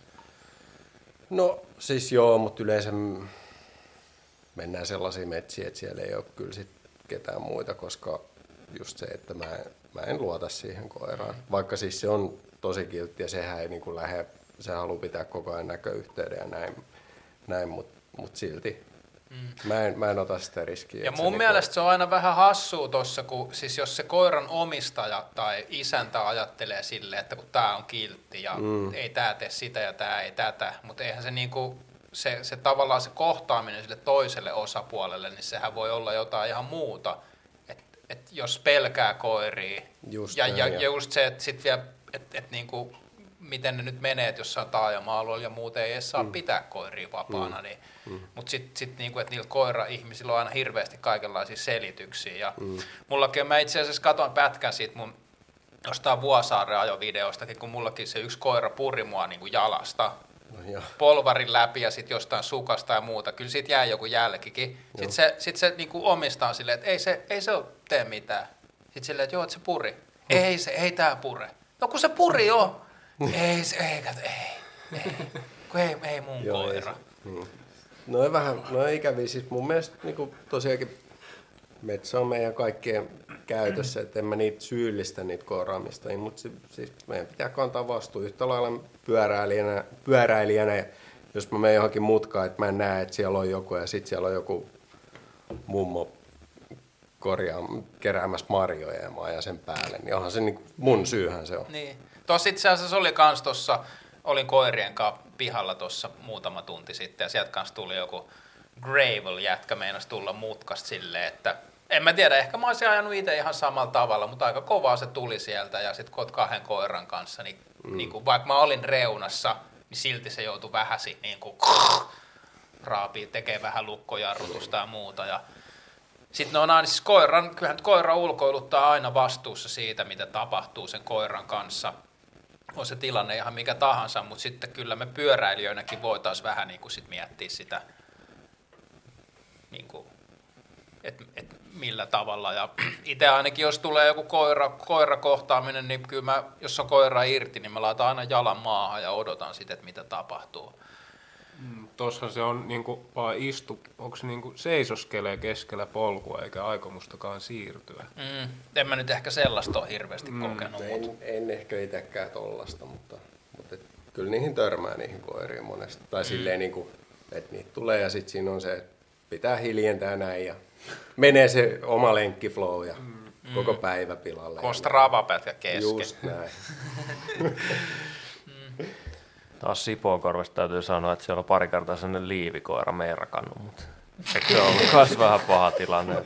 No siis joo, mutta yleensä m- mennään sellaisiin metsiin, että siellä ei ole kyllä sit ketään muita, koska just se, että mä, mä en luota siihen koiraan. Vaikka siis se on tosi kiltti ja sehän ei niinku lähde, se haluaa pitää koko ajan näköyhteyden ja näin, näin mutta mut silti. Mm. Mä, en, mä en ota sitä riskiä. Ja että se mun niinku- mielestä se on aina vähän hassua tossa, kun siis jos se koiran omistaja tai isäntä ajattelee silleen, että kun tää on kiltti ja mm. ei tää tee sitä ja tää ei tätä, mutta eihän se niinku, se, se tavallaan se kohtaaminen sille toiselle osapuolelle, niin sehän voi olla jotain ihan muuta. Et, et jos pelkää koiria Just ja, näin, ja, ja- ja just se, että sit vielä, että et niinku, miten ne nyt menee, että jossain taajama-alueella ja muuten ei edes saa mm. pitää koiria vapaana, mm. niin, mm. mutta sitten sit niinku, että niillä koira-ihmisillä on aina hirveästi kaikenlaisia selityksiä. Ja mm. mullakin on, mä itse asiassa katsoin pätkän siitä mun jostain Vuosaaren ajovideostakin, kun mullakin se yksi koira puri mua niinku jalasta, No, joo. polvarin läpi ja sitten jostain sukasta ja muuta. Kyllä siitä jää joku jälkikin. Sitten se, sit se niinku omistaa silleen, että ei se, ei se tee mitään. Sitten silleen, että joo, että se puri. Mm. Ei se, ei tää pure. No kun se puri on. ei se, ei, kato, ei, ei. Kun ei, ei mun Joo, ei koira. se- niin. No ei vähän, no ei ikäviä. Siis mun mielestä niin tosiaankin metsä on meidän kaikkien käytössä, että en mä niitä syyllistä niitä koiraamista, mutta se, siis meidän pitää kantaa vastuu yhtä lailla pyöräilijänä, pyöräilijänä ja jos mä menen johonkin mutkaan, että mä en näe, että siellä on joku ja sitten siellä on joku mummo korjaa, keräämässä marjoja ja mä ajan sen päälle, niin onhan se niin mun syyhän se on. Niin. Tuossa itse asiassa oli kans tossa, olin koirien kanssa pihalla tuossa muutama tunti sitten ja sieltä kanssa tuli joku gravel-jätkä meinasi tulla mutkasta silleen, että En mä tiedä, ehkä mä olisin ajanut itse ihan samalla tavalla, mutta aika kovaa se tuli sieltä ja sitten kun oot kahden koiran kanssa, niin, mm. niin kuin, vaikka mä olin reunassa, niin silti se joutui vähäsi niin kuin raapii, tekee vähän lukkojarrutusta ja muuta. Ja sitten ne on aina, siis koiran, kyllähän koira ulkoiluttaa aina vastuussa siitä, mitä tapahtuu sen koiran kanssa. On se tilanne ihan mikä tahansa, mutta sitten kyllä me pyöräilijöinäkin voitaisiin vähän niin kuin sit miettiä sitä, niin kuin, että et millä tavalla. Ja itse ainakin, jos tulee joku koira, koirakohtaaminen, niin kyllä mä, jos on koira irti, niin mä laitan aina jalan maahan ja odotan sitten, että mitä tapahtuu. Mm, tossahan se on niinku vaan istu, onko se niinku seisoskelee keskellä polkua eikä aikomustakaan siirtyä. Mm, en mä nyt ehkä sellaista ole hirveästi mm, kokenut. En, mutta. en ehkä itsekään tollasta, mutta, mutta et, kyllä niihin törmää niihin koiriin monesti. Tai mm. silleen, niin kuin, että niitä tulee ja sitten siinä on se, että pitää hiljentää näin ja menee se oma lenkkiflow ja mm. koko päivä pilalle. Kosta ravapätkä kesken. Just näin. Taas Sipoonkorvasta täytyy sanoa, että siellä on pari kertaa sellainen liivikoira merkannut, mutta se on myös vähän paha tilanne.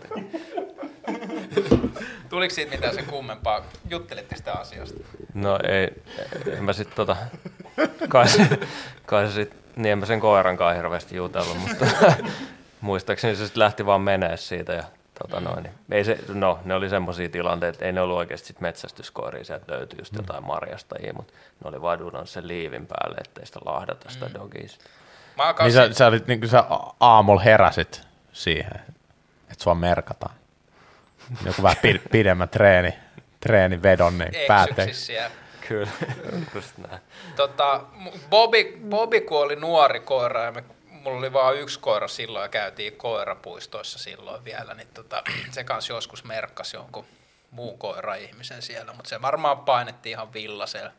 Tuliko siitä mitään sen kummempaa? Juttelitte sitä asiasta? No ei, en mä sit tota, kai, kai se sit, niin en mä sen koirankaan hirveästi jutellut, mutta muistaakseni se sit lähti vaan menee siitä ja tota noin, niin ei se, no ne oli semmosia tilanteita, että ei ne ollut oikeasti sit metsästyskoiria, sieltä löytyi just jotain marjastajia, mutta ne oli vaan dudannut sen liivin päälle, ettei sitä lahdata sitä mm. dogiis. Niin sä, sä, olit, niin sä aamulla heräsit siihen, että sua merkataan. Joku vähän pidemmän treeni, treenivedon niin päätteeksi. Kyllä, just näin. Tota, Bobby, Bobby kun oli nuori koira ja me, mulla oli vain yksi koira silloin ja käytiin koirapuistoissa silloin vielä, niin tota, se kanssa joskus merkkasi jonkun muun koira-ihmisen siellä, mutta se varmaan painettiin ihan villasella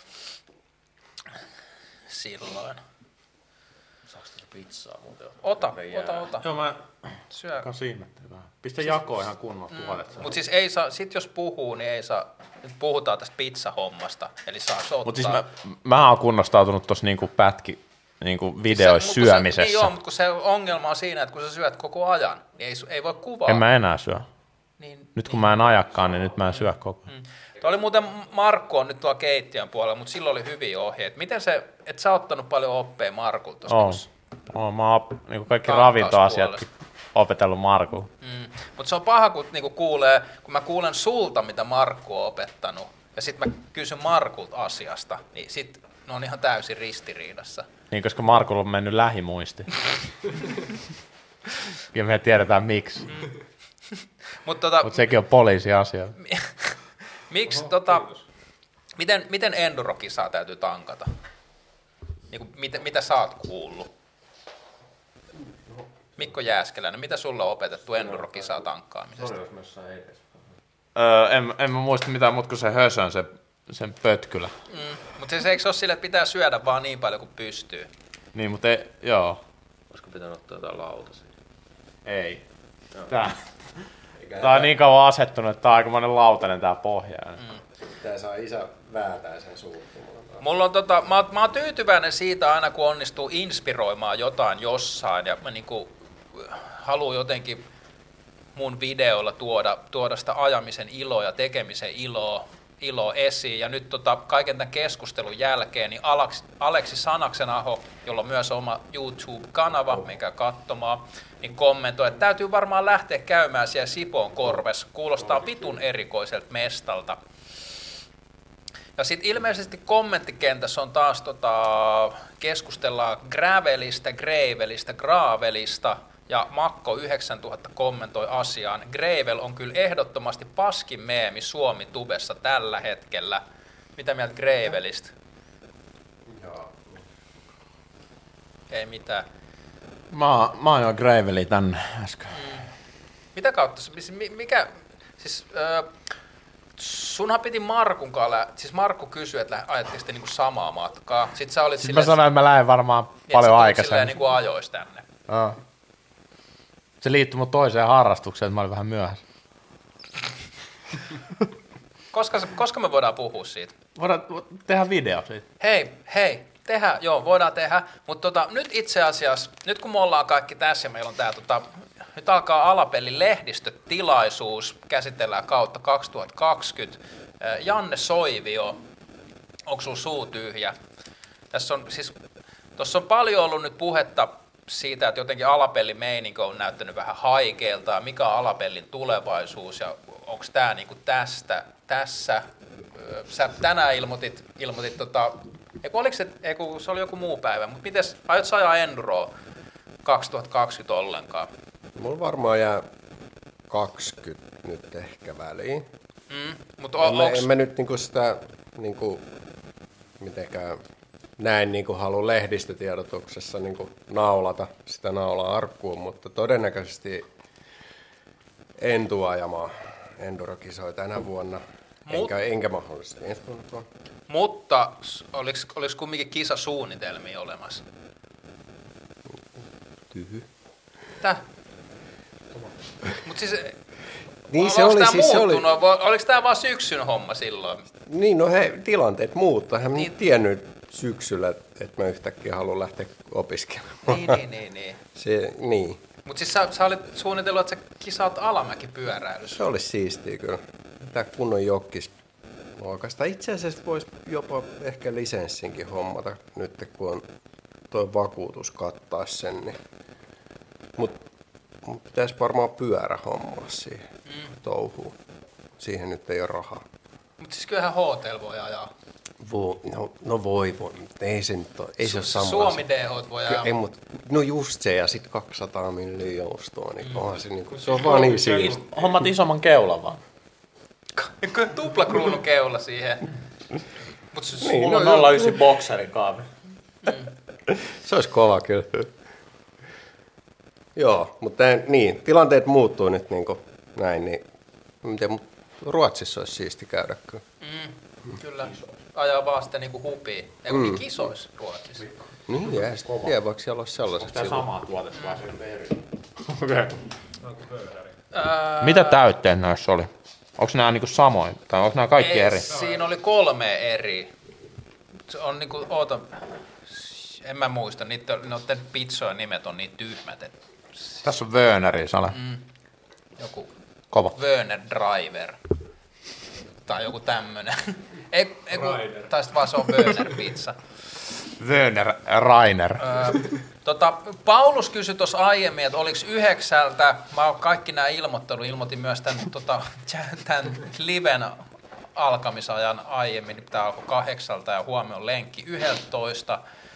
silloin. Saako tätä pizzaa muuten? Ota, ota, ota. Joo, mä syö. kanssa ihmettelin vähän. Pistä jakoon ihan kunnolla mm. tuolet. Mutta siis ei saa, sit jos puhuu, niin ei saa, nyt puhutaan tästä pizzahommasta, eli saa ottaa. Mutta siis mä, mä oon kunnostautunut tuossa niinku pätki niinku videoissa se, syömisessä. Se, niin joo, mutta kun se ongelma on siinä, että kun sä syöt koko ajan, niin ei, ei voi kuvaa. En mä enää syö. Niin, nyt kun niin. mä en ajakkaan, niin nyt mä en syö koko ajan. Mm. Tuo oli muuten Markku on nyt tuolla keittiön puolella, mutta silloin oli hyviä ohjeita. Miten se, et sä ottanut paljon oppeja Markulta? Oon. Oon. Mä oon niin kaikki ravintoasiatkin opetellut Markulla. Mm. Mutta se on paha, kun, niinku kuulee, kun mä kuulen sulta, mitä Markku on opettanut, ja sitten mä kysyn Markulta asiasta, niin sit ne on ihan täysin ristiriidassa. Niin, koska Markulla on mennyt lähimuisti. Ja me tiedetään miksi. Mm. Mutta tota, Mut sekin on poliisiasia. Miksi, tota, miten, miten endurokisaa täytyy tankata? Niin kuin, mitä, mitä sä oot kuullut? Mikko Jääskeläinen, mitä sulla on opetettu endurokisaa tankkaamisesta? Öö, en, en mä muista mitään muuta kuin se hösön, se, sen pötkylä. Mm, mutta se eikö se ole sille, että pitää syödä vaan niin paljon kuin pystyy? Niin, mutta ei, joo. Olisiko pitänyt ottaa jotain lautasia? Ei. Tää. Tää on niin kauan asettunut, että tää on aikamoinen lautanen tää pohja. Mm. Tää saa isä väätää sen suuhun. Mulla on tota, mä, mä oon tyytyväinen siitä aina, kun onnistuu inspiroimaan jotain jossain ja mä niinku haluan jotenkin mun videoilla tuoda, tuoda sitä ajamisen iloa ja tekemisen iloa, iloa esiin. Ja nyt tota, kaiken tämän keskustelun jälkeen niin Aleksi, Aleksi Sanaksenaho, jolla on myös oma YouTube-kanava, mikä katsomaan, niin kommentoi, että täytyy varmaan lähteä käymään siellä Sipoonkorvessa. Kuulostaa vitun erikoiselta mestalta. Ja sitten ilmeisesti kommenttikentässä on taas tota, keskustellaan gravelista, gravelista, gravelista, ja Makko yhdeksäntuhatta kommentoi asiaan. Gravel on kyllä ehdottomasti paskin meemi Suomi-tubessa tällä hetkellä. Mitä mieltä gravelista? Joo. Ei mitään. Mä, mä oon jo gravelia tänne äsken. Mm. Mitä kautta? Mikä? Siis... Öö, sunhan piti Markun kanssa, siis Markku kysyi, että ajatteko te niinku samaa matkaa. Sitten sä olit siis silleen, mä sanoin, että mä lähden varmaan niin, paljon aikaisemmin. Silleen niinku ajois tänne. Oh. Se liittyi mun toiseen harrastukseen, että mä olin vähän myöhässä. koska, koska me voidaan puhua siitä? Voidaan tehdä video siitä. Hei, hei, tehdään, joo, voidaan tehdä. Mutta tota, nyt itse asiassa, nyt kun me ollaan kaikki tässä ja meillä on tää tota, nyt alkaa Alapellin lehdistötilaisuus, käsitellään kautta kaksituhattakaksikymmentä. Janne Soivio, onko sun suu tyhjä? Tässä on siis, tuossa on paljon ollut nyt puhetta siitä, että jotenkin Alapellin meininki on näyttänyt vähän haikeelta, mikä on Alapellin tulevaisuus ja onko tämä niinku tästä, tässä. Sä tänään ilmoitit, ilmoitit tota, eiku, oliko se, eiku, se oli joku muu päivä, mutta mites, aiot sä ajaa Enduroa kaksituhattakaksikymmentä ollenkaan? Mulla varmaan jää kaksikymmentä nyt ehkä väliin. Mm, mutta on, en, mä, onks... en mä nyt niinku sitä niinku, mitenkään näin niinku halua lehdistötiedotuksessa niinku naulata sitä naulaa arkkuun, mutta todennäköisesti en tuu ajamaan Enduro-kisoja tänä vuonna, Mut, enkä, enkä mahdollisesti ensi vuonna. Mutta oliko, oliko kumminkin kisasuunnitelmia olemassa? Tyhy. Täh? Mut siis, Niin se onko oli, tää siis se oli, muuttunut? Oliko tämä vaan syksyn homma silloin? niin no he, tilanteet muuttuu. Hän Niin. niin. tiennyt syksyllä, että mä yhtäkkiä haluan lähteä opiskelemaan. Niin, niin, niin. niin. Se, niin. Mutta siis sä, sä olit suunnitellut, että sä kisaat alamäkipyöräilyssä. Se olisi siistiä kyllä. Tää kunnon jokkis. Oikeastaan itse asiassa voisi jopa ehkä lisenssinkin hommata nyt, kun on toi vakuutus kattaa sen. Niin. Mut mun pitäisi varmaan pyörä hommaa siihen mm. touhuun. Siihen nyt ei ole rahaa. Mutta siis kyllähän H T L voi ajaa. Vo, no, no voi voi, mutta ei se nyt ole, ei se ole sama Suomi asia. D H voi Kyllä, ajaa. ei, mut, no just se ja sitten kaksisataa milliä joustoa, niin mm. onhan se, niinku, se on vaan niin siisti. Hommat isomman keulan vaan. Tuplakruunun keula siihen. Mut siis, Niin, Mulla on no, nolla yhdeksän bokserikaavi. Se olisi kova kyllä. Joo, mutta niin, tilanteet muuttuu nyt niin kuin näin, niin miten, Ruotsissa olisi siisti käydä kyllä. mm, kyllä. Ajaa vaan sitten niinku hupiin. Ei mm. kisois Ruotsissa. Niin, ja sitten tiedä, vaikka siellä olisi sellaiset Tämä sivut. samaa tuotetta vai se eri? Okei. Mitä täytteet näissä oli? Onko nämä niinku samoin? Tai onko nämä kaikki Ei, eri? Siinä oli kolme eri. Se on niinku, oota, en mä muista, niiden, noiden pizzojen nimet on niin tyhmät, että Tässä on Werneri, Sale. mm, joku Kova. Werner Driver tai joku tämmönen. Ei, ei kun, tai sit vaan se on Werner pizza. Werner Rainer. Öö, tota, Paulus kysyi tuossa aiemmin, että oliko yhdeksältä, mä oon kaikki nämä ilmoittanut, ilmoitin myös tämän, tota, tämän liven alkamisajan aiemmin, niin pitää alkoi kahdeksalta ja huomenna on lenkki yhdeltätoista.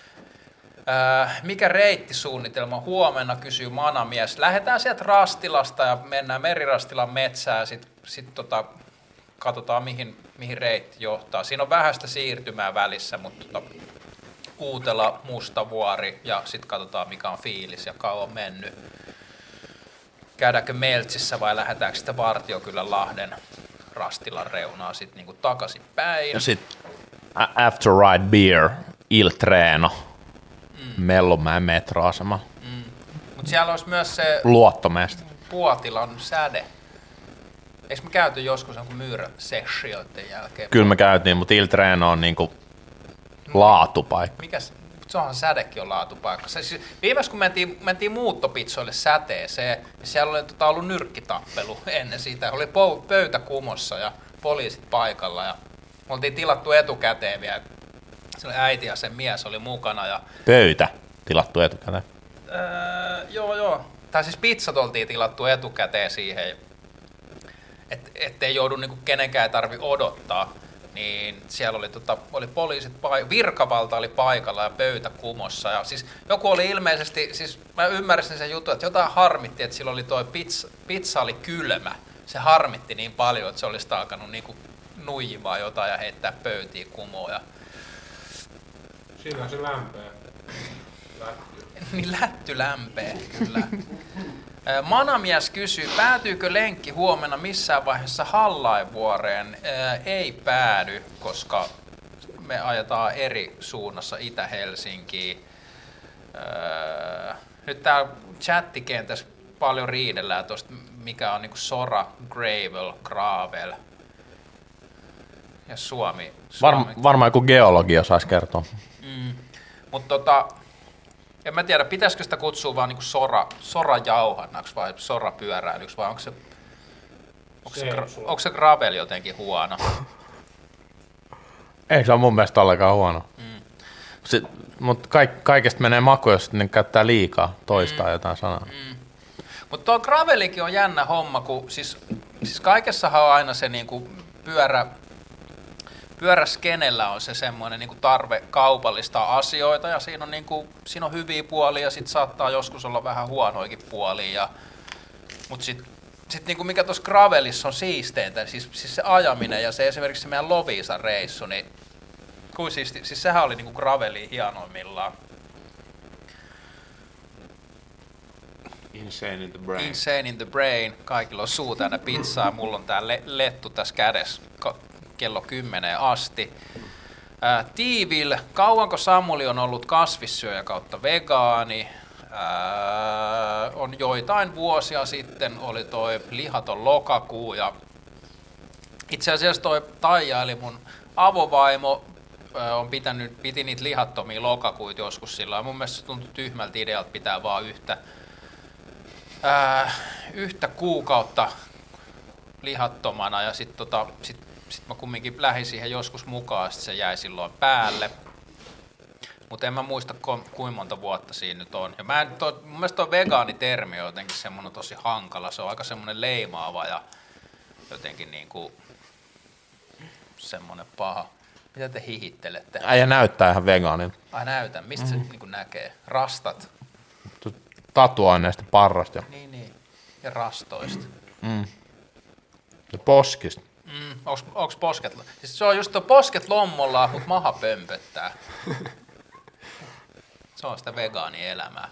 Öö, mikä reittisuunnitelma huomenna, kysyy Manamies. Lähdetään sieltä Rastilasta ja mennään Merirastilan metsään ja sitten sit tota, katsotaan mihin, mihin reitti johtaa. Siinä on vähäistä siirtymää välissä, mutta tota, Uutela, Mustavuori ja sitten katsotaan mikä on fiilis ja kauan mennyt. Käydäänkö Meltsissä vai lähdetäänkö sitten Vartiokylän Lahden Rastilan reunaa sitten niinku takaisin päin. Ja sitten After Ride Beer, Il Treno, mm. Mellonmäen metroasema. Mm. Mutta siellä olisi myös se Luottomestä. Puotilan säde. Eikö me käyty joskus jonkun myyrä-sessioiden jälkeen? Kyllä me käytiin, mutta Il Treno on niinku laatupaikka. Mikäs? Se onhan sädekin on laatupaikka. Se, siis, viimeis kun mentiin, mentiin muuttopitsoille säteeseen, niin siellä oli tota, ollut nyrkkitappelu ennen sitä. Oli pou, pöytä kumossa ja poliisit paikalla ja me oltiin tilattu etukäteen vielä. Se oli äiti ja sen mies oli mukana. Ja, Pöytä tilattu etukäteen. öö, joo, joo. Tai siis pizzat oltiin tilattu etukäteen siihen, et, ettei joudu niinku kenenkään tarvi odottaa. Niin siellä oli, tota, oli poliisit, virkavalta oli paikalla ja pöytä kumossa. Ja siis joku oli ilmeisesti, siis mä ymmärsin sen jutun, että jotain harmitti, että sillä oli toi pizza, pizza oli kylmä. Se harmitti niin paljon, että se olisi alkanut niinku nuijimaan jotain ja heittää pöytiin kumoon. Ja... Siinä se lämpöä. Lätty. Niin lätty lämpee, kyllä. Manamies kysyy, päätyykö lenkki huomenna missään vaiheessa Hallaivuoreen? Ei päädy, koska me ajetaan eri suunnassa Itä-Helsinkiin. Nyt täällä chattikentässä paljon riidellään tuosta, mikä on niinku Sora, Gravel, Gravel ja Suomi. Suomi. Varm, varmaan joku geologi osaisi kertoa. Mm. Mutta tota, En mä tiedä, pitäisikö sitä kutsua vaan niinku sora, sorajauhannaksi vai sorapyöräilyksi, vai onko se, onko se, gra, onko se gravel jotenkin huono? Ei se ole mun mielestä ollenkaan huono. Mm. Mutta kaik, kaikesta menee maku, jos ne käyttää liikaa, toistaa mm. jotain sanaa. Mm. Mutta tuo gravelikin on jännä homma, kun siis, siis kaikessahan on aina se niinku pyörä, pyöräskenellä on se semmoinen niinku tarve kaupallistaa asioita, ja siinä on, niinku, siinä on hyviä puolia, ja sitten saattaa joskus olla vähän huonoikin puolia. Mutta sitten sit niinku mikä tuossa gravelissa on siisteintä, siis, siis se ajaminen ja se esimerkiksi se meidän Loviisan reissu, niin kuin siisti, siis sehän oli niinku graveli hienoimmillaan. Insane in the brain. Insane in the brain. Kaikilla on suu täynnä pizzaa. Mulla on tää le- lettu tässä kädessä ka- kello kymmeneen asti. Ää, Tiivil, kauanko Samuli on ollut kasvissyöjä kautta vegaani? Ää, on joitain vuosia sitten oli toi lihaton lokakuu ja itse asiassa toi Taija eli mun avovaimo ää, on pitänyt, piti niitä lihattomia lokakuita joskus sillä. Mun mielestä se tuntui tyhmältä idealta pitää vaan yhtä Ää, yhtä kuukautta lihattomana ja sitten tota, sit, sit mä kumminkin lähdin siihen joskus mukaan, sit se jäi silloin päälle. Mutta en mä muista kuinka monta vuotta siinä nyt on. Ja mä en, toi, mun mielestä tuo vegaanitermi on jotenkin semmoinen tosi hankala, se on aika semmoinen leimaava ja jotenkin niinku semmoinen paha. Mitä te hihittelette? Äijä näyttää ihan vegaanilta. Ai näytän, mistä mm-hmm. se niinku näkee? Rastat? Tatuaineista, parrasta. Niin, niin. Ja rastoista. Mm. Ja poskista. Mm. Onks, onks posket? Siis se on just tuo posket lommolla, mutta maha pömpöttää. Se on sitä vegaanielämää.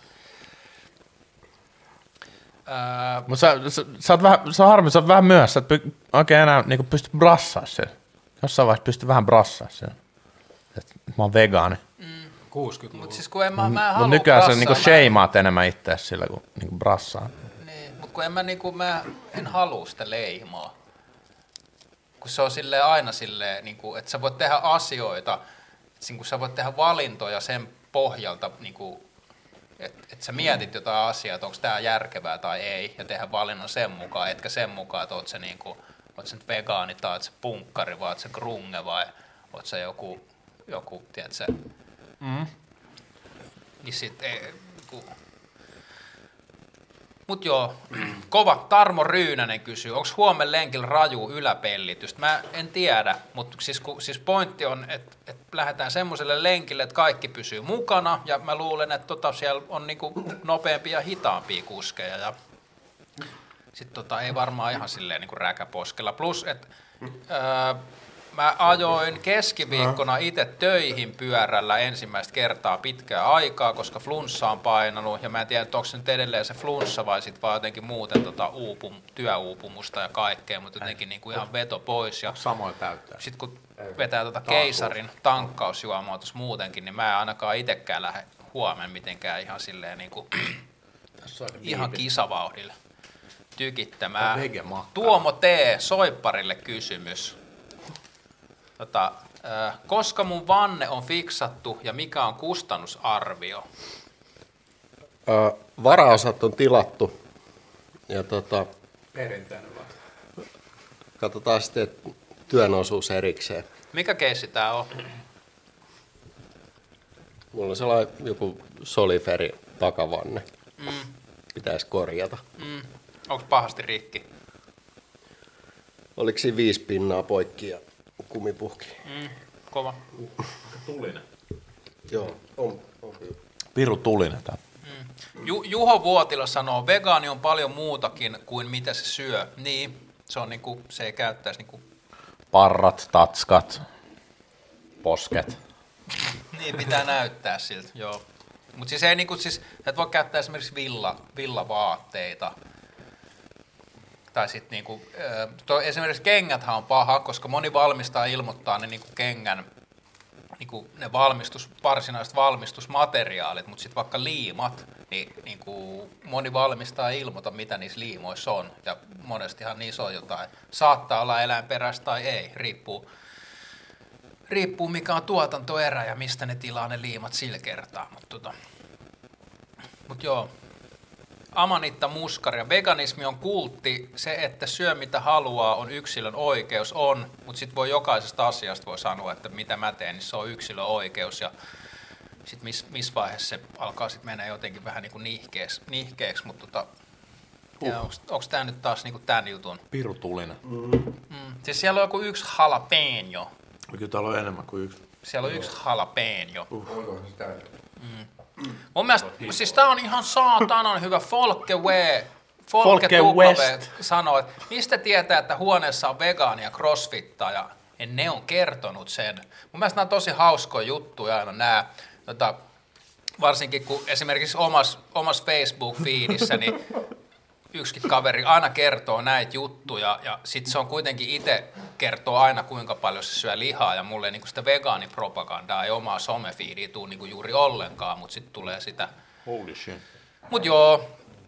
Öö, Mut sä, sä, sä oot vähän, se on harmi, sä oot vähän myöhässä, että py, oikein enää niinku pysty brassaa sen. Jossain vaiheessa pysty vähän brassaa sen. Et mä oon vegaani. mm. kuusikymmentäluvulla. Mut siis kun en mä, mä en halua Mut nykyään sä brassaa, niinku mä- sheimaat enemmän itseäsi sillä, kun niinku brassaa. Niin, mutta kun en mä, niinku, mä en halua sitä leimaa. Kun se on silleen aina silleen, niinku, että sä voit tehdä asioita, että kun sä voit tehdä valintoja sen pohjalta, niinku, että et sä mietit jotain asiaa, että onko tämä järkevää tai ei, ja tehdä valinnan sen mukaan, etkä sen mukaan, että oot sä, niinku, oot sä nyt vegaani tai oot sä punkkari vai oot sä grunge vai oot sä joku, joku tiedätkö, Mm. niin sit ei, ku... Mut joo, kova. Tarmo Ryynänen kysyy, onko huomen lenkillä raju yläpellitystä? Mä en tiedä, mutta siis, ku, siis pointti on, että et lähdetään semmoiselle lenkille, että kaikki pysyy mukana, ja mä luulen, että tota siellä on niinku nopeampia ja hitaampia kuskeja, ja sit tota ei varmaan ihan silleen niinku räkäposkella. Plus, että öö, mä ajoin keskiviikkona itse töihin pyörällä ensimmäistä kertaa pitkää aikaa, koska flunssa on painanut, ja mä en tiedä, onko se nyt edelleen se flunssa vai sit vaan jotenkin muuten tota uupum, työuupumusta ja kaikkea, mutta jotenkin niinku ihan veto pois. Ja Samoin täyttää. sitten kun vetää tota keisarin tankkausjuomaa tuossa muutenkin, niin mä en ainakaan itsekään lähde huomenna mitenkään ihan silleen niinku, ihan kisavauhdille tykittämään. Tuomo T. Soipparille kysymys. Tota, äh, koska mun vanne on fiksattu ja mikä on kustannusarvio? Ö, varaosat on tilattu ja tota, Perinteinen vaan. katsotaan sitten että työn osuus erikseen. Mikä keissi tää on? Mulla on sellainen joku soliferi takavanne. Mm, Pitäisi korjata. mm. Onko pahasti rikki? Oliko siinä viisi pinnaa poikki ja kumipuhki? Mm, kova. Tulinen. Joo, on, on kyllä. Piru tulinen tää. Ju- Juho Vuotila sanoo, vegaani on paljon muutakin kuin mitä se syö. Niin, se, on niinku, se ei käyttäisi niinku, Parrat, tatskat, posket. niin pitää näyttää siltä, joo. Mutta siis ei niinku, siis, et voi käyttää esimerkiksi villa, villavaatteita. Tai sitten niinku, toi, esimerkiksi kengäthän on paha, koska moni valmistaa ilmoittaa ne niinku kengän, niinku ne valmistus, varsinaiset valmistusmateriaalit, mutta sitten vaikka liimat, niin niinku moni valmistaa ei ilmoita, mitä niissä liimoissa on. Ja monestihan niissä on jotain. Saattaa olla eläinperäistä tai ei, riippuu, riippuu mikä on tuotantoerä ja mistä ne tilaa ne liimat sillä kertaa. Mutta tota, Mut joo, Amanitta Muskari ja veganismi on kultti. Se, että syö mitä haluaa, on yksilön oikeus, on, mutta sitten voi jokaisesta asiasta voi sanoa, että mitä mä teen, niin se on yksilön oikeus. Ja sitten missä mis vaiheessa se alkaa sitten mennä jotenkin vähän niin kuin nihkeeksi, nihkeeksi mutta tota, uh. onko tämä nyt taas niin kuin tämän jutun? Pirutulinen. Mm. Siis siellä on joku yksi jalapeno. Kyllä täällä on enemmän kuin yksi. Siellä on yksi jalapeno. Onko se täytyy? Mm. Mun mielestä, siis tää on ihan saatanan hyvä. Folke We, Folke Folke West sanoo, että mistä tietää, että huoneessa on vegaani ja crossfittaja. Ja ne on kertonut sen. Mun mielestä nämä on tosi hauskoja juttuja aina nämä. Tota, varsinkin kun esimerkiksi omassa omas Facebook-fiidissä, niin yksikin kaveri aina kertoo näitä juttuja ja sitten se on kuitenkin itse kertoo aina kuinka paljon se syö lihaa ja mulle niinku sitä vegaanipropagandaa ei omaa somefiidiä tule niinku juuri ollenkaan, mutta sitten tulee sitä. Holy shit. Mut joo.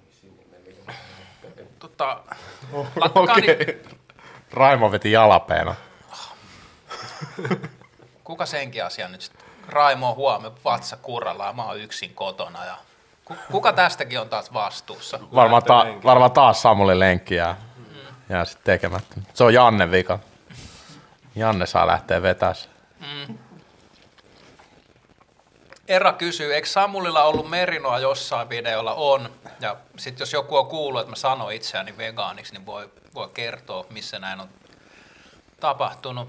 Tota, Okei. Okay. Raimo veti jalapeena. Kuka senkin asian nyt sitten? Raimo on huomenna vatsa kurralla ja mä oon yksin kotona ja kuka tästäkin on taas vastuussa? Varmaan, ta- varmaan taas Samuli lenkki jää, mm. jää sitten tekemättä. Se on Janne vika. Janne saa lähteä vetämään. Mm. Era kysyy, eikö Samulilla ollut merinoa jossain videolla? On. Ja sitten jos joku on kuullut, että mä sanon itseäni vegaaniksi, niin voi, voi kertoa, missä näin on tapahtunut.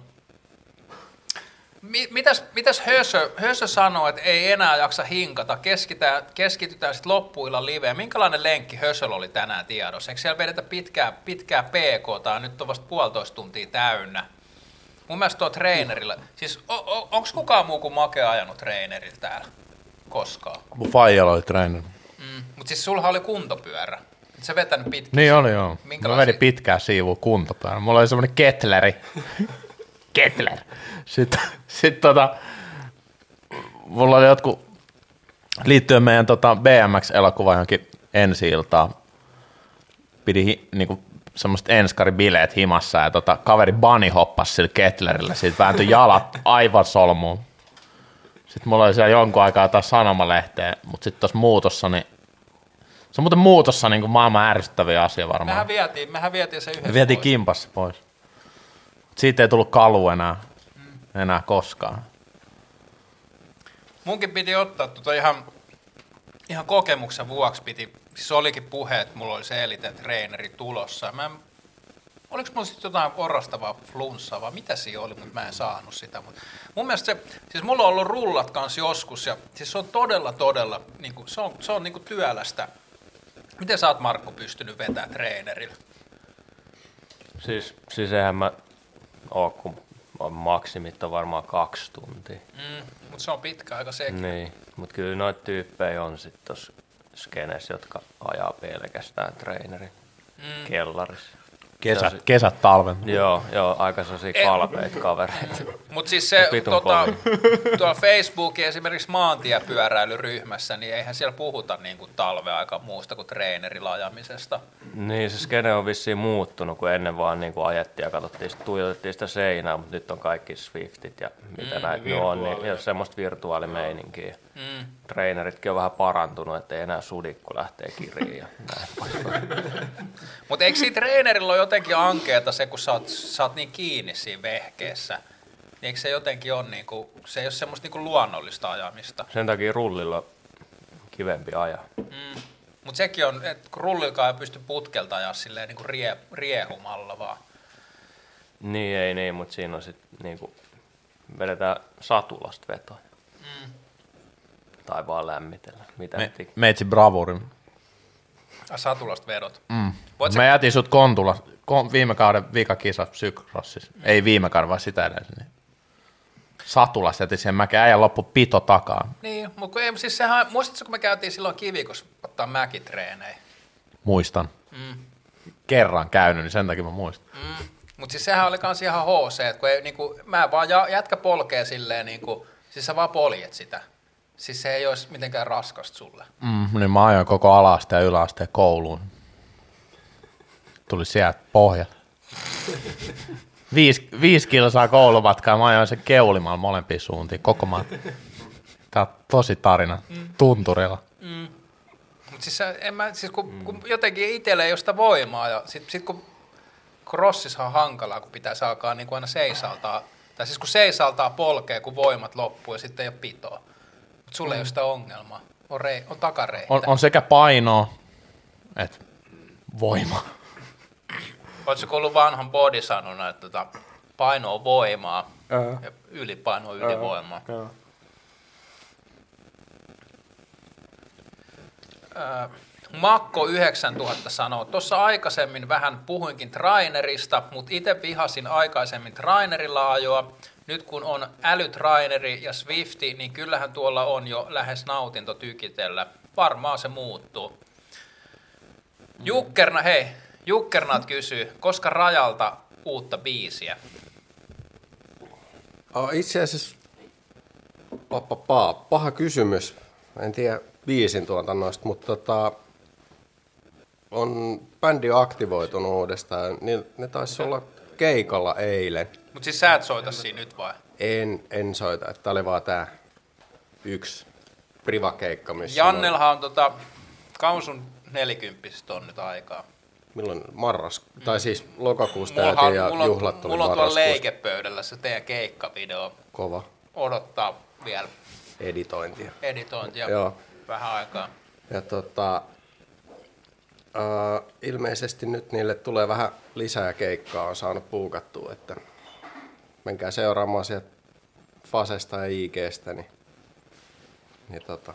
Mitäs, mitäs Hösö, Hösö sanoo, että ei enää jaksa hinkata, keskitytään, keskitytään sitten loppuilla liveen. Minkälainen lenkki Hösöllä oli tänään tiedossa? Eikö siellä vedetä pitkää, pitkää P K:ta, nyt on vasta puolitoista tuntia täynnä? Mun mielestä tuo treenerillä, siis onko kukaan muu kuin Make ajanut treenerillä täällä koskaan? Mun faijalla oli treeneri. Mm, mutta siis sulha oli kuntopyörä. Et sä vetänyt pitkin. Niin oli joo. Mä vedin pitkää siivua kuntopyörä. Mulla oli semmoinen ketleri. Kettler. Sitten sit tota, mulla oli jotkut, liittyen meidän tota B M X-elokuvaan johonkin ensi-iltaan, pidi hi, niinku semmoiset enskaribileet himassa ja tota, kaveri bunny hoppasi sillä Kettlerillä, siitä vääntyi jalat aivan solmuun. Sitten mulla oli siellä jonkun aikaa taas sanomalehteen, mutta sitten tuossa muutossa, niin se on muuten muutossa niin kuin maailman ärsyttäviä asia varmaan. Mehän vietiin, mehän vietiin se yhdessä Me vietiin pois. kimpassa pois. Siitä ei tullut kalu enää, mm. enää koskaan. Munkin piti ottaa tuota ihan, ihan kokemuksen vuoksi piti, siis olikin puhe, että mulla oli se eliten treeneri tulossa. Mä en, oliko mulla sitten jotain orastavaa flunssaa vai mitä siinä oli, mutta mä en saanut sitä. Mut mun mielestä se, siis mulla on ollut rullat kanssa joskus ja siis se on todella, todella, niin kuin, se on, se on niin kuin työlästä. Miten sä oot, Markku, pystynyt vetämään treenerillä? Siis, siis eihän mä oo, kun maksimit on varmaan kaksi tuntia. Mm, mutta se on pitkä aika sekin. Niin, mutta kyllä noita tyyppejä on sitten tuossa skenessä, jotka ajaa pelkästään treenerin mm. kellarissa. Kesät, se, kesät talven. Joo, joo, aika sellaisia kalpeita kavereita. Mutta siis se tota, tuolla Facebookin esimerkiksi maantiepyöräilyryhmässä, niin eihän siellä puhuta niin kuin talven aika muusta kuin treenerillä ajamisesta. Niin, se skene on vissiin muuttunut, kun ennen vaan niin kuin ajettiin ja katsottiin, tuijotettiin sitä seinää, mutta nyt on kaikki Swiftit ja mitä mm, näitä ne on, niin ja semmoista virtuaalimeininkiä. Mm. Treeneritkin on vähän parantunut, ettei enää sudi, kun lähtee kiriin ja näin poispäin. Mutta eikö siinä treenerillä ole jotenkin ankeeta se, kun sä oot, sä oot niin kiinni siinä vehkeessä? Niin eikö se jotenkin ole, niinku, se ei ole semmoista niinku luonnollista ajamista? Sen takia rullilla on kivempi ajaa. Mm. Mutta sekin on, että kun rullilkaan ei pysty putkelta ajaa silleen niinku rie, riehumalla vaan. Niin, ei niin, mutta siinä on sitten niinku, vedetään satulasta vetoja. Mm. Tai vaan lämmitellä. Mitä Me, meitsi bravurin. Satulasta vedot. Mm. Mä sä... jätin sut Kontula, kon, viime kauden vikakisa Sykrossissa. Mm. Ei viime kauden, vaan sitä edes. Niin. Satulasta jätin siihen mäkeen, äijän loppu pito takaa. Niin, mutta siis sehän, muistatko kun me käytiin silloin kivikossa ottaa mäkitreenejä? Muistan. Mm. Kerran käynyt, niin sen takia mä muistan. Mm. Mutta siis sehän oli kans ihan H C, että kun ei, niinku, mä vaan jätkä polkee silleen, niinku, siis sä vaan poljet sitä. Siis se ei olisi mitenkään raskasta sulle. Mm, niin mä ajoin koko ala-asteen ja yläasteen kouluun. Tuli sieltä pohjat. Viisi, viisi kilsaa koulumatkaa, mä ajoin sen keulimalla molempiin suuntiin koko maan. Tää on tosi tarina, tunturilla. Mm. Mutta siis, en mä, siis kun, mm. kun jotenkin itselle ei ole sitä voimaa, ja sitten sit kun crossissa on hankalaa, kun pitäisi alkaa niin kuin aina seisaltaa, tai siis kun seisaltaa polkee, kun voimat loppuu ja sitten ei ole pitoa. Mutta sulla mm. ei ole sitä ongelmaa. On, rei, on takareitä. On, on sekä painoa että voima. Oletko kuullut vanhan body-sanona, että tota, paino on voimaa Ää. ja ylipaino on ylivoimaa? Ää. Ää. Makko yhdeksäntuhatta sanoo, tuossa aikaisemmin vähän puhuinkin trainerista, mutta itse vihasin aikaisemmin trainerilla ajoa. Nyt kun on älytraineri ja Swifti, niin kyllähän tuolla on jo lähes nautinto tykitellä. Varmaan se muuttuu. Jukkerna, hei, Jukkernat kysyy, koska Rajalta uutta biisiä? Oh, itse asiassa pa, pa, pa, paha kysymys. En tiedä biisin tuotannoista, mutta tota, on bändi aktivoitunut uudestaan. Niin ne taisi olla keikalla eilen. Mutta siis sä et soita siinä nyt vai? En, en soita. Tämä oli vaan tää yksi privakeikka, missä... Jannelhan on tota, Kausun nelikymppisistä on nyt aikaa. Milloin marras? Mm. Tai siis lokakuussa täytiin ja mulla, juhlat tuli mulla on tuolla marraskuussa. leikepöydällä se teidän keikkavideo. Kova. Odottaa vielä. Editointia. Editointia. Joo. Vähän aikaa. Ja tota, uh, ilmeisesti nyt niille tulee vähän lisää keikkaa, on saanut puukattua, että menkää seuraamaan sieltä Fasesta ja I G:stä, niin, niin tota,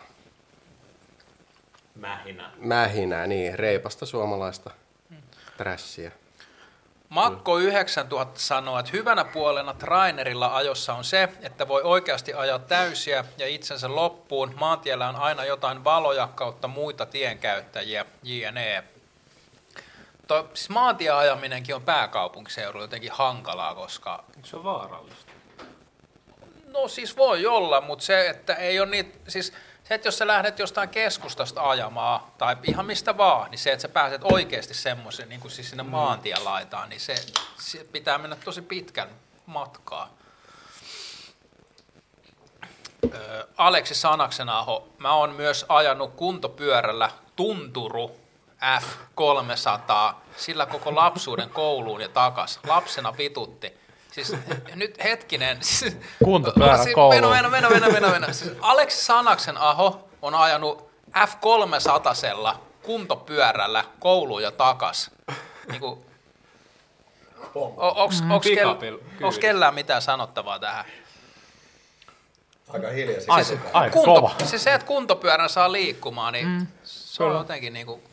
Mähinä. Mähinää, niin, reipasta suomalaista trässiä. Makko yhdeksäntuhatta sanoo, että hyvänä puolena trainerilla ajossa on se, että voi oikeasti ajaa täysiä ja itsensä loppuun. Maantiellä on aina jotain valoja kautta muita tienkäyttäjiä, jne. Toi, siis maantieajaminenkin on pääkaupunkiseudulla jotenkin hankalaa, koska... Se on vaarallista. No siis voi olla, mutta se, että ei ole niitä... Siis se, että jos sä lähdet jostain keskustasta ajamaan, tai ihan mistä vaan, niin se, että sä pääset oikeasti semmoisen, niin kuin siis sinne maantien laitaan, niin se, se pitää mennä tosi pitkän matkaa. Öö, Aleksi Sanaksenaho, mä oon myös ajanut kuntopyörällä Tunturu F kolmesataa, sillä koko lapsuuden kouluun ja takas. Lapsena vitutti. Siis nyt hetkinen. Kuntopyörän kouluun. Meno, meno, meno, meno, meno, meno. Siis Aleksi Sanaksenaho on ajanut F kolmesatasella kuntopyörällä kouluun ja takas. Niinku, onks, onks, kel, onks kellään mitään sanottavaa tähän? Aika hiljaisesti. Siis, Aika kunto, kova. siis se, että kuntopyörän saa liikkumaan, niin mm. se on jotenkin niinku...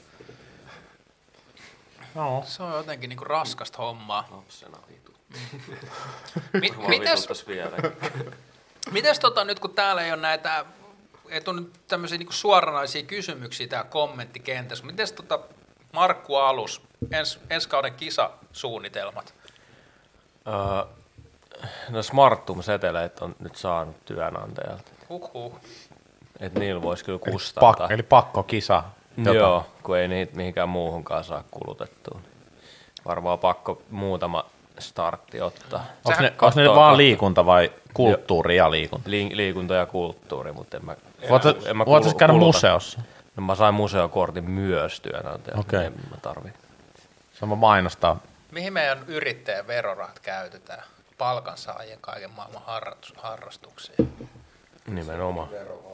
No. Se on jotenkin niinku raskasta hommaa. Lapsena vitut. Mi- mites, mites tota nyt, kun täällä ei ole näitä, ei ole nyt tämmöisiä niinku suoranaisia kysymyksiä tää kommenttikentässä, mites tota Markku Alus, ens, ensi kauden kisasuunnitelmat? Öö, no Smarttum-seteleet on nyt saanut työnantajalta. Huhhuh. Että niillä voisi kyllä kustantaa. Pakko, eli pakko kisa. Joo, kun ei niitä mihinkään muuhunkaan saa kulutettua. Varmaan pakko muutama startti ottaa. Onko ne, onko ne vaan liikunta vai kulttuuri ja liikunta? Li, liikunta ja kulttuuri, mutta en mä, Voitko en mä kulu, käydä kuluta. museossa? No mä sain museokortin myös työnantajalta, Okei. en mä tarvii. Sama mainostaa. Mihin meidän yrittäjän verorahat käytetään? Palkansaajien kaiken maailman harrastus, harrastuksiin. Nimenomaan.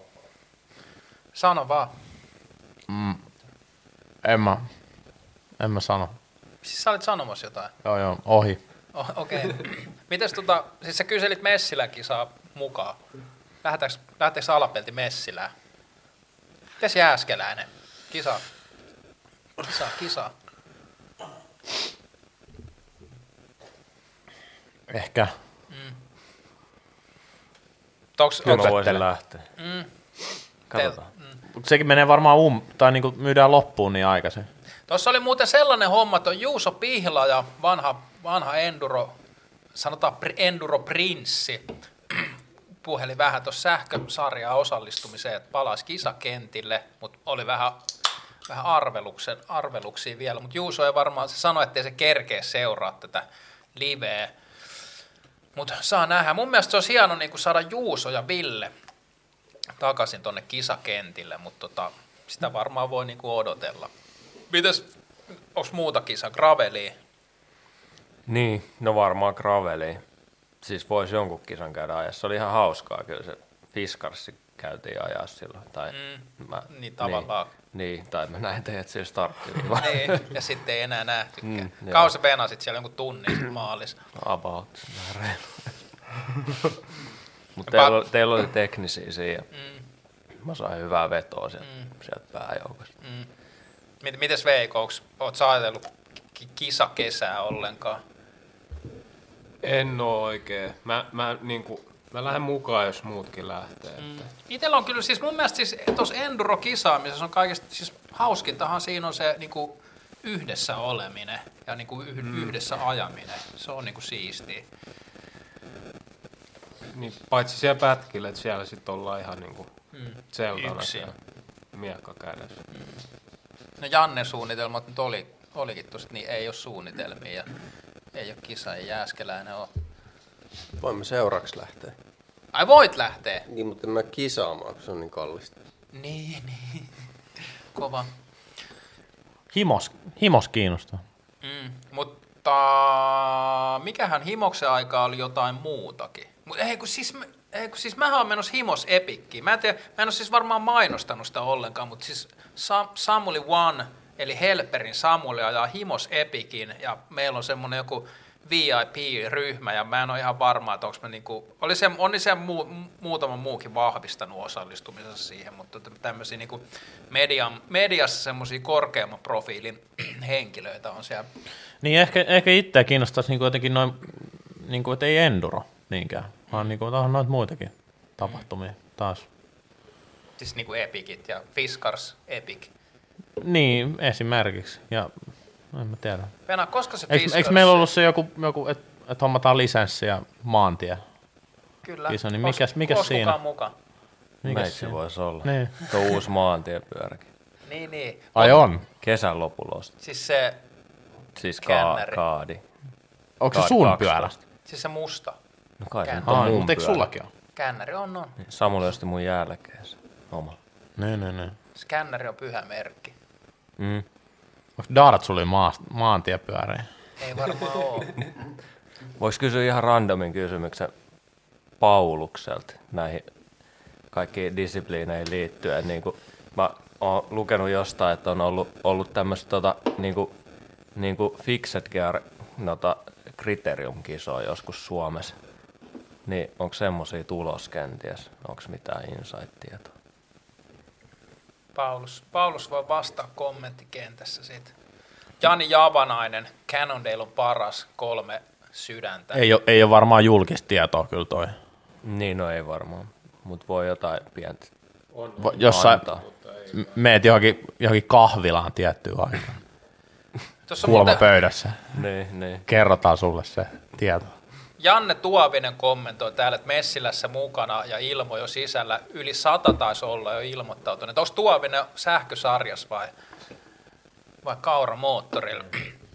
Sano vaan. Mm. En mä, en mä sano. Siis sä olit sanomassa jotain. Joo, joo, ohi. Oh, okei. Okay. Mites tota, siis sä kyselit Messilän kisaa mukaan. Lähdetäänkö, lähdetäänkö Alapelti Messilään? Mites Jääskeläinen? Kisa. Kisa, kisa. Ehkä. Mm. Onks, Kyllä onks, mä voisin lähteä. mm, Katsotaan. te, mm. Mutta sekin menee varmaan um, tai niinku myydään loppuun niin aikaisin. Tuossa oli muuten sellainen homma, että Juuso Pihla ja vanha, vanha enduro, sanotaan enduro prinssi, puheli vähän tuossa sähkösarjaa osallistumiseen, että palasi kisakentille, mutta oli vähän, vähän arveluksen, arveluksia vielä. Mutta Juuso ei varmaan, se sanoi, ettei se kerkeä seuraa tätä liveä. Mutta saa nähdä. Mun mielestä se olisi hieno niin saada Juuso ja Ville takaisin tuonne kisakentille, mutta tota, sitä varmaan voi niinku odotella. Mites, onks muuta kisa? Gravelia? Niin, no varmaan graveliin. Siis voisi jonkun kisan käydä ajassa. Se oli ihan hauskaa kyllä se Fiskarssi käytiin ajaa silloin. Tai Mm, mä, niin tavallaan. Niin, niin, tai mä näin teidät siellä starttiviivalla. Niin, ja sitten ei enää nähtykään. Mm, Mm, joo. Kauan sä venasit siellä jonkun tunnin sit maalis? About. Mutta teillä, oli- teillä oli teknisiä siinä. Mm, Mä sain hyvää vetoa sieltä, Mm. sieltä pääjoukosta. mm. Mit, mites Veikko, onks, oot sä ajatellut ki- kisakesää ollenkaan? En oo oikein. Mä, mä, niinku, mä lähden mukaan, jos muutkin lähtee. Mm. Itellä on kyllä, siis mun mielestä siis tuossa enduro-kisaamisessa on kaikista, siis hauskintahan siinä on se niinku yhdessä oleminen ja niinku yh, mm. yhdessä ajaminen. Se on niinku siistiä. Niin, paitsi siellä pätkillä, että siellä sit ollaan ihan niinku Mm. seltana Yksin. siellä miekka kädessä. No Janne suunnitelmat nyt oli, olikin tuossa, niin ei ole suunnitelmia ja ei ole kisa, ei Jääskeläinen ole. Voimme seuraavaksi lähteä. Ai voit lähteä? Niin, mutta en mä kisaamaan, kun se on niin kallista. Niin, niin. Kova. Himos, himos kiinnostaa. Mm, mutta mikähän Himoksen aikaa oli jotain muutakin. Mut ei kun siis, mä- ei kun siis mähän oon menossa Himos Epikkiin. Mä en tiedä, mä en ole siis varmaan mainostanut sitä ollenkaan, mutta siis Sam, Samuli One, eli Helperin Samuli ajaa Himos Epikin ja meillä on semmonen joku V I P-ryhmä ja mä en ole ihan varma, että onko mä niinku, oli se, on se muu, muutama muukin vahvistanut osallistumisessa siihen, mutta tämmöisiä niinku median, mediassa semmoisia korkeamman profiilin henkilöitä on siellä. Niin ehkä, ehkä itseä kiinnostaisi niinku jotenkin noin, niinku, että ei enduro niinkään, vaan niinku, on noita muitakin tapahtumia taas. Siis niinku Epikit ja Fiskars Epic. Niin, esimerkiksi. Ja en mä tiedä. Venä, koska se Eikö, Fiskars... eikö meillä ollut se joku, joku että et hommataan lisenssi ja maantie? Kyllä. kisa, niin Ois- mikäs- mikäs ois siinä? kukaan mukaan? Mikäs Meitsi se? voisi olla. Niin. Tuo uusi maantiepyöräkin. Niin, niin. Ai on? Kesän lopulla ostin. Siis se, Siis ka- Käännäri. kaadi. Onko se Kaadi sun kaksitoista. pyörä? siis se musta. No kai se nyt Käännäri. on Ai, mun mutta eikö pyörä. sullakin ole? Kännäri on, on. Samuli osti mun jälkeen sen omalla. Niin, niin, niin. Skännäri on pyhä merkki. Mm. Onko Darat sulla maast- maantiepyöriä? Ei varmaan oo. Voisi kysyä ihan randomin kysymyksen Paulukselta näihin kaikkiin disipliineihin liittyen. Niin kuin mä oon lukenut jostain, että on ollut, ollut tämmöistä tota, niin kuin, niin kuin Fixed Gear nota, kriterium-kisoa joskus Suomessa. Niin onko semmosia tulos kenties? Onko mitään insight-tietoa? Paulus, Paulus voi vastaa kommenttikentässä siitä. Jani Javanainen, Cannondale on paras, kolme sydäntä. Ei ole, ei ole varmaan julkista tietoa kyllä toi. Niin, no ei varmaan. Mutta voi jotain pientä Vo- Jossain antaa. m- meet johonkin, johonkin kahvilaan tiettyyn aikaan. Tuossa on muuten Kulmapöydässä. Niin, niin. Kerrotaan sulle se tieto. Janne Tuovinen kommentoi täällä, että Messilässä mukana ja Ilmo jo sisällä. Yli sata taisi olla jo ilmoittautunut. Onko Tuovinen sähkösarjas vai, vai kauramoottorilla?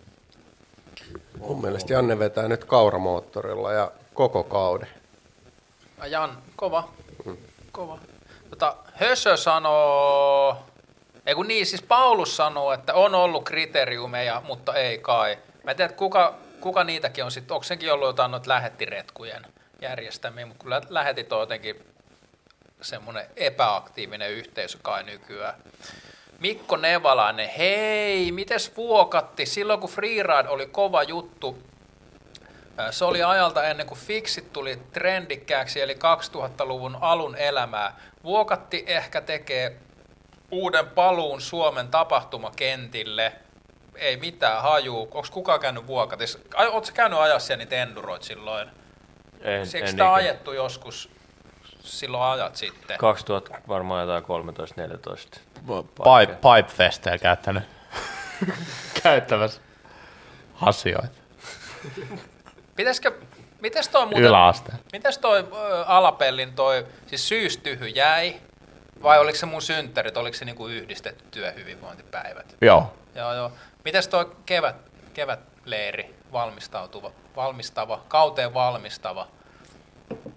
Mun mielestä Janne vetää nyt kauramoottorilla ja koko kauden. Ja Jan, kova. Kova. Tota, Hösö sanoo, ei kun niin, siis Paulus sanoo, että on ollut kriteriumeja, mutta ei kai. Mä en tiedä, kuka, kuka niitäkin on sitten, onko senkin ollut jotain noita lähettiretkujen järjestämiä, mutta kyllä lähetit on jotenkin semmoinen epäaktiivinen yhteisö kai nykyään. Mikko Nevalainen, hei, mites Vuokatti? Silloin kun Freeride oli kova juttu, se oli ajalta ennen kuin Fixit tuli trendikkääksi, eli kaksituhattaluvun alun elämää. Vuokatti ehkä tekee uuden paluun Suomen tapahtumakentille. Ei mitään hajuu. Onko kukaan käynyt Vuokatissa? Oletko käynyt ajaa siellä niitä enduroit silloin? En, Eikö en sitä ikinä. ajettu joskus silloin ajat sitten? kaksituhatta varmaan jotain kolmetoista neljätoista. Pipe, Pipefesteillä käyttänyt käyttämässä asioita. Pitäisikö, mites toi muuten, Yläaste. mites toi ö, Alapellin toi, siis syystyhy jäi? Vai oliko se mun synttärit, oliko se niinku yhdistetty työhyvinvointipäivät? Joo. Joo, joo. Mites toi kevät, kevätleiri, valmistautuva, valmistava, kauteen valmistava,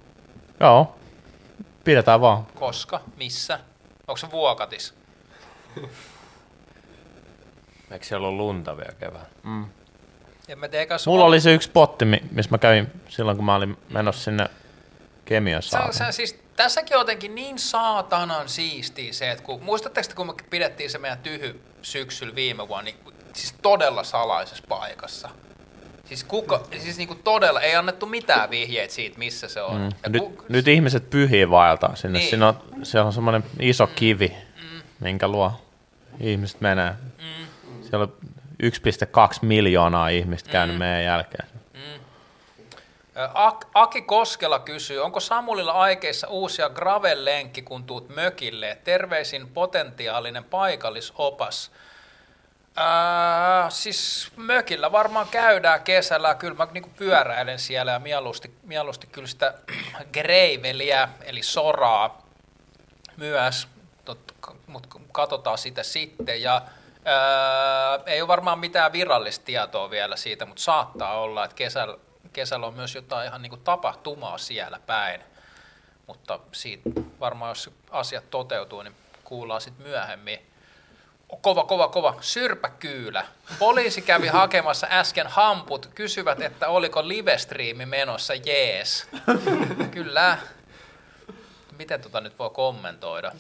Joo. Pidetään vaan. koska, missä? Onko se Vuokatis? Eikö siellä ole lunta vielä kevään? Mm. En mä tiedä, Mulla oli se yksi spotti, missä mä kävin silloin, kun mä olin menossa sinne Kemiönsaareen. Se, se, siis, tässäkin on jotenkin niin saatanan siistiä se, että kun, muistatteko te, kun me pidettiin se meidän tyhy syksyllä viime vuonna, niin siis todella salaisessa paikassa. Siis, kuka, siis niinku todella, ei annettu mitään vihjeitä siitä, missä se on. Mm. Ja Nyt, ku, nyt ihmiset pyhii vaeltaa sinne. Niin. Siinä on, siellä on semmoinen iso kivi, mm. minkä luo ihmiset menee. Mm. Siellä on yksi pilkku kaksi miljoonaa ihmistä käynyt mm. meidän jälkeen. Mm. Ak- Aki Koskela kysyy, onko Samulilla aikeissa uusia gravel-lenkki, kun tuut mökille? Terveisin potentiaalinen paikallisopas. Ää, siis mökillä varmaan käydään kesällä, kyllä mä niinku pyöräilen siellä ja mieluusti, mieluusti kyllä sitä greiveliä, eli soraa myös, mutta katsotaan sitä sitten. Ja, ää, ei ole varmaan mitään virallista tietoa vielä siitä, mutta saattaa olla, että kesällä, kesällä on myös jotain ihan niinku tapahtumaa siellä päin, mutta siitä varmaan jos asiat toteutuu, niin kuullaan sitten myöhemmin. Kova, kova, kova. Syrpäkyylä. Poliisi kävi hakemassa äsken hamput. Kysyvät, että oliko livestriimi menossa. Jees. Kyllä. Miten tota nyt voi kommentoida?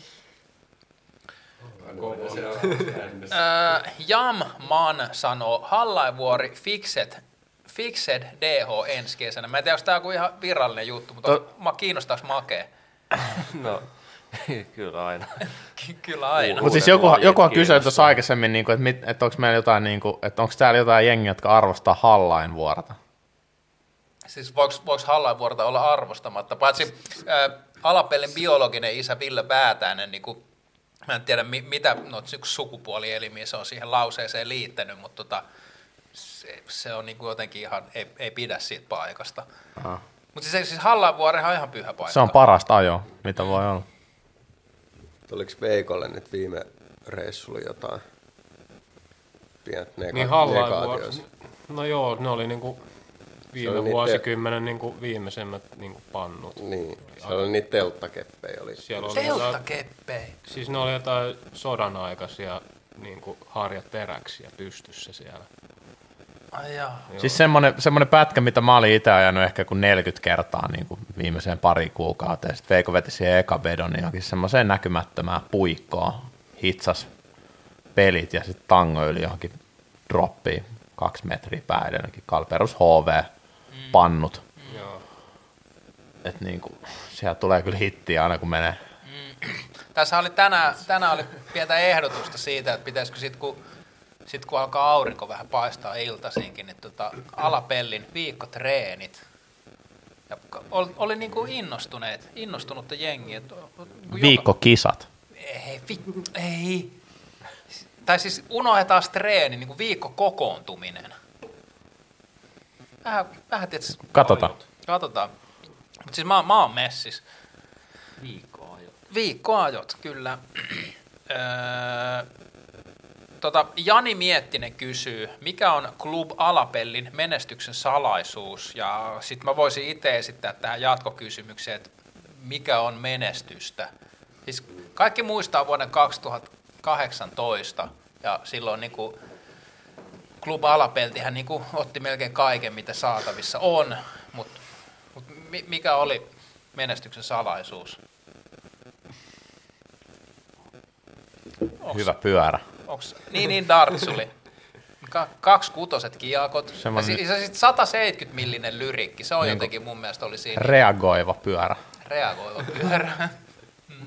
Äh, Jamman sanoo, Hallaivuori Fixed, Fixed D H ensi kesänä. Mä en tiedä, onko tämä joku ihan virallinen juttu, mutta to... mä kiinnostaako makea? No, kyllä aina. Kyllä aina. Mutta siis joku, joku on kysynyt tuossa aikaisemmin, niin kuin, että, että onko meillä jotain, niin kuin, että onko täällä jotain jengiä, jotka arvostaa Hallainvuorta? Siis voiko, voiko Hallainvuorta olla arvostamatta? Paitsi ää, Alapellin biologinen isä Ville Väätäinen, niin kuin, mä en tiedä mi, mitä no, sukupuolielimiä se on siihen lauseeseen liittänyt, mutta tota, se, se on niin kuin jotenkin ihan, ei, ei pidä siitä paikasta. Mutta siis, siis Hallainvuorihan on ihan pyhä paikka. Se on parasta ajoa, mitä voi olla. Oliko Veikolle nyt viime reissulla jotain pientä nega- niin negaatioita? No joo, ne oli niinku viime oli vuosikymmenen niinku viimeisemmät niinku pannut. Niin, siellä oli niitä telttakeppejä. Oli. Siellä oli Telttakeppejä. Siis ne oli jotain sodan aikaisia niinku harjateräksiä pystyssä siellä. Ai jaa. Siis semmoinen, semmoinen pätkä, mitä mä olin itse ajanut ehkä kuin neljäkymmentä kertaa niin kuin viimeiseen pari kuukauteen. Sitten Veiko veti siihen eka vedon niin johonkin semmoiseen näkymättömään puikkoon, hitsas pelit ja sitten tango yli johonkin droppiin kaksi metriä päin, jonnekin perus H V-pannut. Mm. Joo. Että niin kuin, siellä tulee kyllä hittiä aina kun menee. Mm. Tässä oli tänään, tänään oli pientä ehdotusta siitä, että pitäisikö sitten kun Sitten kun alkaa aurinko vähän paistaa iltaisinkin, niin tota, Alapellin viikkotreenit. Ja oli, oli niin kuin innostuneet, innostunutta jengiä. Viikkokisat. Ei, vi, ei. Tai siis unohdetaan treeni, niin kuin viikkokokoontuminen. Vähän, vähän tietysti. Katsotaan. Katsotaan. Mutta siis mä, mä oon messis. Viikkoajot. Viikkoajot, kyllä. öö, Tota, Jani Miettinen kysyy, mikä on Club Alapellin menestyksen salaisuus, ja sitten mä voisin itse esittää tähän jatkokysymykseen, että mikä on menestystä. Siis kaikki muistaa vuoden kaksituhattakahdeksantoista, ja silloin niin kuin Club Alapeltihän niin kuin otti melkein kaiken, mitä saatavissa on, mutta mut mikä oli menestyksen salaisuus? Onks? Hyvä pyörä. Onks, niin, niin darts oli. Ka- kaksi kutoset kiakot. Semmoinen... Ja sitten sataseitsemänkymmentä millinen lyrikki. Se on niin jotenkin mun mielestä oli siinä. Reagoiva pyörä. Reagoiva pyörä. mm.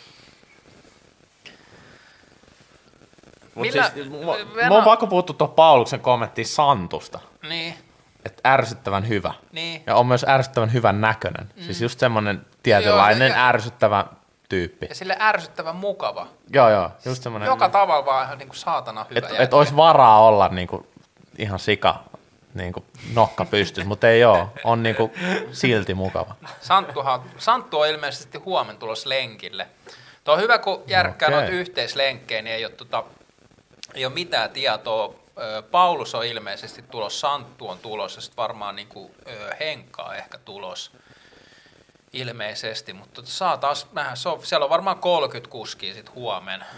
Millä... Siis, mua, Venä... mua on pakko puuttua tuohon Pauluksen kommenttiin Santusta. Niin. Että ärsyttävän hyvä. Niin. Ja on myös ärsyttävän hyvän näköinen. Mm. Siis just semmoinen tietynlainen joo, ärsyttävä tyyppi. Ja sille ärsyttävän mukava. Joo, joo. Just semmoinen. Joka tavalla vaan ihan niin kuin saatana hyvä. Että et olisi varaa olla niin kuin, ihan sika niin kuin nokka pystyssä, mutta ei ole. On niin kuin, silti mukava. Santtuhan, Santtu on ilmeisesti huomenna tulossa lenkille. Tuo on hyvä, kun järkkää okay. noita yhteislenkkejä, niin ei ole, tota, ei ole mitään tietoa. Paulus on ilmeisesti tulossa, Santtu on tulossa, sitten varmaan niin kuin, Henkkaa ehkä tulossa. Ilmeisesti, mutta saa taas nähdä, se on, siellä on varmaan kolmekymmentä kuskia sitten huomenna.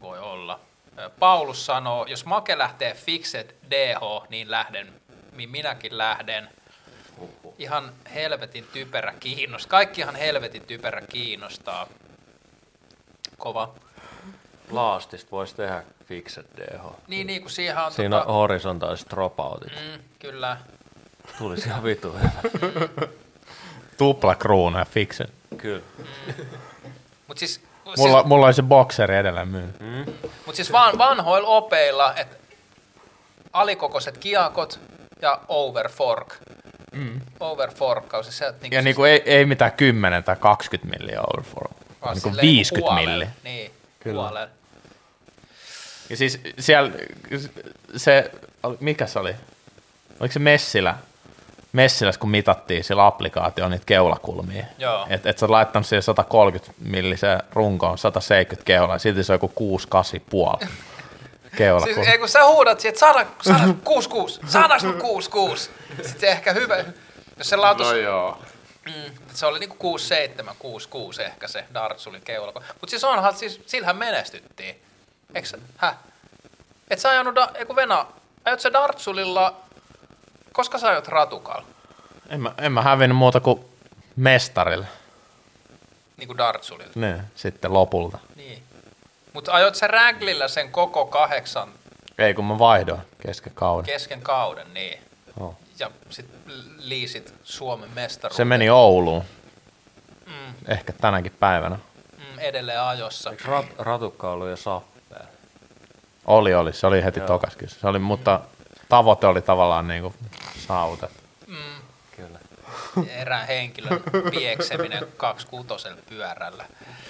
voi olla. Paulus sanoo, jos Make lähtee Fixed D H, niin lähden, niin minäkin lähden. Ihan helvetin typerä kiinnostaa. Kaikki ihan helvetin typerä kiinnostaa. Kova. Laastista voisi tehdä Fixed D H. Niin, niin kuin siihen on... Siinä tota... on horisontaaliset dropoutit. Mm, kyllä. Tulisi ihan vitu hyvä. Tupla kruunu ja Fixed. Kyllä. Mm. Mut siis, Mulla, siis, mulla oli se bokseri edelleen myynyt. mm. Mutta siis van, vanhoilla opeilla, että alikokoiset kiakot ja overfork. Mm. Overforkkaus. Siis se, niin ja siis, niinku ei, ei mitään kymmenen tai kaksikymmentä milliä overfork. Niinku viisikymmentä milliä. Niin, kyllä. Puolen. Ja siis siellä se, mikä se oli? Oliko se Messilä? Messilässä, kun mitattiin sillä applikaatioon niitä keulakulmia. Että et sä oot laittanut siihen sata kolmekymmentä milliseen runkoon sata seitsemänkymmentä keulaa, ja silti se on joku kuusi kahdeksan pilkku viisi keulakulma. Siis ei kun sä huudat siihen, että saada, saada kuusi kuusi, saadaanko nyt kuusi kuusi? Sitten ehkä hyvä, jos se lautus... No joo. Mm, se oli niinku kuusi seitsemän, kuusi kuusi ehkä se Dartsulin keulako. Mutta siis onhan, siis sillähän menestyttiin. Eikö sä, häh? Et sä ajanut, da, eiku Venä, ajot sä Dartsulilla, koska sä ajot ratukalla? En mä, en mä hävinnyt muuta kuin mestarille. Niinku Dartsulilla? Niin, sitten lopulta. Niin. Mutta ajot sä Raglillä sen koko kahdeksan? Ei, kun mä vaihdoin kesken kauden. Kesken kauden, niin. Oh. Ja sit liisit Suomen mestaruuteen. Se meni Ouluun. Mm. Ehkä tänäkin päivänä. Mm, edelleen ajossa. Eikö rat, ratukka ollut jo sappeen? Oli, oli. Se oli heti tokaskin. Se oli, mutta tavoite oli tavallaan niinku saavutettu. Mm. Kyllä. Erään henkilön piekseminen kaksikuutosella pyörällä.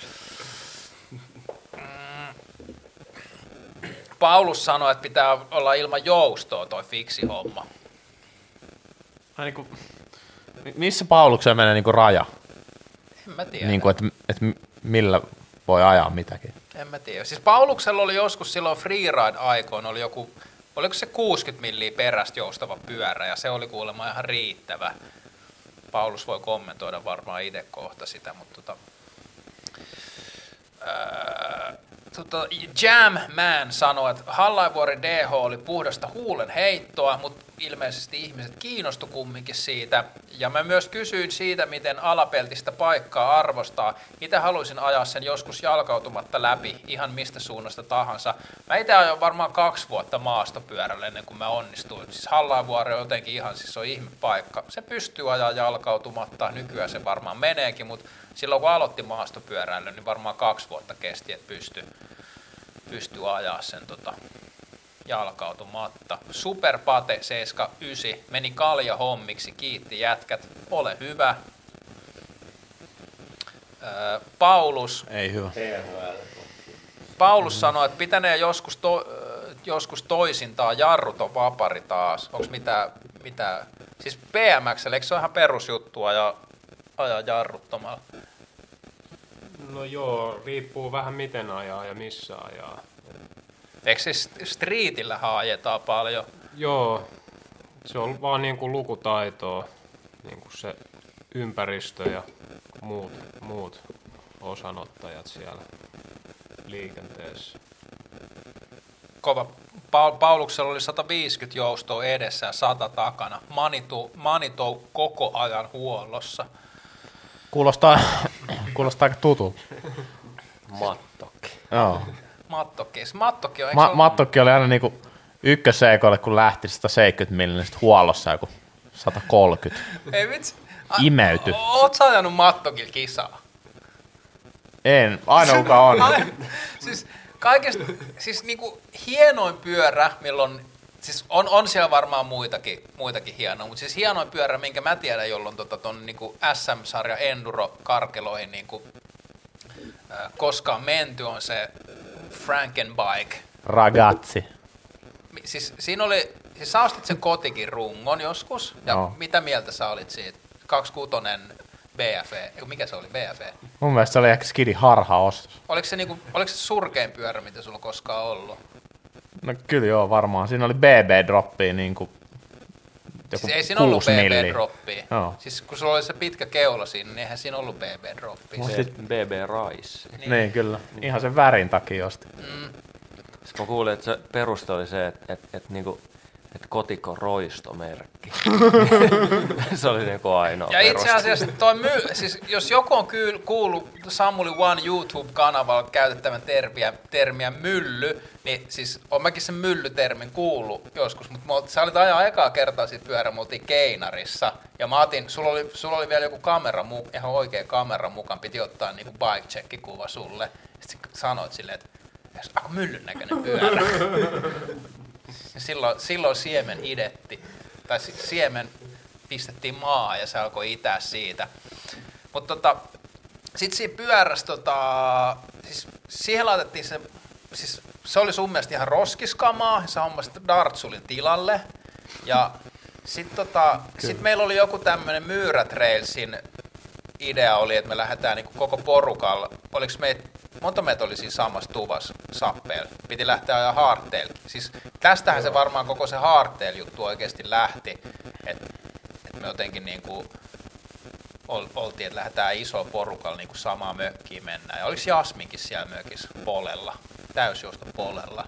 Mm. Paulus sanoi, että pitää olla ilman joustoa toi fiksi homma. Niinku, missä Paulukseen menee niinku raja? En mä tiedä. Niinku, että et millä voi ajaa mitäkin. En mä tiedä. Siis Pauluksella oli joskus silloin freeride-aikoina, oli joku, oliko se kuusikymmentä milliä perästä joustava pyörä, ja se oli kuulemma ihan riittävä. Paulus voi kommentoida varmaan itse kohta sitä, mutta tota, ää, tota, Jam Man sanoi, että Hallainvuori D H oli puhdasta huulen heittoa, mutta ilmeisesti ihmiset kiinnostu kumminkin siitä. Ja mä myös kysyin siitä, miten alapeltistä paikkaa arvostaa. Itse haluaisin ajaa sen joskus jalkautumatta läpi, ihan mistä suunnasta tahansa. Mä itse ajoin varmaan kaksi vuotta maastopyörällä ennen kuin mä onnistuin. Siis Hallainvuori on jotenkin ihan, siis se on ihme paikka. Se pystyy ajaa jalkautumatta, nykyään se varmaan meneekin, mutta silloin kun aloitti maastopyöräillä, niin varmaan kaksi vuotta kesti, että pystyi pystyy ajaa sen tota, jalkautumatta. Superpate seitsemänkymmentäyhdeksän meni kalja hommiksi, kiitti jätkät, ole hyvä. Öö, Paulus, Ei hyvä. Paulus sanoi, että pitänee joskus, to, joskus toisintaan, jarrut on vapari taas. Onko mitä, mitä, siis B M X, eikö se ole ihan perusjuttua ajaa, ajaa jarruttomalla? No joo, riippuu vähän miten ajaa ja missä ajaa. Eikö siis streetillä ajetaan paljon? Joo, se on vaan niin kuin lukutaitoa, niin kuin se ympäristö ja muut, muut osanottajat siellä liikenteessä. Kova. Pa- Pauluksella oli sata viisikymmentä joustoa edessä ja sata takana. Manitou, Manitou koko ajan huollossa. Kuulostaa, kuulostaa aika tutulta. Mattokki. Joo. Mattokki. Mattokki on, eikö Ma- se ole- Mattokki oli aina niinku ykkösseikoille, kun lähti sata seitsemänkymmentä millinen, huollossa joku sata kolmekymmentä. Ei vitsi. A- Imeyty. Oot sä ajanut Mattokilla kisaa? En, aina kuka on. Ai, siis kaikesta, siis niinku hienoin pyörä, milloin, siis on, on siellä varmaan muitakin, muitakin hienoja, mutta siis hienoin pyörä, minkä mä tiedän, jolloin tota ton niinku S M-sarja Enduro-karkeloihin niinku, äh, koskaan menty, on se Frankenbike. Ragazzi. Mi- Siis siinä oli, siis sä ostit sen kotikin rungon joskus, ja Joo. mitä mieltä sä olit siitä? kaksikuutonen B F E, Eiku, mikä se oli, B F E? Mun mielestä se oli ehkä skidi harhaostos. Oliko se, niinku, oliko se surkein pyörä, mitä sulla on koskaan ollut? No kyllä joo, varmaan. Siinä oli B B-droppia niinku joku Siis ei siinä ollut kuusi B milliä. B-droppia. Joo. Siis kun sulla oli se pitkä keula siinä, niin eihän siinä ollut B B-droppia. B B Rice. Niin, niin kyllä. Ihan sen värin takia osti. Sitten mä kuulin, että se peruste oli se, että, että, että, niinku, että Kotikon roistomerkki. Se oli niinku ainoa Ja itse peruste. asiassa toi my, siis jos joku on kyl, kuullut Samuli One YouTube-kanavalla käytettävän termiä, termiä mylly, niin siis on mäkin sen myllytermin kuullut joskus, mutta sä olit ajaa ekaa kertaa siitä pyörä, me oltiin Keinarissa, ja mä otin, sulla oli, sulla oli vielä joku kamera, ihan oikea kamera mukaan, piti ottaa niinku bike check-kuva sulle, sitten sanoit silleen, että aika myllyn näköinen pyörä. Ja silloin, silloin siemen idetti, tai siemen pistettiin maa ja se alkoi itää siitä. Mutta tota, sitten siinä pyörässä, tota, siis siihen laitettiin se, siis se oli sun mielestä ihan roskiskamaa, sä hommasit Dartsulin tilalle. Ja sitten tota, sit meillä oli joku tämmöinen Myyrätrailsin idea oli, että me lähdetään niinku koko porukalla, oliko meitä, monta meitä oli siinä samassa tuvassa sappeella, piti lähteä ajaa hardtail. Siis tästähän se varmaan koko se hardtail-juttu oikeasti lähti, että et me jotenkin niinku ol, oltiin, että lähdetään isoa porukalla niinku samaa mökkiä mennään. Ja oliko Jasminkin siellä mökissä polella, täysjuosto polella.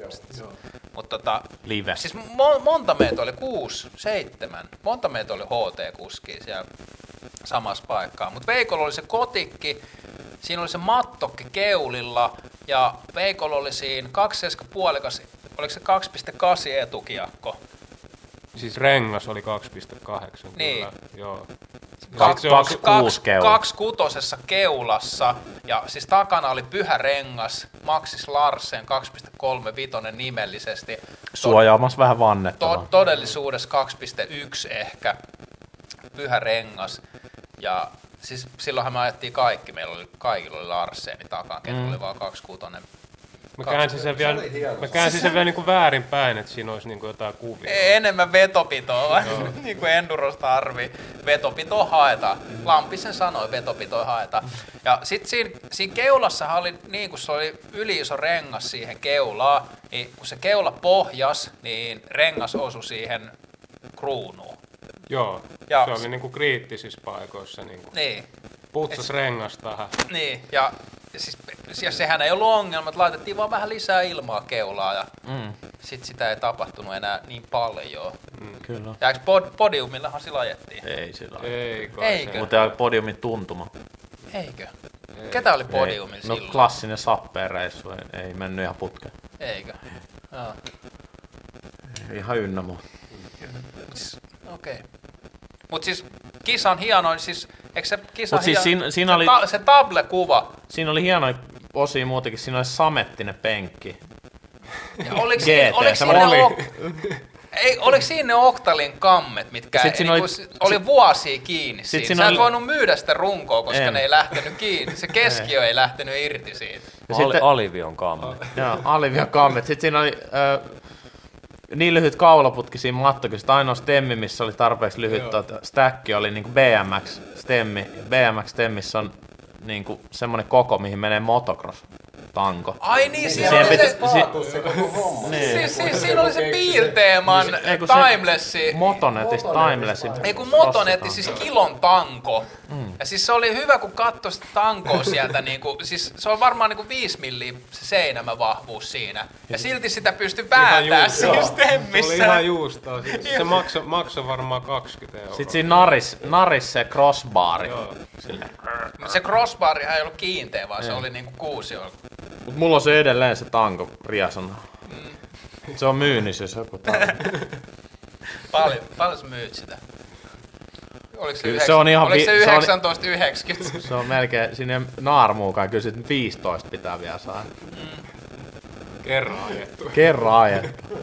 Mutta tota, Live. siis mo- monta meitä oli, kuusi, seitsemän, monta meitä oli H T-kuskia siellä samassa paikkaa. Mutta Veikolla oli se kotikki, siinä oli se mattokki keulilla ja Veikolla oli siinä kaksi puolikas, oliko se kaksi pilkku kahdeksan etukiakko? Siis rengas oli kaksi pilkku kahdeksan. Niin. Kyllä. Joo. Kaksi, se on kaksi kaksi, kuusi keula. kaksi kutosessa keulassa ja siis takana oli pyhä rengas, Maxis Larsen kaksi pilkku kolmekymmentäviisi nimellisesti. Suojaamassa vähän vannetta. To- vaan. todellisuudessa kaksi pilkku yksi ehkä, pyhä rengas. Ja siis silloinhan me ajettiin kaikki, meillä oli, kaikilla oli Larseeni takan, kenellä mm. oli vaan kaksikuutonen. Mä käänsin sen vielä, mä käänsin sen vielä niinku väärin päin, että siinä olisi niinku jotain kuvia. Enemmän vetopitoa, niin kuin Endurosta arvii. Vetopitoa haetaan. Lampisen sanoi, vetopitoa haetaan. Ja sitten siinä, siinä keulassahan oli, niin kuin se oli yli iso rengas siihen keulaan, niin kun se keula pohjas, niin rengas osui siihen kruunuun. Joo, Ja- se oli niinku kriittisissä paikoissa. Niinku. Niin. Putsas rengas tähän. Niin, ja, siis, ja sehän ei ollut ongelma, että laitettiin vaan vähän lisää ilmaa keulaa ja Mm, sit sitä ei tapahtunut enää niin paljon. kyllä. Ja eikö pod, podiumillahan sillä ajettiin? Ei sillä lailla. Ei kai. Eikö? Mutta podiumin tuntuma. Eikö? Ketä oli Ei. podiumilla No silloin? klassinen sappeereissu, ei, ei mennyt ihan putkeen. Eikö? Joo. Ihan ynnämo. Mut siis, okei. Okay. Mut siis kisan hienoin, siis eikö se kisan Mut siis hieno- siinä- siinä se, oli- ta, se table-kuva, Siinä oli hienoja osia muutenkin, siinä oli samettinen penkki. ja oliko, G siinä, T, oliko, se siinä oli. ok, ei, oliko siinä ne Octalin kammet, mitkä Sit siinä niinku, oli- oli, oli vuosia kiinni Sit siinä. siinä Sä et oli- voinut myydä sitä runkoa, koska En. ne ei lähtenyt kiinni. Se keskiö ei lähtenyt irti siitä. Ja Ali, sitten- Alivion kamme. Joo, Alivia kammet. Sitten siinä oli ö, niin lyhyt kaulaputki siinä mattokissa, ainoa stemmi, missä oli tarpeeksi lyhyt tuota, stäkki, oli niinku B M X-stemmi. B M X-stemmissä on niinku semmoinen koko, mihin menee motocross-tanko. Ai niin, siinä Siihen oli piti- se, si- niin. siis, siis, siinä oli se Beer-teeman Ei, kun se- Timelessi. Motonetista Timelessin. Ei kun Motonetti, siis kilon tanko. Mm. Ja siis se oli hyvä, kun katsoi sitä tankoa sieltä, niinku, siis se on varmaan niinku viisi milliä se seinämä vahvuus siinä. Ja silti sitä pystyi vääntämään siinä Oli stemmissä. ihan juustoa. Se, se maksoi makso varmaan kaksikymmentä euroa. Sitten siinä naris, naris se crossbari. Silleen. Se crossbarihan ei ollut kiinteä, vaan se oli niinku kuusio. Mut mulla on se edelleen se tanko riasana. Se on myynnissä, jos joku tarvitsee. Paljon, paljon sä myyt sitä? Oliko se, Kyllä yhdeksän, se on ihan oliko vi- se se on- yhdeksäntoista yhdeksänkymmentä? Se on melkein, sinne naarmuukaan kyllä sit viisitoista pitää vielä saada. Kerran ajettu. Kerran ajettu.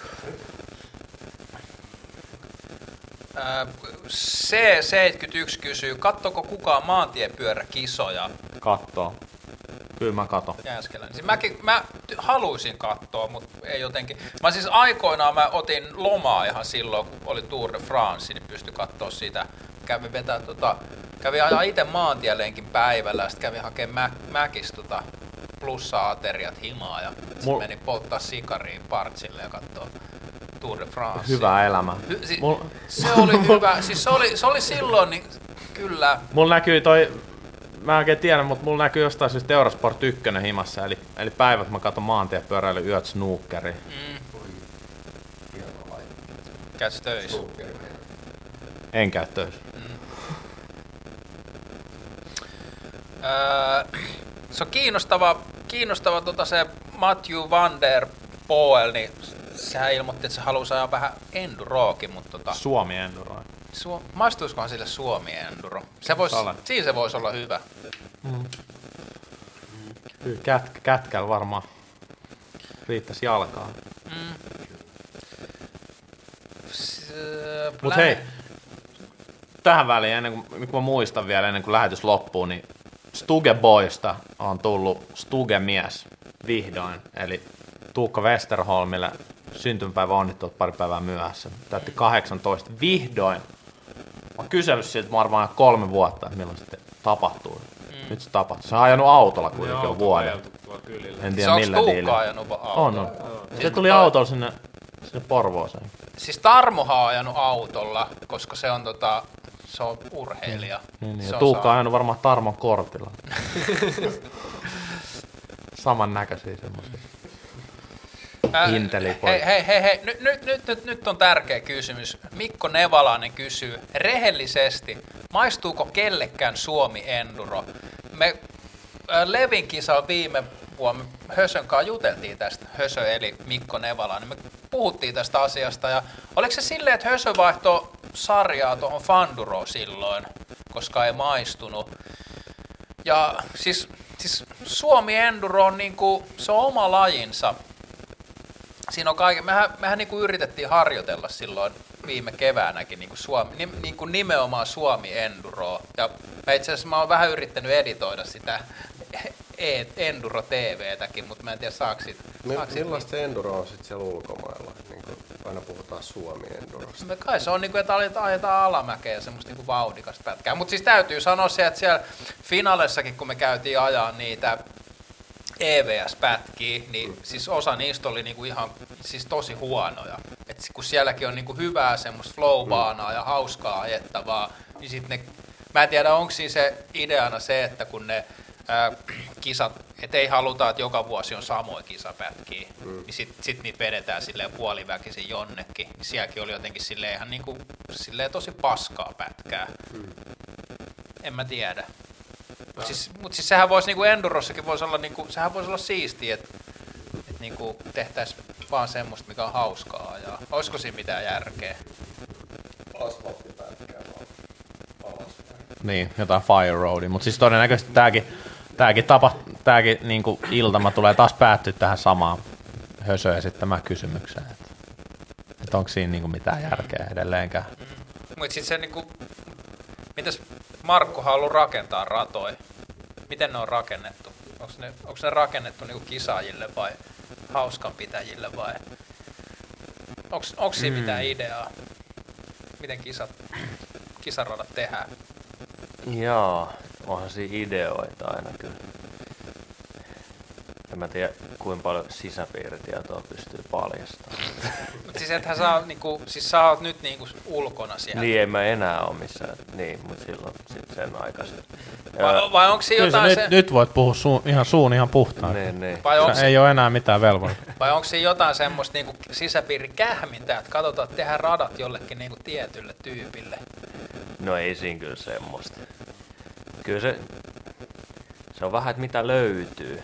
C seitsemänkymmentäyksi kysyy, kattoko kukaan maantiepyöräkisoja Kattoo. Kyllä mä katon. Jääskeläinen? Siis mäkin, mä ty- haluaisin katsoa, mutta ei jotenkin. Mä siis aikoinaan mä otin lomaa ihan silloin, kun oli Tour de France, niin pystyi katsoa sitä. Kävin vetää tota, kävin ajaa itse maantielenkin päivällä, sitten kävin hakemaan mä, mäkistä tota plussa-ateriat himaa ja sit Mul- menin polttaa sikariin partsille ja katsoa Tour de France. Hyvä elämä. Hy, si, Mul... Se oli hyvä, siis se oli, se oli silloin, niin kyllä. Mulla näkyy toi, mä en oikein tiedä, mutta mulla näkyy jostain syystä Eurosport yksi himassa, eli, eli päivät mä katson maantiepyöräily, yöt snookeri. Mm. Käyts töissä? En käy töissä. Mm. Öö, se on kiinnostava, kiinnostava tota se Matthew van der Poel, niin sehän ilmoitti, että se haluaa ajaa vähän enduroakin, mutta tota, Suomi enduro. Su- maistuisikohan sille Suomi enduro? Se vois, siinä se voisi olla hyvä. Mm. Kät, kätkällä varmaan riittäisi jalkaa. Mm. S- Mut lä- hei, tähän väliin, ennen kuin, kun mä muistan vielä, ennen kuin lähetys loppuu, niin Stuge Boysta on tullut Stuge mies vihdoin, eli Tuukka Westerholmille syntymäpäivä onnittelut pari päivää myöhässä. Täytti kahdeksantoista vihdoin. Mä oon kysellyt siltä varmaan kolme vuotta, että milloin se tapahtuu. Mm. Nyt se tapahtuu. Se on ajanut autolla kuitenkin jo vuoden. En tiedä se millä onko diilillä. Tuukka ajanut autolla? On, on. Se tuli autolla sinne, sinne Porvooseen. Siis Tarmohan on ajanut autolla, koska se on, tota, se on urheilija. Niin, niin. Se Ja on Tuukka saa- on ajanut varmaan Tarmon kortilla. Samannäköisiä semmoisia. Äh, Intelipoja. hei, hei, hei, hei. Nyt, nyt, nyt, nyt, nyt on tärkeä kysymys. Mikko Nevalainen kysyy rehellisesti, maistuuko kellekään Suomi Enduro? Me äh, Levin kisan viime vuonna Hösön kanssa juteltiin tästä, Hösö eli Mikko Nevalainen. Me puhuttiin tästä asiasta ja oliko se silleen, että Hösö vaihtoi sarjaa tuohon Fanduroon silloin, koska ei maistunut. Ja siis, siis Suomi Enduro on niinku, se on oma lajinsa. Siinä on kaiken, mehän, mehän niin kuin yritettiin harjoitella silloin viime keväänäkin niin kuin Suomi, ni, niin kuin nimenomaan Suomi Enduroa. Ja itse asiassa mä oon vähän yrittänyt editoida sitä e- Enduro T V:täkin, mutta mä en tiedä saako siitä. Saako siitä Millaista enduro on sitten siellä ulkomailla? Niin kuin aina puhutaan Suomi Endurosta. Me kai se on niin kuin, että ajetaan alamäkeä ja semmoista niin kuin vauhdikasta pätkää. Mutta siis täytyy sanoa se, että siellä finaalessakin, kun me käytiin ajaa niitä E V S-pätkiä, niin siis osa niistä oli niinku ihan siis tosi huonoja. Et kun sielläkin on niinku hyvää semmoista flow-baanaa ja hauskaa ajettavaa, niin sit ne, mä en tiedä onko siinä se ideana se, että kun ne ää, kisat, et ei haluta, että joka vuosi on samoja kisapätkiä, mm. niin sit, sit niitä vedetään silleen puoliväkisin jonnekin. Niin sielläkin oli jotenkin silleen ihan niinku, silleen tosi paskaa pätkää. Mm. En mä tiedä. Mutta siis, mut siis sehän voisi niinku Endurossakin voisi olla niinku, sehän voisi olla siistiä, että et niinku tehtäisiin vaan semmoista, mikä on hauskaa ja olisiko siinä mitään järkeä? Asfalttipätkää vaan alaspäin. Niin, jotain Fire Roadia, mutta siis todennäköisesti tämäkin, tämäkin, tapa, tämäkin niinku iltama tulee taas päättyä tähän samaan Hösö esittämään kysymykseen, että, että onko siinä niinku mitään järkeä edelleenkään. Mm. Mutta sitten se niinku, mitäs Markku haluaa rakentaa ratoja? Miten ne on rakennettu? Onko ne, onko ne rakennettu niinku kisaajille vai hauskanpitäjille vai onko, onko siinä Mm. mitään ideaa? Miten kisat, kisaradat tehdään? Jaa, onhan siinä ideoita aina kyllä. En mä tiedä, kuinka paljon sisäpiiritietoa pystyy paljastamaan. Mutta siis ethän sä oot, niinku, siis sä oot nyt niinku ulkona siellä. Niin, en mä enää ole missään. Niin, mutta silloin sit sen aikaisin. Vai, vai onko siinä Kyllä sä jotain nyt, se, nyt voit puhua suun, ihan suun ihan puhtaan. Niin, niin. vai onko, Ei ole enää mitään velvoitteita. vai onko siinä jotain semmoista niinku sisäpiirikähmintää, että katsotaan, että tehdään radat jollekin niinku tietylle tyypille? No ei siinä kyllä semmoista. Kyllä se, se on vähän, että mitä löytyy.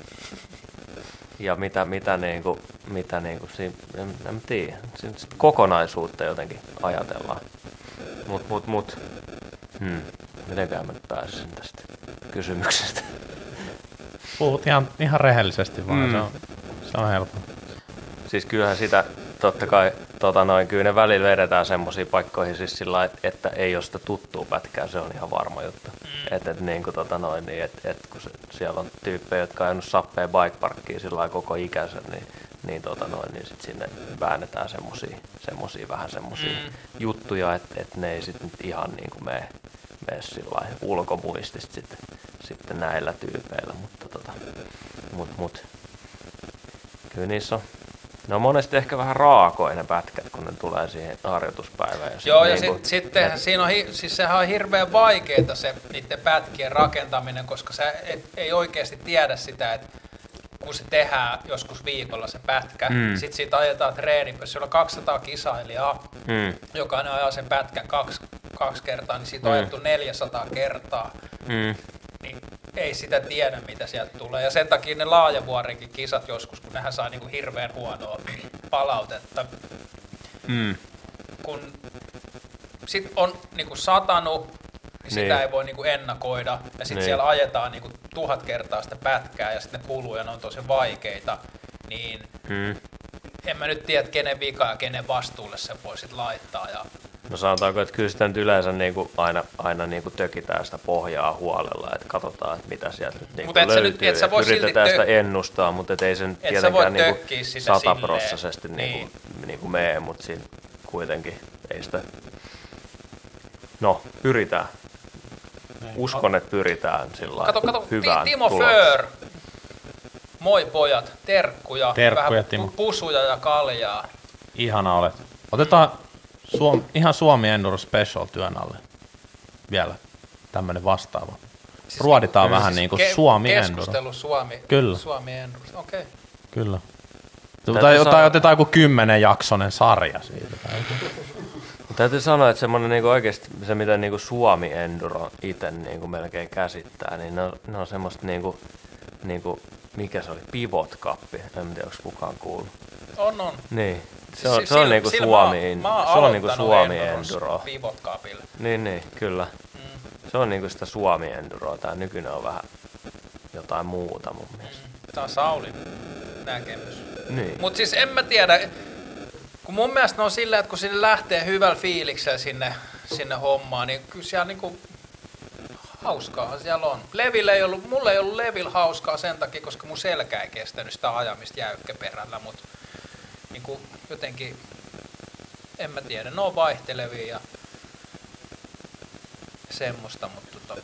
Ja mitä, mitä, niinku, mitä niinku siinä, en, en tiedä, siinä kokonaisuutta jotenkin ajatellaan. Mut, mut, mut, hmm, mitenkään mä nyt pääsisin tästä kysymyksestä. Puhut ihan, ihan rehellisesti vaan, Mm. se, on, se on helppo. Siis kyllähän sitä, totta kai, tota noin, kyllä ne välillä vedetään semmoisiin paikkoihin siis sillä lailla, että, että ei ole sitä tuttua pätkää, se on ihan varma juttu. Mm. Että et, niin kuin, tota noin, niin, et, et, kun se, siellä on tyyppejä, jotka on ajanut sappeen bikeparkkiin sillä lailla koko ikänsä, niin, niin, tota noin, niin sit sinne väännetään semmosia, semmosia vähän semmosia mm. juttuja, että et ne ei sit nyt ihan niin kuin mene, mene sillä lailla ulkomuistista sitten, sitten näillä tyypeillä, mutta tota, mut, mut, kyllä niissä on Ne on monesti ehkä vähän raakoja ne pätkät, kun ne tulee siihen harjoituspäivään. Ja Joo, ja niin sit, sitten et... siinä on, siis sehän on hirveän vaikeaa se niiden pätkien rakentaminen, koska sä et, ei oikeasti tiedä sitä, että kun se tehdään joskus viikolla se pätkä, mm. sitten siitä ajetaan treeni, jos siellä on kaksisataa kisailijaa, mm. jokainen ajaa sen pätkän kaksi, kaksi kertaa, niin siitä on mm. ajettu neljäsataa kertaa. Mm. Niin ei sitä tiedä, mitä sieltä tulee. Ja sen takia ne Laajavuorenkin kisat joskus, kun nehän saa niinku hirveän huonoa palautetta. Mm. Kun sit on niinku satanut, niin sitä niin. ei voi niinku ennakoida. Ja sitten niin. siellä ajetaan niinku tuhat kertaa sitä pätkää ja sitten ne kuluu ja ne on tosi vaikeita. Niin mm. en mä nyt tiedä, kenen vika ja kenen vastuulle se voi sit laittaa. Ja no sanotaanko, että kyllä sitä nyt yleensä niinku aina, aina niinku tökitään sitä pohjaa huolella, että katsotaan, että mitä sieltä nyt niinku löytyy. Nyt, ja yritetään sitä ennustaa, mutta et ei se nyt tietenkään niinku sataprossaisesti niinku, niinku mene, mutta siinä kuitenkin ei sitä. No, pyritään. Uskon, että pyritään sillä kato, kato, hyvään Timo Föör. Moi pojat, terkkuja, terkkuja vähän Timo. Pusuja ja kaljaa. Ihana olet. Otetaan Suom, ihan Suomi Enduro Special työn alle vielä tämmönen vastaava. Siis ruoditaan siis vähän niin kuin ke- Suomi Enduro. Keskustelu Suomi, Kyllä. Suomi Enduro, okei. Okay. Kyllä. Tai, tai otetaan joku kymmenen jaksonen sarja siitä. Täytyy sanoa, että semmoinen niinku oikeasti se, mitä niinku Suomi Enduro itse niinku melkein käsittää, niin ne on, ne on semmoista niinku, niinku, mikä se oli, Pivot Cup, en tiedä, onko kukaan kuullut. On, on. Niin. Se on, se on niinku Suomi, mä, mä se on niinku Suomi Enduro. Pivot Cupille. Niin, niin, kyllä. Mm. Se on niinku sitä Suomi Enduroa. Tää nykyinen on vähän jotain muuta mun mielestä. Mm. Tää on Saulin näkemys. Niin. Mut siis en mä tiedä, kun mun mielestä ne on silleen, että kun sinne lähtee hyvällä fiiliksellä sinne, sinne hommaan, niin kyllä siellä niinku hauskaahan siellä on. Levillä ei ollut, mulla ei ollut Levillä hauskaa sen takia, koska mun selkä ei kestänyt sitä ajamista jäykkäperällä, mutta niinku jotenkin, en mä tiedä, ne on vaihtelevia ja semmoista, mutta tota.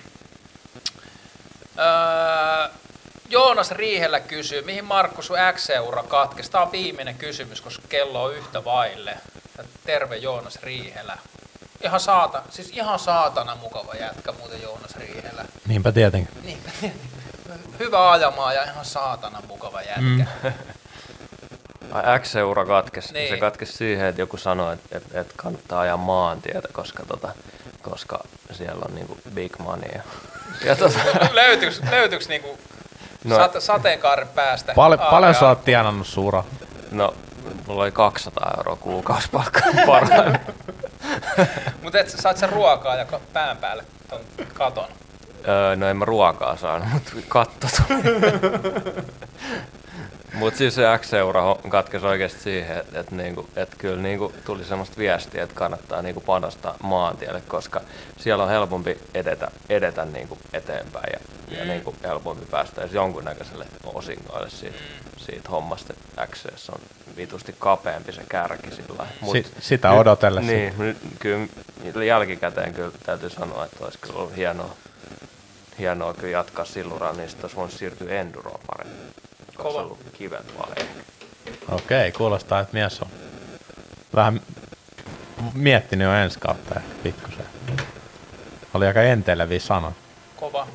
öö, Joonas Riihellä kysyy, mihin Markku sun X-ura katkesi? Tää on viimeinen kysymys, koska kello on yhtä vaille. Terve Joonas Riihelä. Ihan saata, siis ihan saatana mukava jätkä muuten Joonas Riihelä. Niinpä tietenkin. Niinpä tietenkin. Hyvä ajamaa ja ihan saatana mukava jätkä. Mm. Ai X-ura katkesi. Niin. Se katkesi siihen, että joku sanoi, että, että, että kannattaa ajaa maantietä, koska, tota, koska siellä on niinku big money. Ja, ja tota. löytyykö, löytyykö niinku no, sate, sateenkaaren päästä? Pal- paljon sä oot tienannut suura? No, mulla oli kaksisataa euroa kuukausipalkka parhain. Mutta et saat sä ruokaa ja pään päälle ton katon? Öö, no en mä ruokaa saanut, mutta katto tuli. Mutta siis se X-seura katkesi oikeasti siihen, että et niinku, et kyllä niinku tuli semmoista viestiä, että kannattaa niinku panostaa maantielle, koska siellä on helpompi edetä, edetä niinku eteenpäin ja, mm. ja niinku helpompi päästä edes jonkunnäköiselle osingoille siitä, siitä hommasta. X on vitusti kapeampi se kärki sillä Mut si- Sitä nyt, odotellessa. Niin, nyt, kyllä jälkikäteen kyllä täytyy sanoa, että olisi kyllä ollut hienoa, hienoa kyllä jatkaa silluraa, niin sitten olisi voinut siirtyä enduroon paremmin. Kova. Ollut kivet vaan ehkä. Okei, kuulostaa, että mies on vähän miettinyt jo ensi kautta ehkä pikkusen. Oli aika enteileviä sanoja. Kova.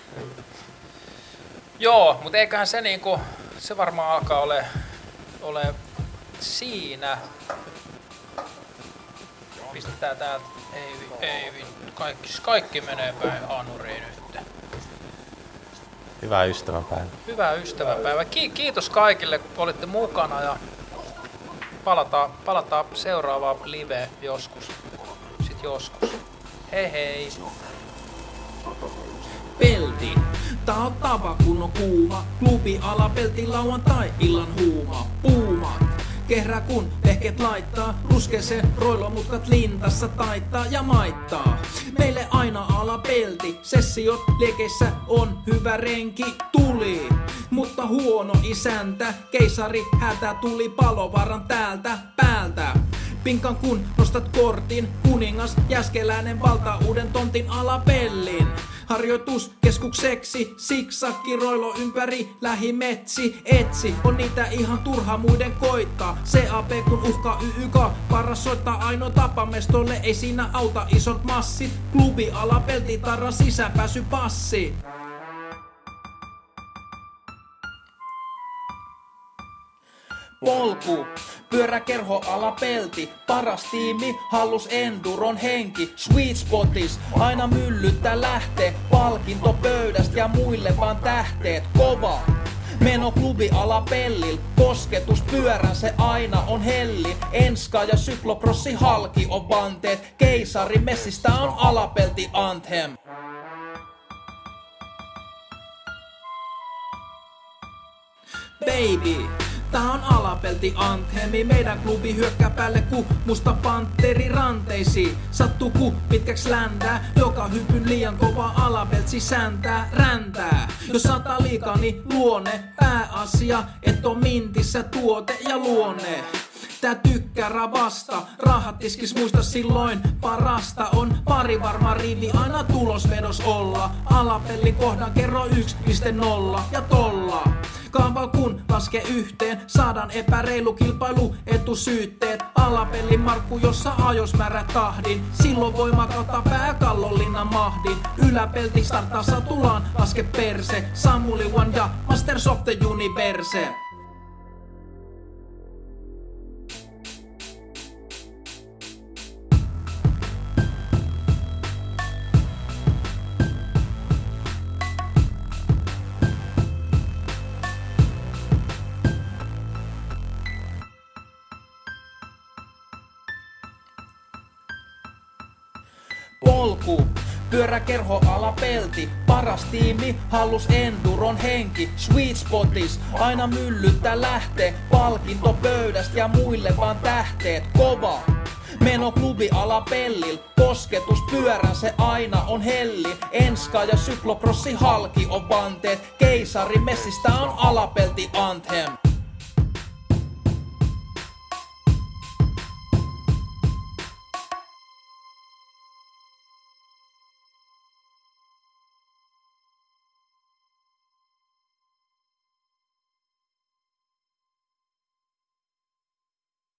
Joo, mutta eiköhän se niinku, se varmaan alkaa ole, ole siinä. Pistetään täältä, ei, ei kaikki, kaikki menee päin hanuriin nyt. Hyvää ystävänpäivää. Hyvää ystävänpäivää. Ki- kiitos kaikille, kun olitte mukana ja palataan, palataan seuraavaan live joskus. Sit joskus. Hei hei. Pelti. Tää on tapa kun on kuuma. Klubi ala pelti lauantai illan huuma. Puumat. Kehrää kun vehket laittaa, ruskeeseen roilomutkat lintassa taittaa ja maittaa. Meille aina alapelti, sessiot liekeissä on hyvä renki tuli. Mutta huono isäntä, keisari hätä tuli palovaran täältä päältä. Pinkan kun nostat kortin, kuningas jäskeläinen valtaa uuden tontin alapellin. Harjoituskeskukseksi, siksakki roilo ympäri lähimetsi. Etsi, on niitä ihan turha muiden koittaa. C A P kun uhkaa Y Y K, paras soittaa ainoa tapa mestolle, ei siinä auta isot massit. Klubi ala peltitarran sisäänpääsy passi. Polku, pyöräkerho alapelti, paras tiimi, hallus enduron henki, sweet spotis, aina myllyttä lähtee, palkinto pöydästä ja muille vaan tähteet, kova. Meno klubi alapellil, kosketus pyörän se aina on helli, enska ja syklokrossi halki on vanteet, keisari messistä on alapelti anthem. Baby, tää on alapelti anthemi, meidän klubi hyökkää päälle ku musta panteri ranteisiin. Sattuu ku pitkäks ländää, joka hypyn liian kova alapelt sisäntää räntää. Jos sataa liikaa niin luone, pääasia, et on mintissä tuote ja luonne. Tää tykkää ravasta, rahat tiskis muista silloin parasta on pari varma rivi aina tulosvedos olla. Alapellin kohdan kerro yksi piste nolla ja tolla. Kaava kun laske yhteen, saadaan epäreilu kilpailu etusyytteet. Alapellin markku, jossa ajos määrä tahdin. Silloin voima kautta pääkallonlinnan mahdin. Yläpelti starttaa satulaan, laske perse. Samuli One ja Masters of the Universe. Polku, pyöräkerho alapelti, paras tiimi, hallus enduron henki, sweet spotis, aina myllyttä lähtee, palkinto pöydästä ja muille vaan tähteet, kova. Meno klubi alapellil, kosketus pyörän se aina on helli, enska ja syklokrossi halki on vanteet, keisari messistä on alapelti anthem.